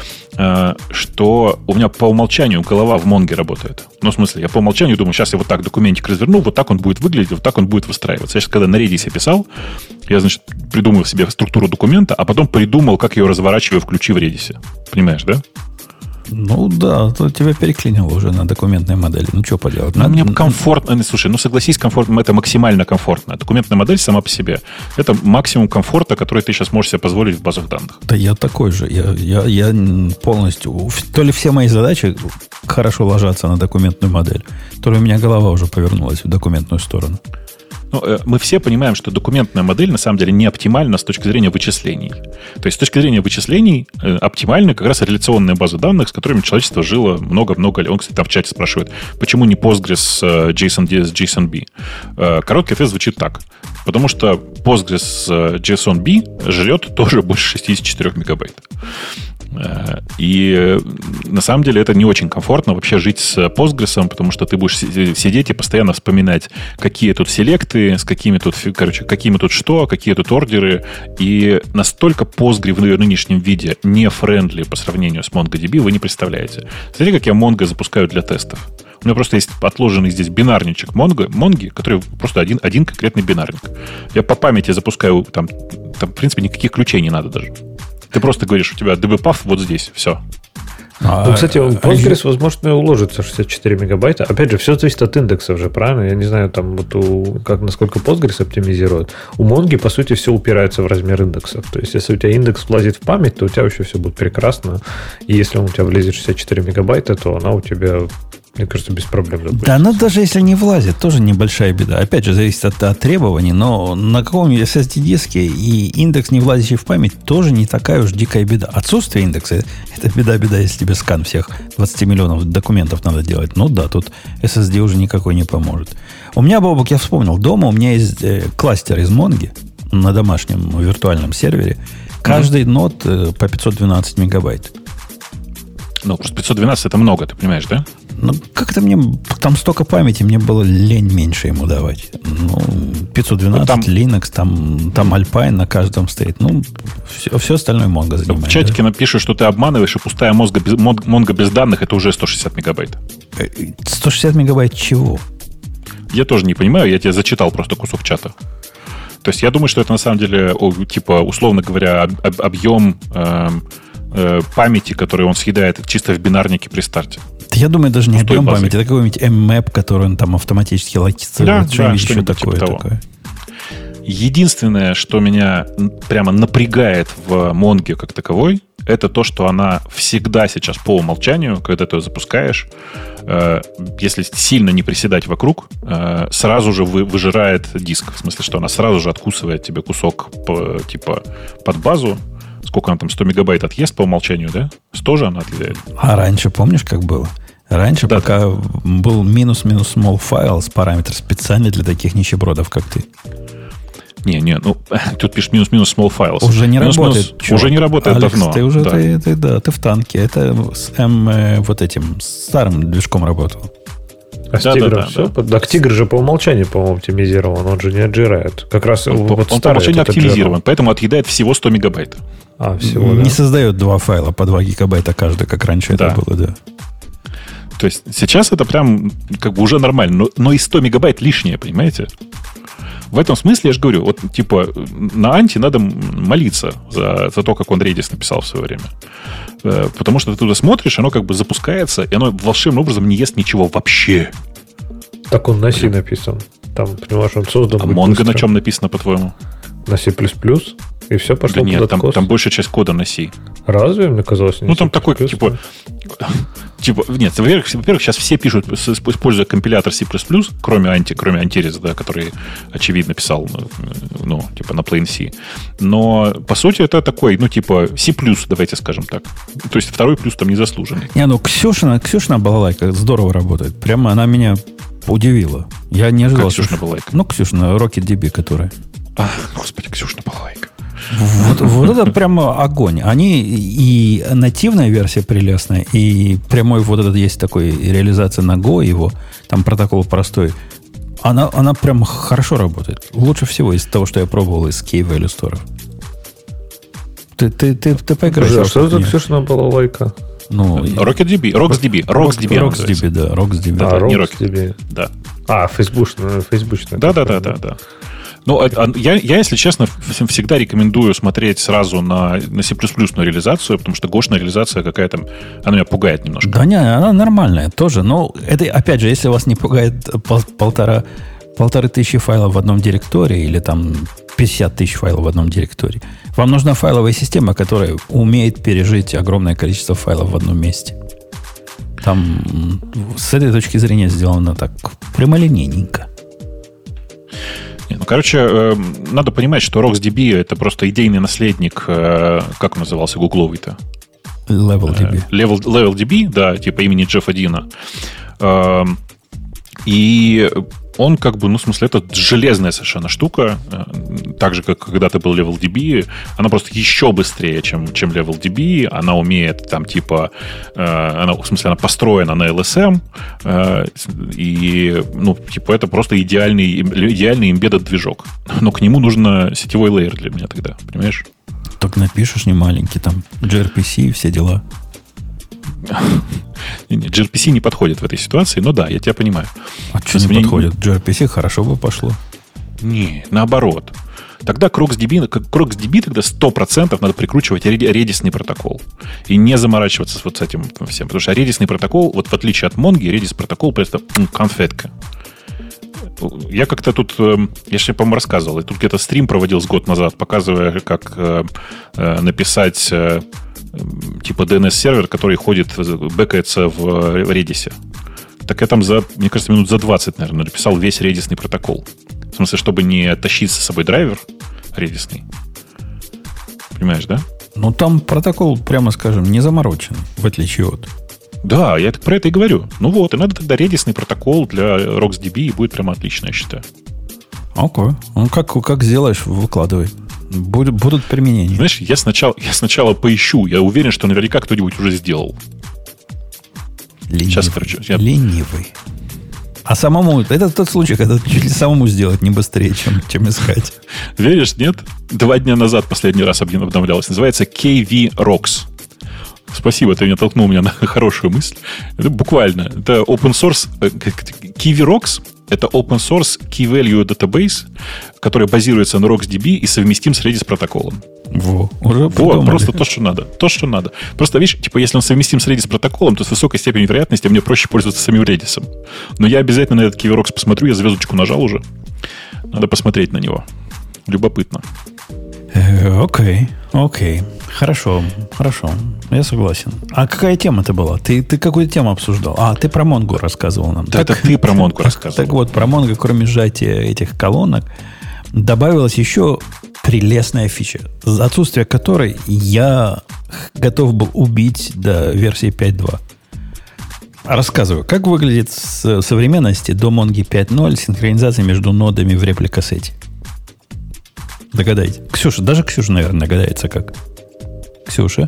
что у меня по умолчанию голова в Mongo работает. Ну, в смысле, я по умолчанию думаю, сейчас я вот так документик разверну, вот так он будет выглядеть, вот так он будет выстраиваться. Я сейчас, когда на Redis писал, я, придумал себе структуру документа, а потом придумал, как ее разворачиваю в ключи в Redis. Понимаешь, да? Ну да, то тебя переклинило уже на документной модели. Ну, что поделать? Мне комфортно. Слушай, согласись, комфортно, это максимально комфортно. Документная модель сама по себе – это максимум комфорта, который ты сейчас можешь себе позволить в базах данных. Да я такой же. Я полностью... То ли все мои задачи хорошо ложатся на документную модель, то ли у меня голова уже повернулась в документную сторону. Мы все понимаем, что документная модель на самом деле не оптимальна с точки зрения вычислений. То есть с точки зрения вычислений оптимальны как раз реляционные базы данных, с которыми человечество жило много-много лет. Он, кстати, там в чате спрашивает, почему не Postgres с JSON-D, с JSON-B? Короткий ответ звучит так. Потому что Postgres с JSON-B жрет тоже больше 64 мегабайт. И на самом деле это не очень комфортно вообще жить с Postgres, потому что ты будешь сидеть и постоянно вспоминать, какие тут селекты, с какими тут, какими тут что, какие тут ордеры. И настолько Postgre в нынешнем виде не френдли по сравнению с MongoDB, вы не представляете. Смотрите, как я Mongo запускаю для тестов. У меня просто есть отложенный здесь бинарничек Mongo, который просто один конкретный бинарник. Я по памяти запускаю, там в принципе никаких ключей не надо даже. Ты просто говоришь, у тебя db-path вот здесь, все. Кстати, Postgres, возможно, уложится 64 мегабайта. Опять же, все зависит от индексов же, правильно? Я не знаю, там насколько Postgres оптимизирует. У Mongo, по сути, все упирается в размер индексов. То есть, если у тебя индекс влазит в память, то у тебя вообще все будет прекрасно. И если он у тебя влезет 64 мегабайта, то она у тебя Мне кажется, без проблем. Да, но даже если не влазит, тоже небольшая беда. Опять же, зависит от требований, но на каком-нибудь SSD-диске и индекс, не влазящий в память, тоже не такая уж дикая беда. Отсутствие индекса – это беда, если тебе скан всех 20 миллионов документов надо делать. Ну да, тут SSD уже никакой не поможет. У меня, Бобок, я вспомнил, дома у меня есть кластер из Монги на домашнем виртуальном сервере. Каждый нод по 512 мегабайт. Ну, просто 512 это много, ты понимаешь, да? Ну, как-то мне там столько памяти, мне было лень меньше ему давать. Ну, 512, там, Linux, там Alpine на каждом стоит. Ну, все остальное Mongo занимает. В чатике напишут, что ты обманываешь, и пустая Mongo без данных это уже 160 мегабайт. 160 мегабайт чего? Я тоже не понимаю, я тебе зачитал просто кусок чата. То есть я думаю, что это на самом деле, типа, условно говоря, объем памяти, который он съедает чисто в бинарнике при старте. Я думаю, даже не объем памяти, это какой-нибудь mmap, который он там автоматически локицирует. Да, еще такое. Единственное, что меня прямо напрягает в Монге как таковой, это то, что она всегда сейчас по умолчанию, когда ты ее запускаешь, если сильно не приседать вокруг, сразу же выжирает диск. В смысле, что она сразу же откусывает тебе кусок типа под базу. Сколько она там, 100 мегабайт отъест по умолчанию, да? 100 же она отъедает. А раньше, помнишь, как было? Раньше, да, пока был минус-минус small файл с параметром специально для таких нищебродов, как ты. Не, ну, тут пишет минус-минус small files. Уже не работает. Уже не работает Алекс, давно. Ты уже, ты в танке. Это с вот этим старым движком работал. А с Тигром все? Да, Тигр же по умолчанию, по-моему, оптимизирован. Он же не отжирает. Как раз он по умолчанию оптимизирован, поэтому отъедает всего 100 мегабайт. Всего, не создает два файла по 2 гигабайта каждый, как раньше это было, да. То есть сейчас это прям как бы уже нормально. Но и 100 мегабайт лишнее, понимаете? В этом смысле, я же говорю, вот типа на Анти надо молиться за то, как он Redis написал в свое время. Потому что ты туда смотришь, оно как бы запускается, и оно волшебным образом не ест ничего вообще. Так он на C написан. Там, понимаешь, он создан. А Mongo на чем написано, по-твоему? На C++? И все пошло да нет, там большая часть кода на C. Разве? Мне казалось, не ну, там такой, типа, нет, во-первых, сейчас все пишут, используя компилятор C++, кроме Antiris, да, который, очевидно, писал, ну, типа, на Plain C. Но, по сути, это такой, ну, типа, C+, давайте скажем так. То есть, второй плюс там незаслуженный. Не, ну, Ксюшина балалайка здорово работает. Прямо она меня удивила. Я не ожидал. Как Ксюшина балалайка? Ну, Ксюшина, RocketDB, которая. Господи, Ксюшина балалайка. Вот это прямо огонь. Они и нативная версия прелестная, и прямой вот этот есть такой реализация на Go его, там протокол простой. Она прям хорошо работает. Лучше всего из того, что я пробовал из Key Value Store. Ты поиграешь. Что это Ксюшина балалайка? Ну, RocketDB, RocksDB, да, RocksDB. Не RocksDB. Да. Фейсбучная. Да. Ну, я, если честно, всегда рекомендую смотреть сразу на C++ реализацию, потому что гошная реализация какая-то, она меня пугает немножко. Да не, она нормальная тоже. Но это, опять же, если вас не пугает 1500 файлов в одном директории или там 50 тысяч файлов в одном директории, вам нужна файловая система, которая умеет пережить огромное количество файлов в одном месте. Там с этой точки зрения сделано так прямолинейненько. Ну, короче, надо понимать, что RocksDB это просто идейный наследник, как он назывался, гугловый-то? LevelDB. LevelDB, да, типа имени Джеффа Дина. И он как бы, ну, в смысле, это железная совершенно штука. Так же, как когда-то был LevelDB. Она просто еще быстрее, чем LevelDB. Она умеет там, типа... она построена на LSM. И, ну, типа, это просто идеальный embedded движок. Но к нему нужно сетевой лейер для меня тогда. Понимаешь? Так напишешь не маленький, там, gRPC и все дела. gRPC не подходит в этой ситуации, но да, я тебя понимаю. А что не подходит? gRPC хорошо бы пошло. Не, наоборот. Тогда к RocksDB тогда 100% надо прикручивать редисный протокол. И не заморачиваться вот с этим всем. Потому что редисный протокол, вот в отличие от Mongo, редис протокол просто конфетка. Я как-то тут, я же, по-моему, рассказывал, я тут где-то стрим проводил с год назад, показывая, как написать типа DNS-сервер, который бэкается в Redis. так я там мне кажется, минут за 20, наверное, написал весь редисный протокол. В смысле, чтобы не тащить с собой драйвер редисный. Понимаешь, да? Ну, там протокол, прямо скажем, не заморочен, в отличие от... Да, я про это и говорю. Ну вот, и надо тогда редисный протокол для RocksDB, и будет прямо отлично, я считаю. Окей. Ну, как сделаешь, выкладывай. Будут применения. Знаешь, я сначала поищу. Я уверен, что наверняка кто-нибудь уже сделал. Ленивый. Сейчас, короче, Ленивый. А самому... Это тот случай, когда чуть ли самому сделать не быстрее, чем искать. Веришь, нет? 2 дня назад последний раз обновлялось. Называется KV Rocks. Спасибо, ты меня толкнул меня на хорошую мысль. Это буквально. Это open source... KV Rocks — это open source key value database, который базируется на RocksDB и совместим с Redis протоколом. Уже просто то, что надо. То, что надо. Просто, видишь, типа, если он совместим с Redis протоколом, то с высокой степенью вероятности мне проще пользоваться самим Redis. Но я обязательно на этот KV Rocks посмотрю. Я звездочку нажал уже. Надо посмотреть на него. Любопытно. Окей. Хорошо. Я согласен. А какая тема-то была? Ты какую тему обсуждал? Ты про Mongo рассказывал нам. Да, это ты про Mongo рассказывал. Так вот, про Mongo, кроме сжатия этих колонок, добавилась еще прелестная фича, за отсутствие которой я готов был убить до версии 5.2. Рассказываю, как выглядит с современности до Mongo 5.0 синхронизация между нодами в репликасете. Догадайтесь. Даже Ксюша, наверное, догадается, как. Ксюша?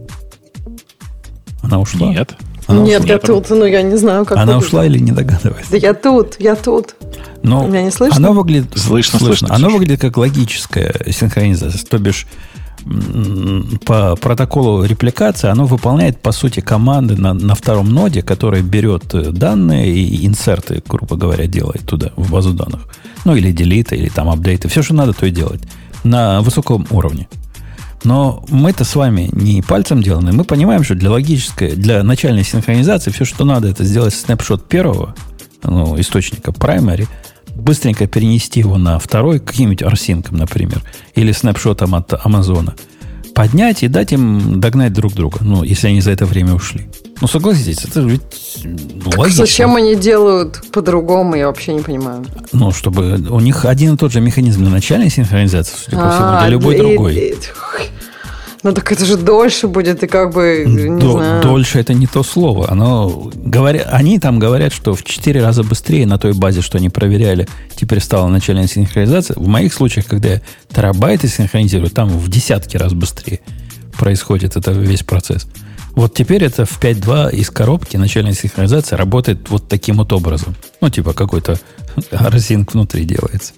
Она ушла? Нет. Нет, я тут, я не знаю, как. Она ушла или не догадывается? Да я тут. Но меня не слышно? Она выглядит... Слышно. Она выглядит как логическая синхронизация. То бишь, по протоколу репликации оно выполняет, по сути, команды на втором ноде, который берет данные и инсерты, грубо говоря, делает туда, в базу данных. Или делиты, или там апдейты. Все, что надо, то и делать. На высоком уровне. Но мы-то с вами не пальцем деланы. Мы понимаем, что для начальной синхронизации все, что надо, это сделать снапшот первого источника, primary, быстренько перенести его на второй, каким-нибудь арсинком, например, или снапшотом от Амазона, поднять и дать им догнать друг друга, если они за это время ушли. Согласитесь, это ведь логично. Зачем они делают по-другому, я вообще не понимаю. Чтобы у них один и тот же механизм для начальной синхронизации, судя по всему, для любой другой. Так это же дольше будет, и не знаю. Дольше это не то слово. Они там говорят, что в 4 раза быстрее на той базе, что они проверяли, теперь стала начальная синхронизация. В моих случаях, когда я терабайты синхронизирую, там в десятки раз быстрее происходит весь процесс. Вот теперь это в 5.2 из коробки начальная синхронизация работает вот таким вот образом. Какой-то арсинк внутри делается.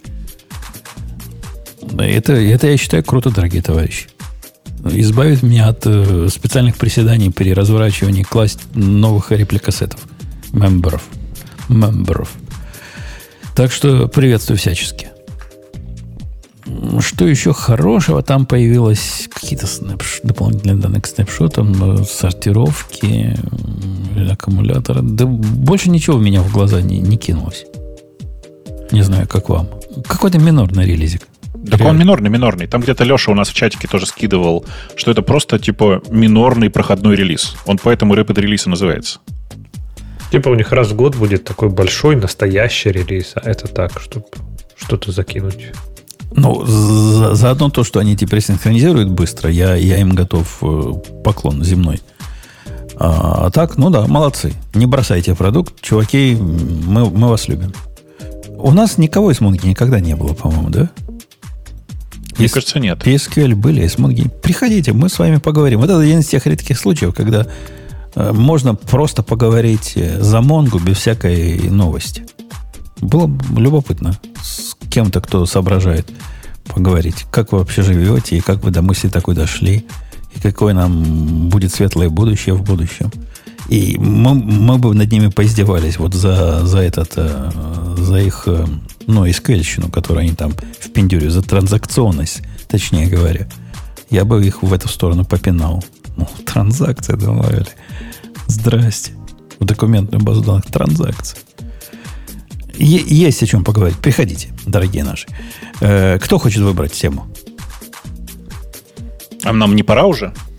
Это я считаю круто, дорогие товарищи. Избавит меня от специальных приседаний при разворачивании класть новых репликассетов. Мемберов. Так что приветствую всячески. Что еще хорошего? Там появилось какие-то дополнительные данные к снапшотам, сортировки, аккумулятора. Да больше ничего в меня в глаза не кинулось. Не знаю, как вам. Какой-то минорный релизик. Так он минорный. Там где-то Леша у нас в чатике тоже скидывал, что это просто минорный проходной релиз. Он поэтому Rapid релиз и называется. У них раз в год будет такой большой настоящий релиз, а это так, чтобы что-то закинуть. Заодно то, что они теперь синхронизируют быстро, я им готов поклон земной. А так, молодцы. Не бросайте продукт. Чуваки, мы вас любим. У нас никого из Mongo никогда не было, по-моему, да? Мне кажется, нет. PSQL были, из Mongo. Приходите, мы с вами поговорим. Вот это один из тех редких случаев, когда можно просто поговорить за Mongo без всякой новости. Было любопытно с кем-то, кто соображает, поговорить. Как вы вообще живете, и как вы до мысли такой дошли, и какое нам будет светлое будущее в будущем. И мы бы над ними поиздевались за их SQL-щину, которую они там впендюрили, за транзакционность, точнее говоря. Я бы их в эту сторону попинал. Транзакция добавили. Здрасте. В документную базу данных транзакций. Есть о чем поговорить. Приходите, дорогие наши. Кто хочет выбрать тему? А нам не пора уже?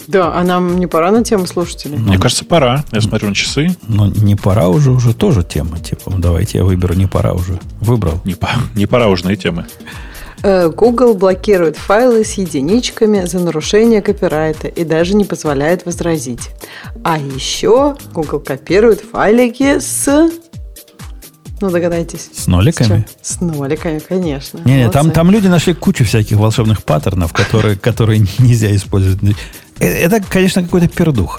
Да, а нам не пора на тему слушателей? Мне кажется, пора. Я смотрю на часы. Но не пора уже тоже тема. Типа, давайте я выберу не пора уже. Выбрал. Не пора уже на темы. Google блокирует файлы с единичками за нарушение копирайта и даже не позволяет возразить. А еще Google копирует файлики с... Ну, догадайтесь. С ноликами? С ноликами, конечно. Не, там люди нашли кучу всяких волшебных паттернов, которые нельзя использовать. Это, конечно, какой-то пердуха.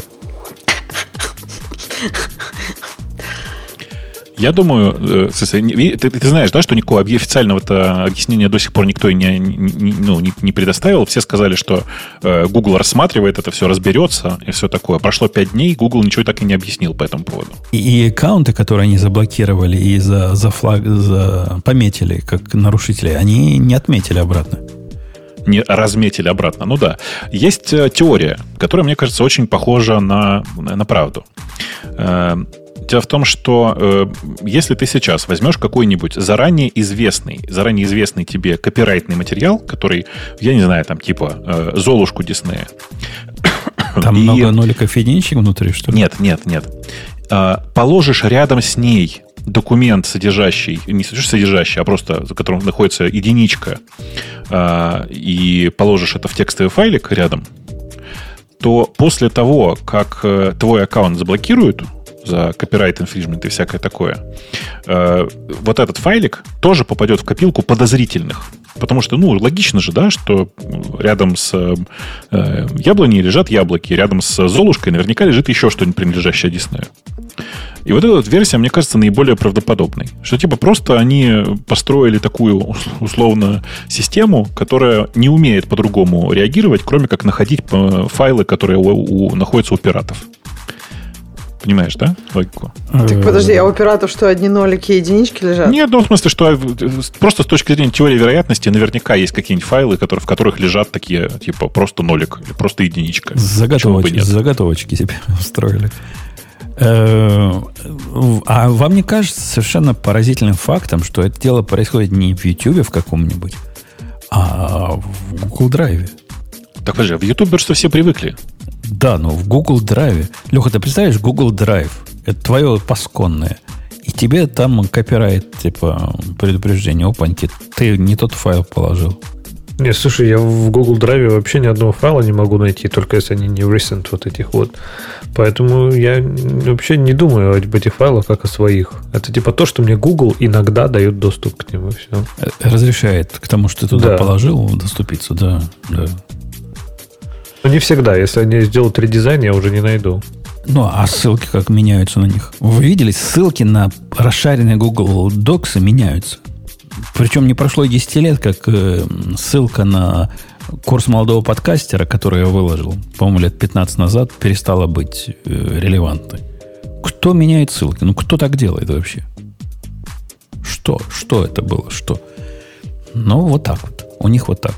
Я думаю, ты знаешь, да, что никакого официального объяснения до сих пор никто не предоставил. Все сказали, что Google рассматривает это все, разберется и все такое. Прошло 5 дней, Google ничего так и не объяснил по этому поводу. И аккаунты, которые они заблокировали и пометили как нарушители, они не отметили обратно. Не разметили обратно. Ну да. Есть теория, которая, мне кажется, очень похожа на правду. Дело в том, что если ты сейчас возьмешь какой-нибудь заранее известный тебе копирайтный материал, который, я не знаю, там типа Золушку Диснея. Там много ноликов и единичек внутри, что ли? Нет. Положишь рядом с ней документ, содержащий, не содержащий, а просто за которым находится единичка, и положишь это в текстовый файлик рядом, то после того, как твой аккаунт заблокируют за копирайт инфриджмент и всякое такое, вот этот файлик тоже попадет в копилку подозрительных. Потому что, логично же, да, что рядом с яблоней лежат яблоки, рядом с Золушкой наверняка лежит еще что-нибудь, принадлежащее Диснею. И вот эта вот версия, мне кажется, наиболее правдоподобной. Что типа просто они построили такую условно систему, которая не умеет по-другому реагировать, кроме как находить файлы, которые находятся у пиратов. Понимаешь, да, логику? Так подожди, а у пиратов что, одни нолики и единички лежат? Нет, в смысле, что просто с точки зрения теории вероятности наверняка есть какие-нибудь файлы, в которых лежат такие, типа, просто нолик или просто единичка. Заготовочки себе устроили. А вам не кажется совершенно поразительным фактом, что это дело происходит не в YouTube в каком-нибудь, а в Google Drive? Так, подожди, в YouTube просто все привыкли. Да, но в Google Drive. Леха, ты представляешь, Google Drive – это твое пасконное. И тебе там копирайт, типа, предупреждение. Опаньки, ты не тот файл положил. Не, слушай, я в Google Drive вообще ни одного файла не могу найти, только если они не recent вот этих вот. Поэтому я вообще не думаю об этих файлах как о своих. Это типа то, что мне Google иногда дает доступ к нему. Все. Разрешает к тому, что ты туда положил, доступиться, да. Но не всегда. Если они сделают редизайн, я уже не найду. Ну, а ссылки как меняются на них? Вы видели, ссылки на расшаренные Google Docs меняются. Причем не прошло и 10 лет, как ссылка на курс молодого подкастера, который я выложил, по-моему, лет 15 назад, перестала быть релевантной. Кто меняет ссылки? Ну, кто так делает вообще? Что это было? Что? Ну, вот так вот. У них вот так.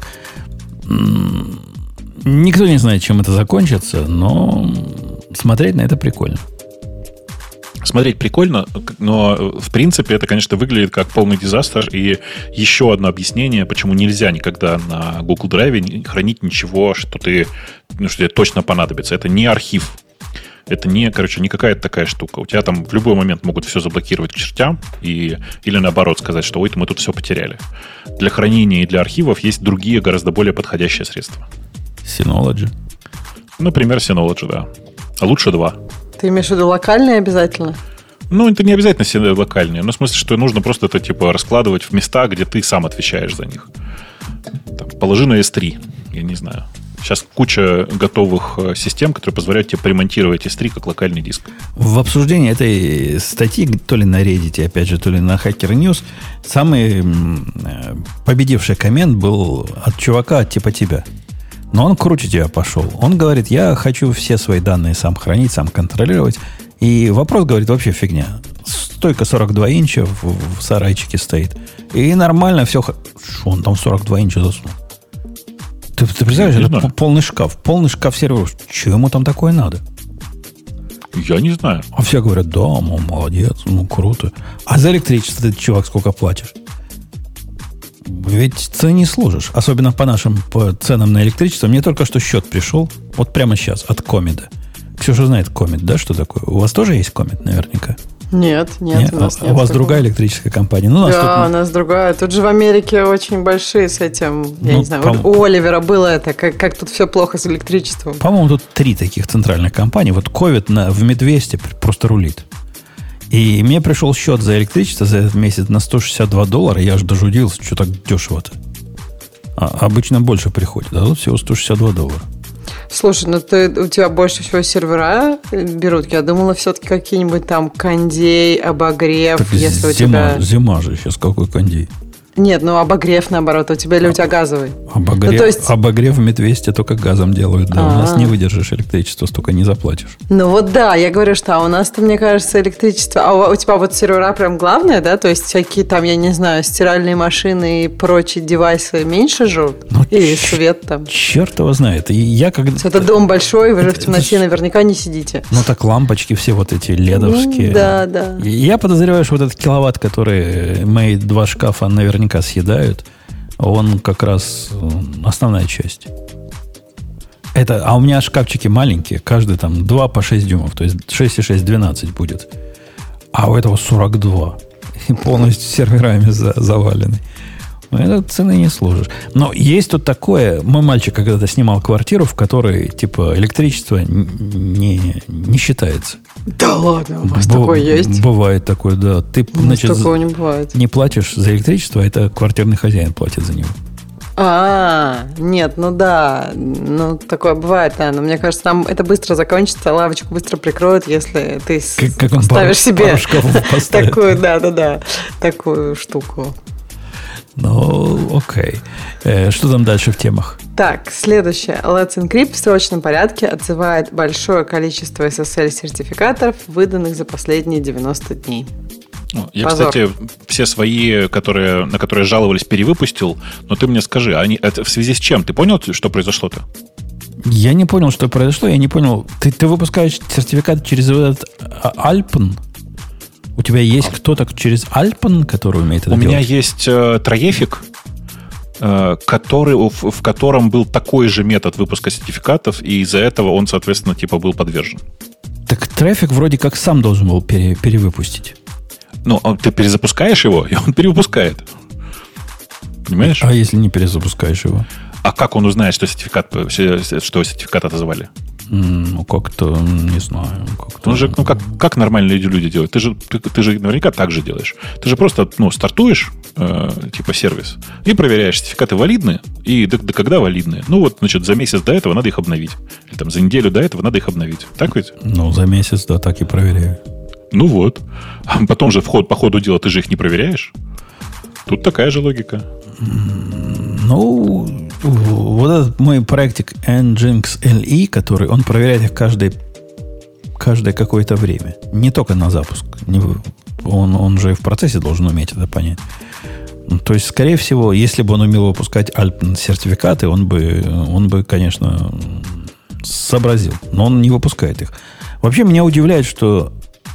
Никто не знает, чем это закончится, но смотреть на это прикольно. Смотреть прикольно, но в принципе это, конечно, выглядит как полный дизастер. И еще одно объяснение, почему нельзя никогда на Google Drive хранить ничего, что тебе точно понадобится. Это не архив. Это не какая-то такая штука. У тебя там в любой момент могут все заблокировать к чертям или наоборот сказать, что ой, мы тут все потеряли. Для хранения и для архивов есть другие, гораздо более подходящие средства. Synology. Например, Synology, да. А лучше 2. Ты имеешь в виду локальные обязательно? Ну, это не обязательно локальные. Но в смысле, что нужно просто это типа раскладывать в места, где ты сам отвечаешь за них. Там, положи на S3, я не знаю. Сейчас куча готовых систем, которые позволяют тебе примонтировать S3 как локальный диск. В обсуждении этой статьи, то ли на Reddit, опять же, то ли на Hacker News, самый победивший коммент был от чувака типа тебя. Но он круче тебя пошел. Он говорит, я хочу все свои данные сам хранить, сам контролировать. И вопрос, говорит, вообще фигня. Стойка 42 инча в сарайчике стоит. И нормально все. Что он там 42 инча заснул? Ты представляешь, это полный шкаф. Полный шкаф серверов. Чего ему там такое надо? Я не знаю. А все говорят, да, молодец, круто. А за электричество ты, чувак, сколько платишь? Ведь ты не служишь. Особенно по нашим по ценам на электричество. Мне только что счет пришел. Вот прямо сейчас от Комида. Ксюша знает Комид, да, что такое? У вас тоже есть Комид наверняка? Нет, у нас нет. У вас другая электрическая компания? Ну, у нас другая. Тут же в Америке очень большие с этим. Я не знаю, у Оливера было это, как тут все плохо с электричеством. По-моему, тут 3 таких центральных компании. Вот Ковид в Мидвесте просто рулит. И мне пришел счет за электричество за этот месяц на $162. Я аж даже удивился, что так дешево-то. Обычно больше приходит, а тут всего $162. Слушай, ну у тебя больше всего сервера берут. Я думала, все-таки какие-нибудь там кондей, обогрев, так если зима, у тебя... Зима же сейчас, какой кондей? Нет, обогрев, наоборот, у тебя или у тебя газовый? Обогрев, то есть... обогрев в Мидвесте только газом делают, да. У нас не выдержишь электричество, столько не заплатишь. Ну вот да, я говорю, что у нас-то, мне кажется, электричество... А у тебя вот сервера прям главное, да? То есть всякие там, я не знаю, стиральные машины и прочие девайсы меньше жрут? Или свет там? Черт его знает. И я когда... Это дом большой, вы же в темноте наверняка не сидите. Ну так лампочки все вот эти ледовские. Да. Я подозреваю, что вот этот киловатт, который мои 2 шкафа наверняка съедают, он как раз основная часть. А у меня шкафчики маленькие, каждый там 2 по 6 дюймов, то есть 6,6, 12 будет. А у этого 42. И полностью серверами завалены. Это цены не служишь. Но есть тут такое. Мой мальчик когда-то снимал квартиру, в которой типа электричество не считается. Да ладно, у вас такое есть? Бывает такое, да. Ты, значит, такого не бывает. Не платишь за электричество, а это квартирный хозяин платит за него. Нет, да. Такое бывает, да. Но мне кажется, там это быстро закончится, лавочку быстро прикроют, если ты ставишь себе такую, да, такую штуку. Ну, окей. Что там дальше в темах? Так, следующее. Let's Encrypt в срочном порядке отзывает большое количество SSL-сертификатов, выданных за последние 90 дней. Я, кстати, все свои, на которые жаловались, перевыпустил. Но ты мне скажи, это в связи с чем? Ты понял, что произошло-то? Я не понял, что произошло. Я не понял. Ты выпускаешь сертификат через этот Alpen? У тебя есть кто-то через Alpen, который умеет это делать? У меня есть Троефик, в котором был такой же метод выпуска сертификатов, и из-за этого он, соответственно, был подвержен. Так трафик вроде как сам должен был перевыпустить. Ты перезапускаешь его, и он перевыпускает. Понимаешь? А если не перезапускаешь его? А как он узнает, что сертификат отозвали? Как-то, не знаю. Как нормальные люди делают? Ты же наверняка так же делаешь. Ты же просто стартуешь сервис и проверяешь, сертификаты валидны и до когда валидны. За месяц до этого надо их обновить. Или за неделю до этого надо их обновить. Так ведь? За месяц, да, так и проверяю. А потом же по ходу дела ты же их не проверяешь. Тут такая же логика. Вот этот мой проектик Nginx LE, который он проверяет их каждое какое-то время. Не только на запуск. Он же и в процессе должен уметь это понять. То есть, скорее всего, если бы он умел выпускать Alpen сертификаты, он бы, конечно, сообразил. Но он не выпускает их. Вообще, меня удивляет, что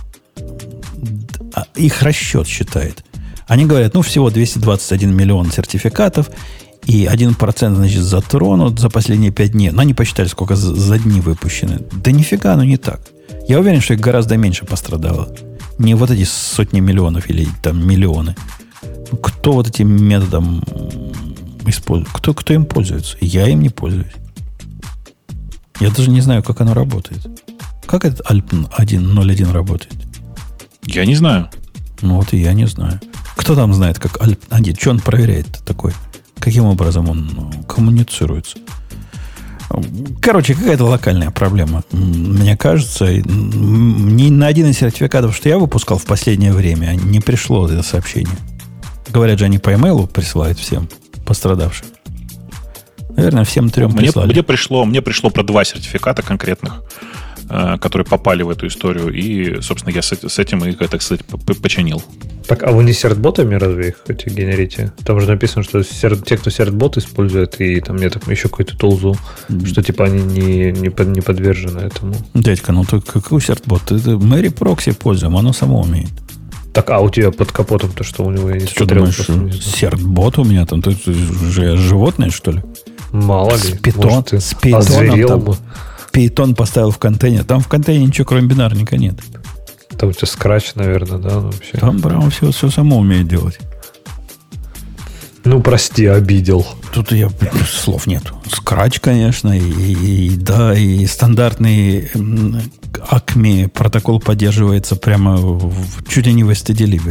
их расчет считает. Они говорят, всего 221 миллион сертификатов, и 1%, значит, затронут за последние 5 дней. Но они посчитали, сколько за дни выпущены. Да нифига, не так. Я уверен, что их гораздо меньше пострадало. Не вот эти сотни миллионов или там миллионы. Кто вот этим методом использует? Кто им пользуется? Я им не пользуюсь. Я даже не знаю, как оно работает. Как этот Alpen 1.0.1 работает? Я не знаю. И я не знаю. Кто там знает, как Alpen 1? Что он проверяет такой? Каким образом он коммуницируется? Короче, какая-то локальная проблема. Мне кажется, ни на один из сертификатов, что я выпускал в последнее время, не пришло это сообщение. Говорят же, они по e-mail присылают всем пострадавшим. Наверное, всем 3 прислали. Мне пришло про 2 сертификата конкретных, которые попали в эту историю. И, собственно, я с этим их, так сказать, починил. Так, а вы не сертботами разве их генерите? Там же написано, что те, кто сертбот использует, и там нет еще какой-то тулзу, что они не подвержены этому. Дядька, ты какой сертбот? Это Мэри Прокси пользуем, оно само умеет. Так, а у тебя под капотом-то что у него? Я не Что смотрел. думаешь, сердбот у меня там? Ты же животное, что ли? Мало ли. С питоном озверел там. бы. Питон поставил в контейнер. Там в контейнере ничего, кроме бинарника, нет. Там у тебя скрач, наверное, да? Вообще. Там прямо все само умеет делать. Ну, прости, обидел. Тут слов нет. Скрач, конечно, и стандартный Acme протокол поддерживается прямо чуть ли не в STD-либе.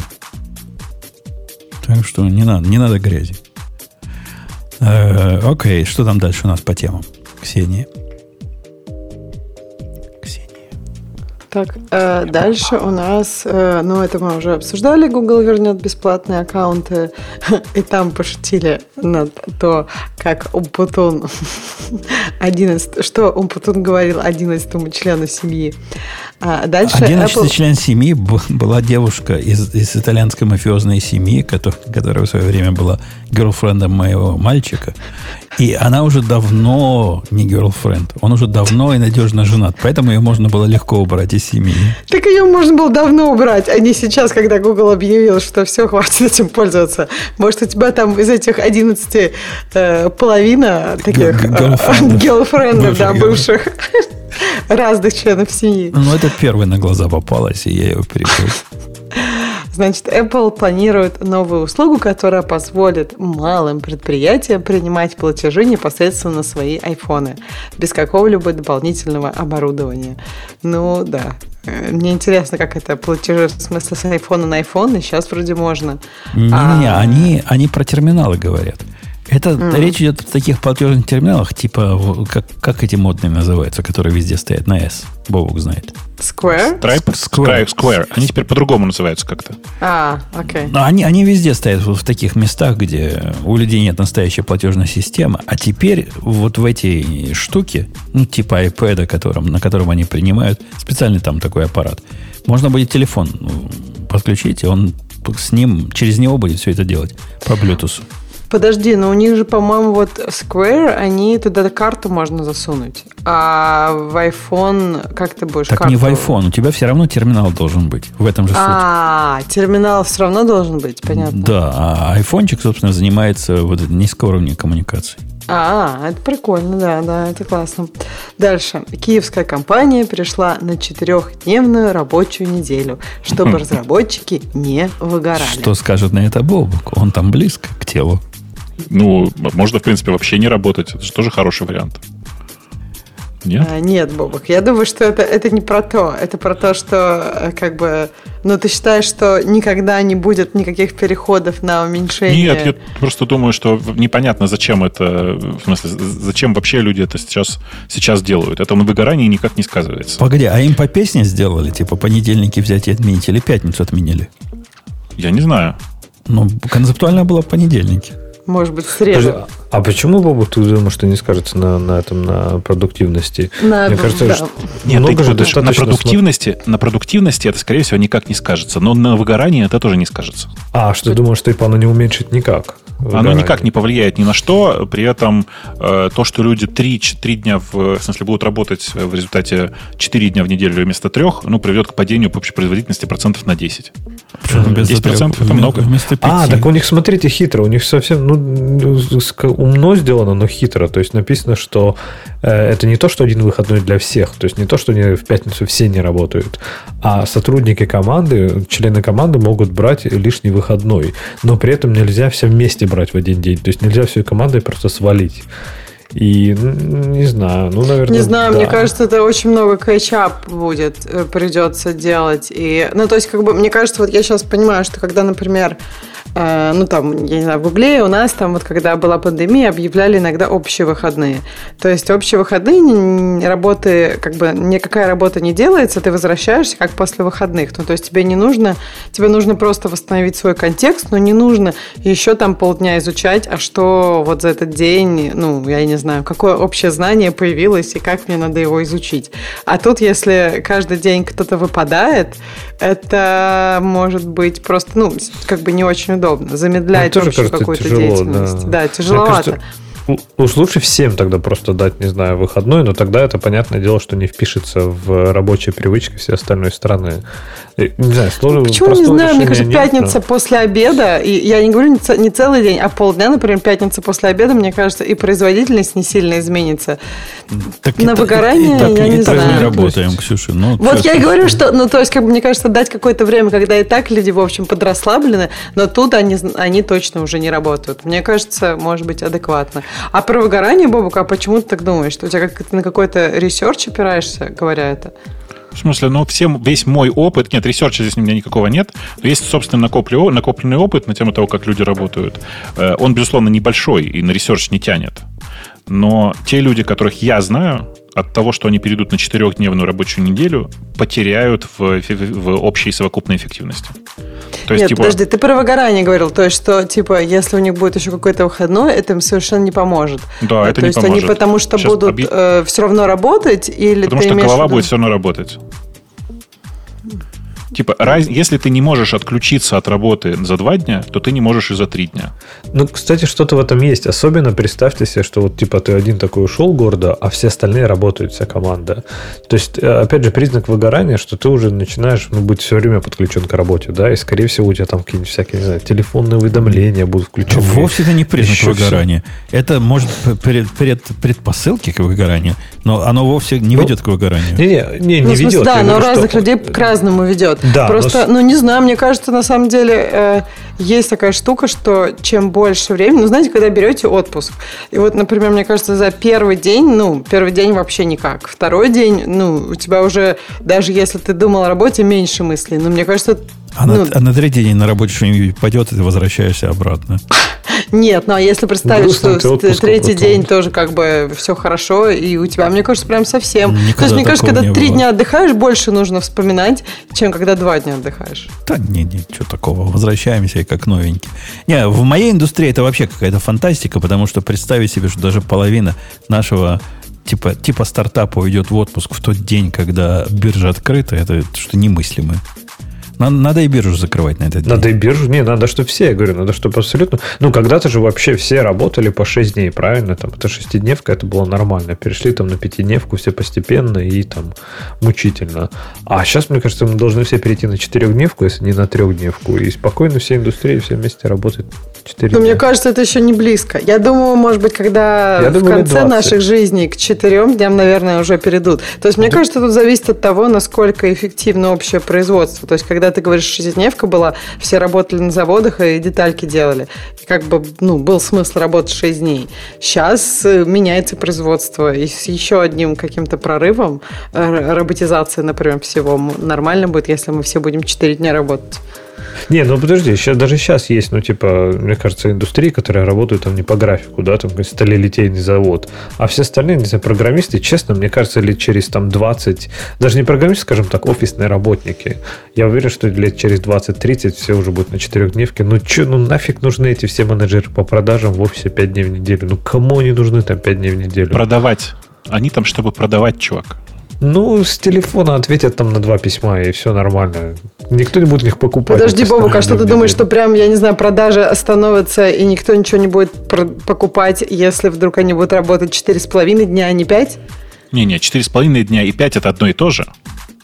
Так что не надо грязи. Окей, что там дальше у нас по темам? Ксения. Так, дальше у нас, это мы уже обсуждали, Google вернет бесплатные аккаунты, и там пошутили над то, как Умпутун 11, что Умпутун говорил 11-му члену семьи. А дальше 11-й член семьи была девушка из итальянской мафиозной семьи, которая в свое время была герлфрендом моего мальчика. И она уже давно не герлфренд. Он уже давно и надежно женат. Поэтому ее можно было легко убрать из семьи. Так ее можно было давно убрать, а не сейчас, когда Google объявил, что все, хватит этим пользоваться. Может, у тебя там из этих 11 половина таких герлфрендов, да, бывших разных членов семьи. Ну, это первый на глаза попалась, и я ее перекрыл. Значит, Apple планирует новую услугу, которая позволит малым предприятиям принимать платежи непосредственно на свои айфоны, без какого-либо дополнительного оборудования. Ну, да. Мне интересно, как это платежи, в смысле, с айфона на iPhone, и сейчас вроде можно. Они про терминалы говорят. Это речь идет о таких платежных терминалах, типа, как эти модные называются, которые везде стоят на S. Бобук знает. Square? Square. Они теперь по-другому называются как-то. Окей. Но они везде стоят в таких местах, где у людей нет настоящей платежной системы. А теперь вот в эти штуки, типа iPad, на котором они принимают, специальный там такой аппарат, можно будет телефон подключить, и он через него будет все это делать по Bluetooth. Подожди, но у них же, по-моему, вот Square, они туда карту можно засунуть. А в iPhone как ты будешь карту? Так не в iPhone, у тебя все равно терминал должен быть. В этом же суть. Терминал все равно должен быть, понятно. Да, а айфончик, собственно, занимается вот низкоуровневой коммуникацией. Это прикольно, да, это классно. Дальше. Киевская компания перешла на 4-дневную рабочую неделю, чтобы разработчики не выгорали. Что скажет на это Бобук? Он там близко к телу. Можно, в принципе, вообще не работать. Это же тоже хороший вариант. Нет? Нет, Бобук. Я думаю, что это не про то. Это про то, что ты считаешь, что никогда не будет никаких переходов на уменьшение? Нет, я просто думаю, что непонятно, зачем это, в смысле, зачем вообще люди это сейчас делают. Это на выгорании никак не сказывается. Погоди, а им по песне сделали? Типа понедельники взять и отменить или пятницу отменили? Я не знаю. Концептуально было понедельники. Может быть, в среду. А почему, Бобу, ты думаешь, что не скажется на продуктивности? Мне кажется, что много же на продуктивности это, скорее всего, никак не скажется. Но на выгорании это тоже не скажется. Что ты думаешь, что оно не уменьшит никак? Оно никак не повлияет ни на что. При этом то, что люди 3 дня, в смысле, будут работать в результате 4 дня в неделю вместо 3, приведет к падению общей производительности процентов на 10. 10% это много. Так у них, смотрите, хитро. У них совсем умно сделано, но хитро. То есть написано, что это не то, что один выходной для всех. То есть не то, что в пятницу все не работают. А сотрудники команды, члены команды могут брать лишний выходной. Но при этом нельзя все вместе брать в один день. То есть нельзя всей командой просто свалить. И не знаю, наверное... Не знаю, да. Мне кажется, это очень много кэтчап придется делать. И, то есть, мне кажется, вот я сейчас понимаю, что когда, например, я не знаю, в Гугле у нас там, вот когда была пандемия, объявляли иногда общие выходные. То есть, общие выходные, работы, никакая работа не делается, ты возвращаешься как после выходных. То есть, тебе нужно просто восстановить свой контекст, но не нужно еще там полдня изучать, а что вот за этот день, я не знаю, какое общее знание появилось и как мне надо его изучить. А тут, если каждый день кто-то выпадает, это может быть просто, не очень удобно. Замедлять вообще какую-то деятельность. Да, тяжеловато. Уж лучше всем тогда просто дать, не знаю, выходной, но тогда это, понятное дело, что не впишется в рабочие привычки всей остальной страны. Не знаю, сложно. Почему не знаю? Мне кажется, пятница после обеда, и я не говорю не целый день, а полдня, например, пятница после обеда, мне кажется, и производительность не сильно изменится. Так на выгорание я не знаю. Мы работаем, Ксюша. Вот я и говорю, что, то есть, мне кажется, дать какое-то время, когда и так люди, в общем, подрасслаблены, но тут они точно уже не работают. Мне кажется, может быть, адекватно. А про выгорание, Бобук, а почему ты так думаешь? Что у тебя ты на какой-то ресерч опираешься, говоря это? В смысле, весь мой опыт... Нет, ресерча здесь у меня никакого нет. Но есть, собственно, накопленный опыт на тему того, как люди работают. Он, безусловно, небольшой и на ресерч не тянет. Но те люди, которых я знаю, от того, что они перейдут на 4-дневную рабочую неделю, потеряют в общей совокупной эффективности. То есть, Нет, подожди, ты про выгорание говорил. То есть, что, если у них будет еще какой-то выходной, это им совершенно не поможет. Да, это не поможет. То есть, они потому что сейчас будут все равно работать? Или потому что голова будет все равно работать. Если ты не можешь отключиться от работы за 2 дня, то ты не можешь и за 3 дня. Ну, кстати, что-то в этом есть. Особенно представьте себе, что ты один такой ушел гордо, а все остальные работают, вся команда. То есть, опять же, признак выгорания, что ты уже начинаешь быть все время подключен к работе, да, и, скорее всего, у тебя там какие-нибудь всякие, не знаю, телефонные уведомления будут включены. Вовсе это не признак выгорания. Это, может, предпосылки к выгоранию, но оно вовсе не ведет к выгоранию. Не ведет. Да, но разных людей к разному ведет. Да, просто, не знаю, мне кажется, на самом деле есть такая штука, что чем больше времени, знаете, когда берете отпуск, и вот, например, мне кажется, за первый день вообще никак. Второй день, у тебя уже, даже если ты думал о работе, меньше мыслей. Но мне кажется... А на третий день на работе что-нибудь пойдет, и ты возвращаешься обратно. Нет, а если представить, что третий день тоже все хорошо, и у тебя, мне кажется, прям совсем... То есть, мне кажется, когда 3 дня отдыхаешь, больше нужно вспоминать, чем когда 2 дня отдыхаешь. Да нет, что такого. Возвращаемся и как новенькие. Не, в моей индустрии это вообще какая-то фантастика, потому что представить себе, что даже половина нашего типа стартапа уйдет в отпуск в тот день, когда биржа открыта, это что немыслимо. Надо и биржу закрывать на этот день. Надо и биржу. Надо, чтобы все, я говорю, надо, чтобы абсолютно... когда-то же вообще все работали по 6 дней, правильно? Это 6-дневка, это было нормально. Перешли на 5-дневку все постепенно и мучительно. А сейчас, мне кажется, мы должны все перейти на 4-дневку, если не на 3-дневку. И спокойно все индустрии, все вместе работают 4 дня. Мне кажется, это еще не близко. Я думаю, может быть, когда в конце наших жизней к 4 дням, наверное, уже перейдут. То есть, мне кажется, тут зависит от того, насколько эффективно общее производство. То есть, когда ты говоришь, 6-дневка была, все работали на заводах и детальки делали. И был смысл работать 6 дней. Сейчас меняется производство. И с еще одним каким-то прорывом роботизации, например, всего нормально будет, если мы все будем 4 дня работать. Подожди, даже сейчас есть, мне кажется, индустрии, которые работают не по графику, да, сталелитейный завод, а все остальные, не знаю, программисты, честно, мне кажется, лет через 20, даже не программисты, скажем так, офисные работники, я уверен, что лет через 20-30 все уже будут на 4-дневке. Нафиг нужны эти все менеджеры по продажам в офисе 5 дней в неделю? Кому они нужны 5 дней в неделю? Продавать. Они там, чтобы продавать, чувак. С телефона ответят на 2 письма, и все нормально. Никто не будет их покупать. Подожди, Бобук, а что ты думаешь, что прям, я не знаю, продажи остановятся, и никто ничего не будет покупать, если вдруг они будут работать 4,5 дня, а не 5? Не, 4,5 дня и 5 это одно и то же.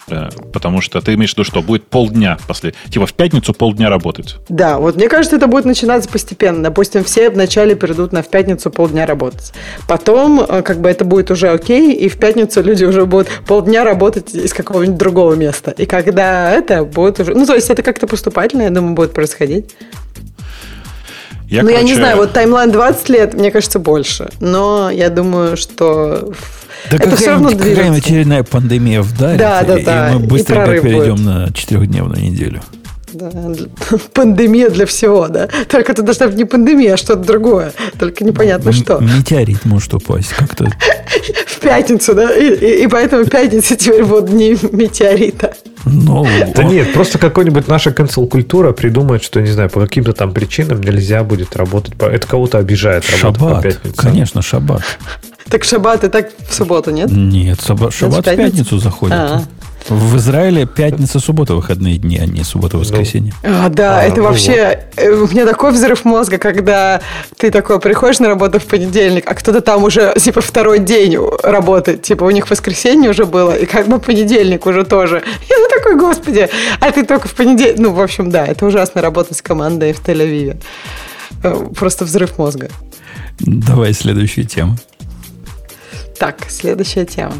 Потому что ты имеешь в виду, что будет полдня после... в пятницу полдня работать. Да, мне кажется, это будет начинаться постепенно. Допустим, все вначале перейдут в пятницу полдня работать. Потом, это будет уже окей, и в пятницу люди уже будут полдня работать из какого-нибудь другого места. И когда это будет уже... то есть, это как-то поступательно, я думаю, будет происходить. Я не знаю, таймлайн 20 лет, мне кажется, больше. Но я думаю, что... Да это все равно движется. Какая-нибудь очередная пандемия вдарит, и мы быстренько перейдем на 4-дневную неделю. Да, пандемия для всего, да. Только это должна быть не пандемия, а что-то другое. Только непонятно что. Метеорит может упасть как-то. В пятницу, да? И поэтому пятница теперь будут дни метеорита. Да нет, просто какой-нибудь наша cancel-культура придумает, что, не знаю, по каким-то причинам нельзя будет работать. Это кого-то обижает работать по пятницам. Конечно, шаббат. Так шаббат и так в субботу, нет? Нет, шаббат в пятницу заходит. В Израиле пятница, суббота выходные дни, а не суббота, воскресенье. Это вообще... У меня такой взрыв мозга, когда ты такой приходишь на работу в понедельник, а кто-то там уже, типа, второй день работает. Типа, у них воскресенье уже было, и как бы понедельник уже тоже. Я такой, господи, а ты только в понедельник... Ну, в общем, да, это ужасно работать с командой в Тель-Авиве. Просто взрыв мозга. Давай следующую тему. Так, следующая тема.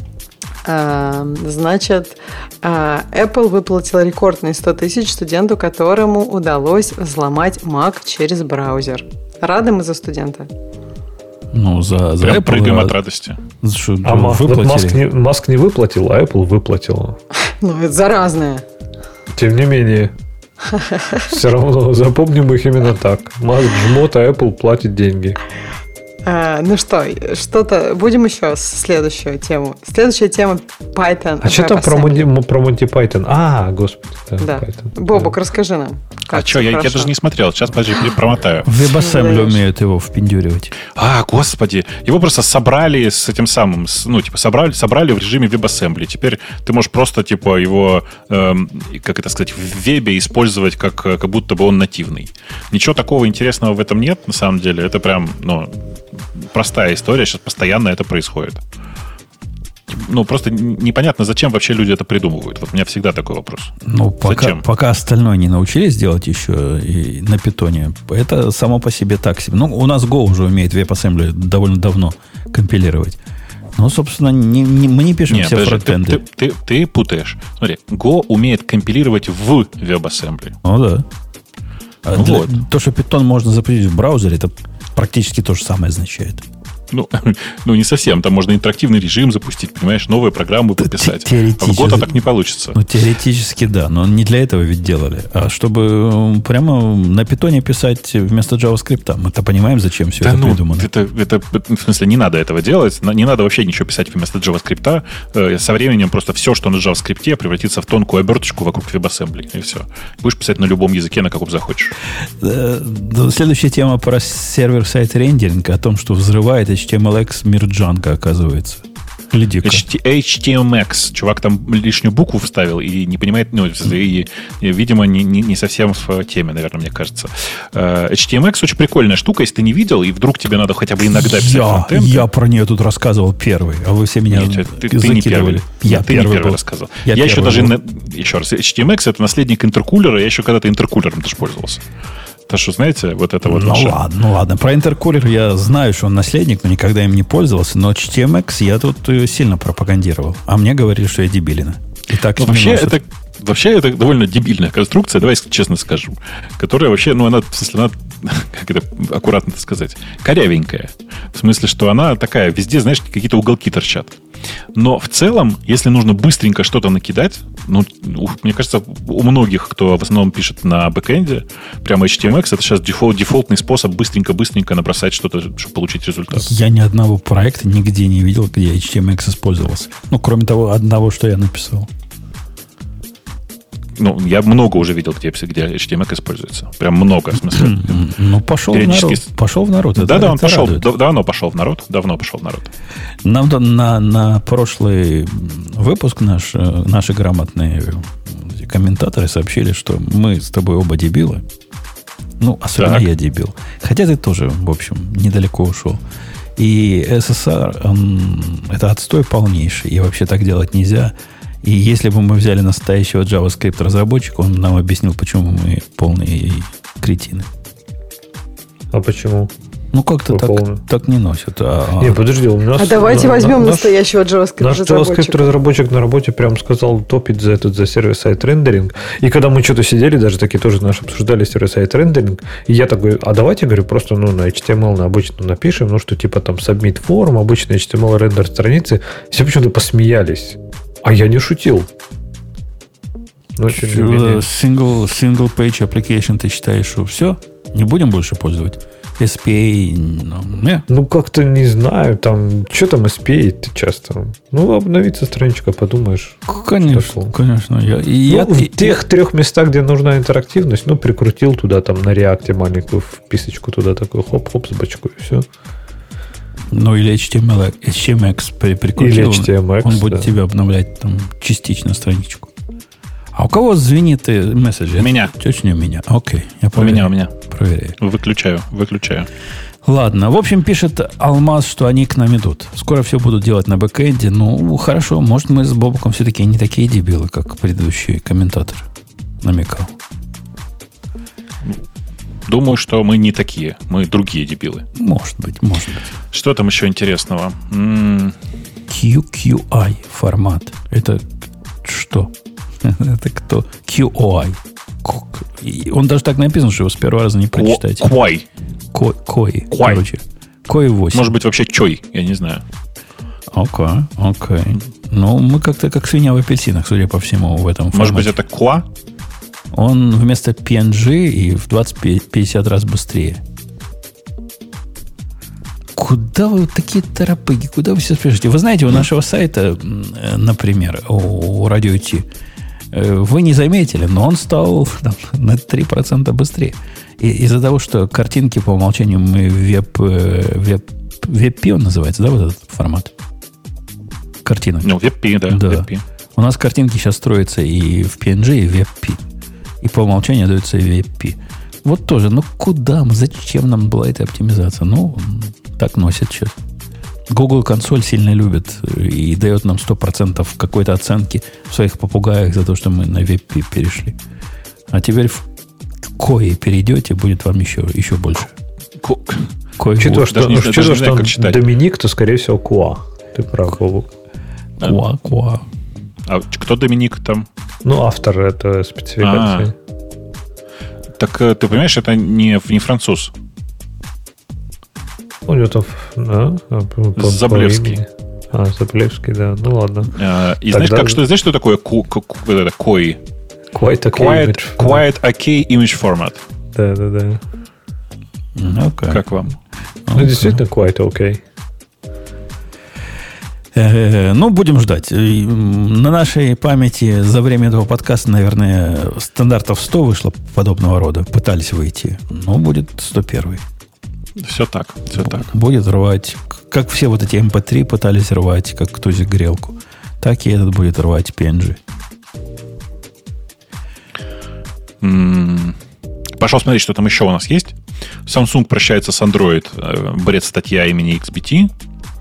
Значит, Apple выплатила рекордные 100 тысяч студенту, которому удалось взломать Mac через браузер. Рады мы за студента? Ну, за Apple прыгаем от радости. Маск не выплатил, а Apple выплатила. Ну, это заразное. Тем не менее, все равно запомним их именно так. Маск жмот, а Apple платит деньги. Ну что-то... Будем еще следующую тему. Следующая тема Python. А что там про Monty Python? Господи. Да. Python. Бобук, расскажи нам. А что, я даже не смотрел. Сейчас, подожди, промотаю. В WebAssembly умеют его впендюривать. Господи. Его просто собрали с этим самым... собрали в режиме WebAssembly. Теперь ты можешь просто, его, как это сказать, в вебе использовать, как будто бы он нативный. Ничего такого интересного в этом нет, на самом деле. Это прям, простая история, сейчас постоянно это происходит. Просто непонятно, зачем вообще люди это придумывают. Вот у меня всегда такой вопрос. Пока остальное не научились делать еще и на питоне, это само по себе так себе. У нас Go уже умеет WebAssembly довольно давно компилировать. Собственно, мы не пишем все фронтенды. Ты путаешь. Смотри, Go умеет компилировать в WebAssembly. Да. То, что Python можно запустить в браузере, это практически то же самое означает. Не совсем. Там можно интерактивный режим запустить, понимаешь, новые программы пописать. А в Go так не получится. Теоретически да, но не для этого ведь делали. А чтобы прямо на питоне писать вместо JavaScript. Мы-то понимаем, зачем все это придумано. Это, в смысле, не надо этого делать. Не надо вообще ничего писать вместо JavaScript. Со временем просто все, что на JavaScript, превратится в тонкую оберточку вокруг WebAssembly. И все. Будешь писать на любом языке, на каком захочешь. Следующая тема про сервер-сайт рендеринг, о том, что взрывает HTMLX мирджанка, оказывается. HTMX. Чувак там лишнюю букву вставил и не понимает, и, видимо, не совсем в теме, наверное, мне кажется. HTMX очень прикольная штука, если ты не видел, и вдруг тебе надо хотя бы иногда писать фронтенд. Я про нее тут рассказывал первый, а вы все меня ты не первый. Ты не первый рассказывал. Я еще даже... Еще раз, HTMX — это наследник интеркулера, я еще когда-то интеркулером тоже пользовался. Так что, знаете, вот это вот... Ладно. Про интеркулер я знаю, что он наследник, но никогда им не пользовался. Но HTMX я тут сильно пропагандировал. А мне говорили, что я дебилина. И так вообще это довольно дебильная конструкция, давай честно скажу. Которая вообще, она, в смысле, она, как это аккуратно сказать, корявенькая. В смысле, что она такая, везде, знаешь, какие-то уголки торчат. Но в целом, если нужно быстренько что-то накидать, мне кажется, у многих, кто в основном пишет на бэкэнде, прямо HTMX, это сейчас дефолтный способ быстренько набросать что-то, чтобы получить результат. Я ни одного проекта нигде не видел, где HTMX использовался. Кроме того, одного, что я написал. Я много уже видел, где HTMX используется. Прям много, в смысле. Пошел в народ. Пошел в народ. Да, он пошел. Давно пошел в народ. Нам на прошлый выпуск наши грамотные комментаторы сообщили, что мы с тобой оба дебилы. Особенно я дебил. Хотя ты тоже, в общем, недалеко ушел. И SSR, это отстой полнейший. И вообще так делать нельзя. И если бы мы взяли настоящего JavaScript разработчика, он нам объяснил, почему мы полные кретины. А почему? Как-то так не носят. Не, подожди, у нас... давайте возьмем настоящего JavaScript разработчика. Наш JavaScript разработчик на работе прям сказал топить за сервер-сайт рендеринг. И когда мы что-то сидели, даже такие тоже обсуждали сервер-сайт рендеринг, и я такой, давайте, говорю, просто на HTML на обычно напишем, там submit form, обычный HTML рендер страницы. Все почему-то посмеялись. А я не шутил. Single page application ты считаешь, что все? Не будем больше пользовать? SPA? Нет? Как-то не знаю. Что там SPA часто? Обновится страничка, подумаешь. Конечно. В тех 3 местах, где нужна интерактивность, прикрутил туда на реакте маленькую вписочку туда такой хоп-хоп с бочкой, и все. Ну, или HTMX прикрутил. Или HTMX, он будет тебе обновлять там частично страничку. А у кого звенит месседж? У меня. Точно у меня. Окей. Я у меня. Проверяю. Выключаю. Ладно. В общем, пишет Алмаз, что они к нам идут. Скоро все будут делать на бэкэнде. Ну, хорошо. Может, мы с Бобуком все-таки не такие дебилы, как предыдущий комментатор намекал. Думаю, что мы не такие. Мы другие дебилы. Может быть. Что там еще интересного? QQI формат. Это что? Это кто? QOI. Он даже так написан, что его с первого раза не прочитаете. Кой. Короче. Кой 8. Может быть, вообще чой, я не знаю. Окей. Ну, мы как-то как свинья в апельсинах, судя по всему, в этом формате. Может быть, это ква? Он вместо PNG и в 20-50 раз быстрее. Куда вы такие торопыги? Куда вы все спешите? Вы знаете, у нашего сайта, например, у Radio T, вы не заметили, но он стал там, на 3% быстрее. И из-за того, что картинки по умолчанию мы WebP он называется, да, вот этот формат? Картинок. Ну, WebP, да. WebP. У нас картинки сейчас строятся и в PNG, и в WebP. И по умолчанию дается и WebP. Вот тоже, ну куда мы, зачем нам была эта оптимизация? Ну, так носят сейчас. Google консоль сильно любит и дает нам 100% какой-то оценки в своих попугаях за то, что мы на WebP перешли. А теперь в Koi перейдете, будет вам еще больше. Учитывая, что он Доминик, то, скорее всего, Куа. Ты прав, Бобук. Куа. А кто Доминик там? Ну, автор этой спецификации. Так ты понимаешь, это не француз. У него там... Заблевский. Заблевский, да. Ну, ладно. И знаешь, что такое Koi? Quiet OK Image Format. Да. Okay. Как вам? Ну, действительно, quite OK. Ну, будем ждать. На нашей памяти за время этого подкаста, наверное, стандартов 100 вышло подобного рода. Пытались выйти. Но будет 101. Все так. Будет рвать. Как все вот эти MP3 пытались рвать, как тузик грелку. Так и этот будет рвать PNG. Пошел смотреть, что там еще у нас есть. Samsung прощается с Android. Бред статья имени XBT.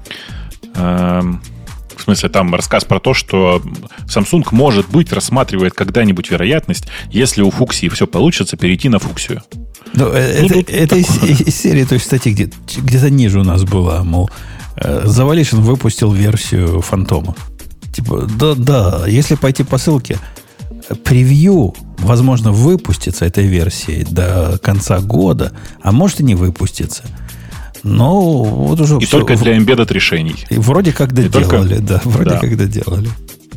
В смысле, там рассказ про то, что Samsung, может быть, рассматривает когда-нибудь вероятность, если у Фуксии все получится, перейти на Фуксию. Это из серии той статьи, где-то ниже у нас была, мол, Завалишин выпустил версию Фантома. Типа, да, если пойти по ссылке, превью, возможно, выпустится этой версии до конца года, а может и не выпустится. Но вот уже и все, только для embedded решений. Вроде как доделали, как доделали.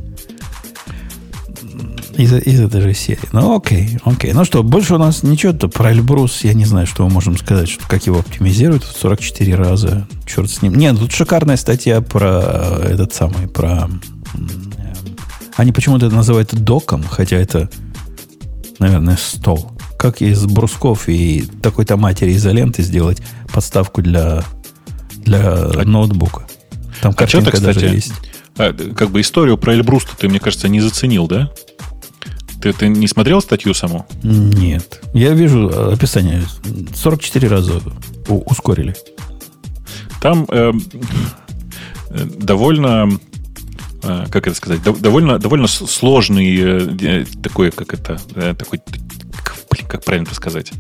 Из этой же серии. Ну, окей. Ну что, больше у нас ничего-то про Эльбрус. Я не знаю, что мы можем сказать, как его оптимизируют в 44 раза. Черт с ним. Нет, тут шикарная статья про этот самый, про... Они почему-то это называют доком, хотя это, наверное, стол. Как из брусков и такой-то матери изоленты сделать подставку для ноутбука. Там картинка даже есть. Как бы историю про Эльбрус ты, мне кажется, не заценил, да? Ты не смотрел статью саму? Нет. Я вижу описание. 44 раза ускорили. Там довольно... Как это сказать? Довольно сложный такой, как правильно это сказать?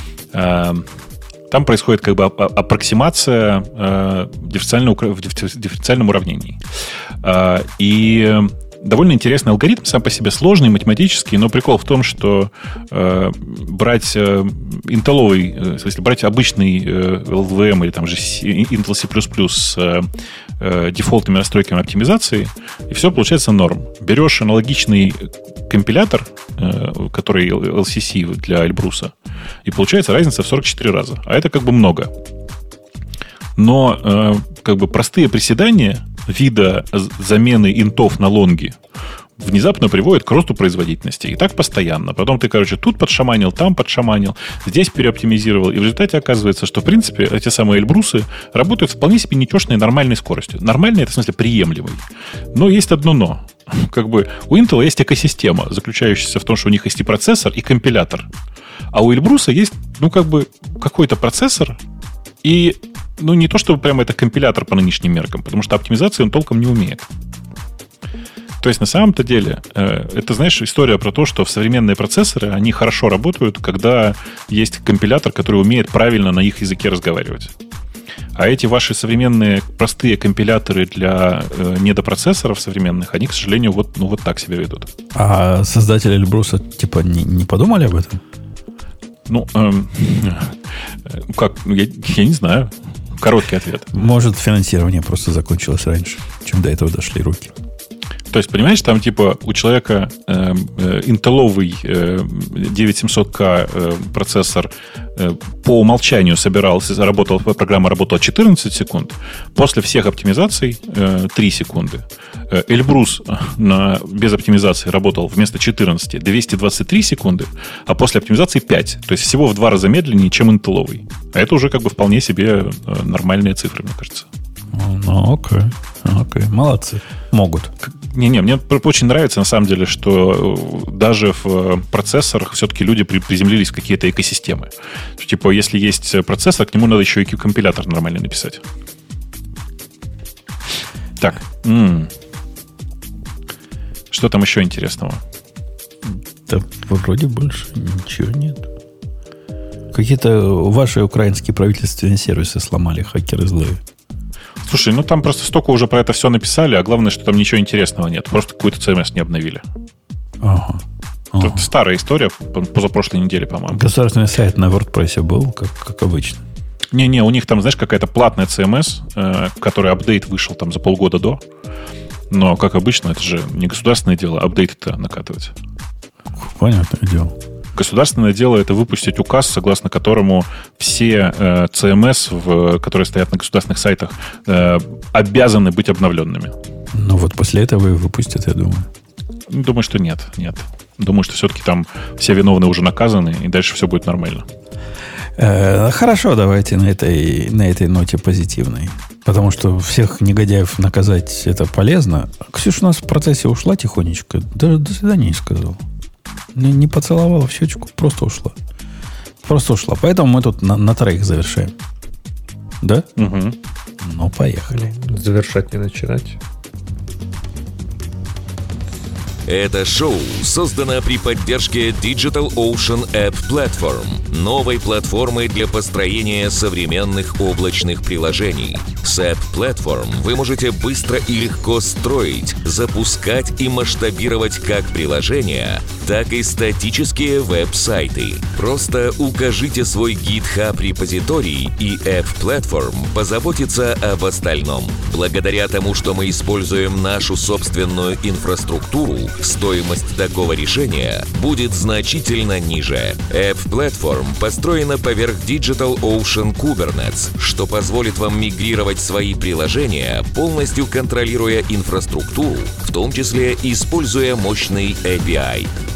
Там происходит как бы аппроксимация в дифференциальном уравнении. И довольно интересный алгоритм, сам по себе сложный, математический, но прикол в том, что брать интеловый, в смысле, брать обычный LVM или там же Intel C++ с дефолтными настройками оптимизации, и все получается норм. Берешь аналогичный компилятор, который LCC для Эльбруса, и получается разница в 44 раза. А это как бы много. Но как бы простые приседания вида замены интов на лонги внезапно приводит к росту производительности. И так постоянно. Потом ты, тут подшаманил, там подшаманил, здесь переоптимизировал. И в результате оказывается, что, в принципе, эти самые Эльбрусы работают вполне себе нетешной нормальной скоростью. Нормальной — это в смысле приемлемой. Но есть одно но. У Intel есть экосистема, заключающаяся в том, что у них есть и процессор, и компилятор. А у Эльбруса есть, какой-то процессор и, не то чтобы прямо это компилятор по нынешним меркам, потому что оптимизации он толком не умеет. То есть, на самом-то деле, это, знаешь, история про то, что современные процессоры, они хорошо работают, когда есть компилятор, который умеет правильно на их языке разговаривать. А эти ваши современные простые компиляторы для недопроцессоров современных, они, к сожалению, вот так себя ведут. А создатели Эльбруса, не подумали об этом? Я не знаю. Короткий ответ. Может, финансирование просто закончилось раньше, чем до этого дошли руки. То есть, понимаешь, там у человека интеловый 9700K процессор по умолчанию программа работала 14 секунд, после всех оптимизаций 3 секунды. Эльбрус без оптимизации работал вместо 14 223 секунды, а после оптимизации 5. То есть всего в 2 раза медленнее, чем интеловый. А это уже вполне себе нормальные цифры, мне кажется. Окей. Молодцы. Могут. Не, мне очень нравится, на самом деле, что даже в процессорах все-таки люди приземлились в какие-то экосистемы. Что, если есть процессор, к нему надо еще и компилятор нормально написать. Так. Что там еще интересного? Да вроде больше ничего нет. Какие-то ваши украинские правительственные сервисы сломали хакеры злые. Слушай, там просто столько уже про это все написали, а главное, что там ничего интересного нет. Просто какую-то CMS не обновили. Ага. Это старая история, позапрошлой неделе, по-моему. Государственный сайт на WordPress был, как обычно. Не, у них там, знаешь, какая-то платная CMS, который апдейт вышел там за полгода до. Но, как обычно, это же не государственное дело, апдейты-то накатывать. Понятное дело. Государственное дело — это выпустить указ, согласно которому все CMS, которые стоят на государственных сайтах, обязаны быть обновленными. После этого и выпустят, я думаю. Думаю, что нет. Думаю, что все-таки там все виновные уже наказаны, и дальше все будет нормально. Хорошо, давайте на этой ноте позитивной. Потому что всех негодяев наказать это полезно. Ксюша у нас в процессе ушла тихонечко. Даже до свидания не сказала. Не поцеловала в щечку, просто ушла. Поэтому мы тут на троих завершаем. Да? Угу. Поехали. Завершать не начинать. Это шоу создано при поддержке Digital Ocean App Platform, новой платформы для построения современных облачных приложений. С App Platform вы можете быстро и легко строить, запускать и масштабировать как приложения, так и статические веб-сайты. Просто укажите свой GitHub-репозиторий, и App Platform позаботится об остальном. Благодаря тому, что мы используем нашу собственную инфраструктуру, стоимость такого решения будет значительно ниже. App Platform построена поверх Digital Ocean Kubernetes, что позволит вам мигрировать свои приложения, полностью контролируя инфраструктуру, в том числе используя мощный API.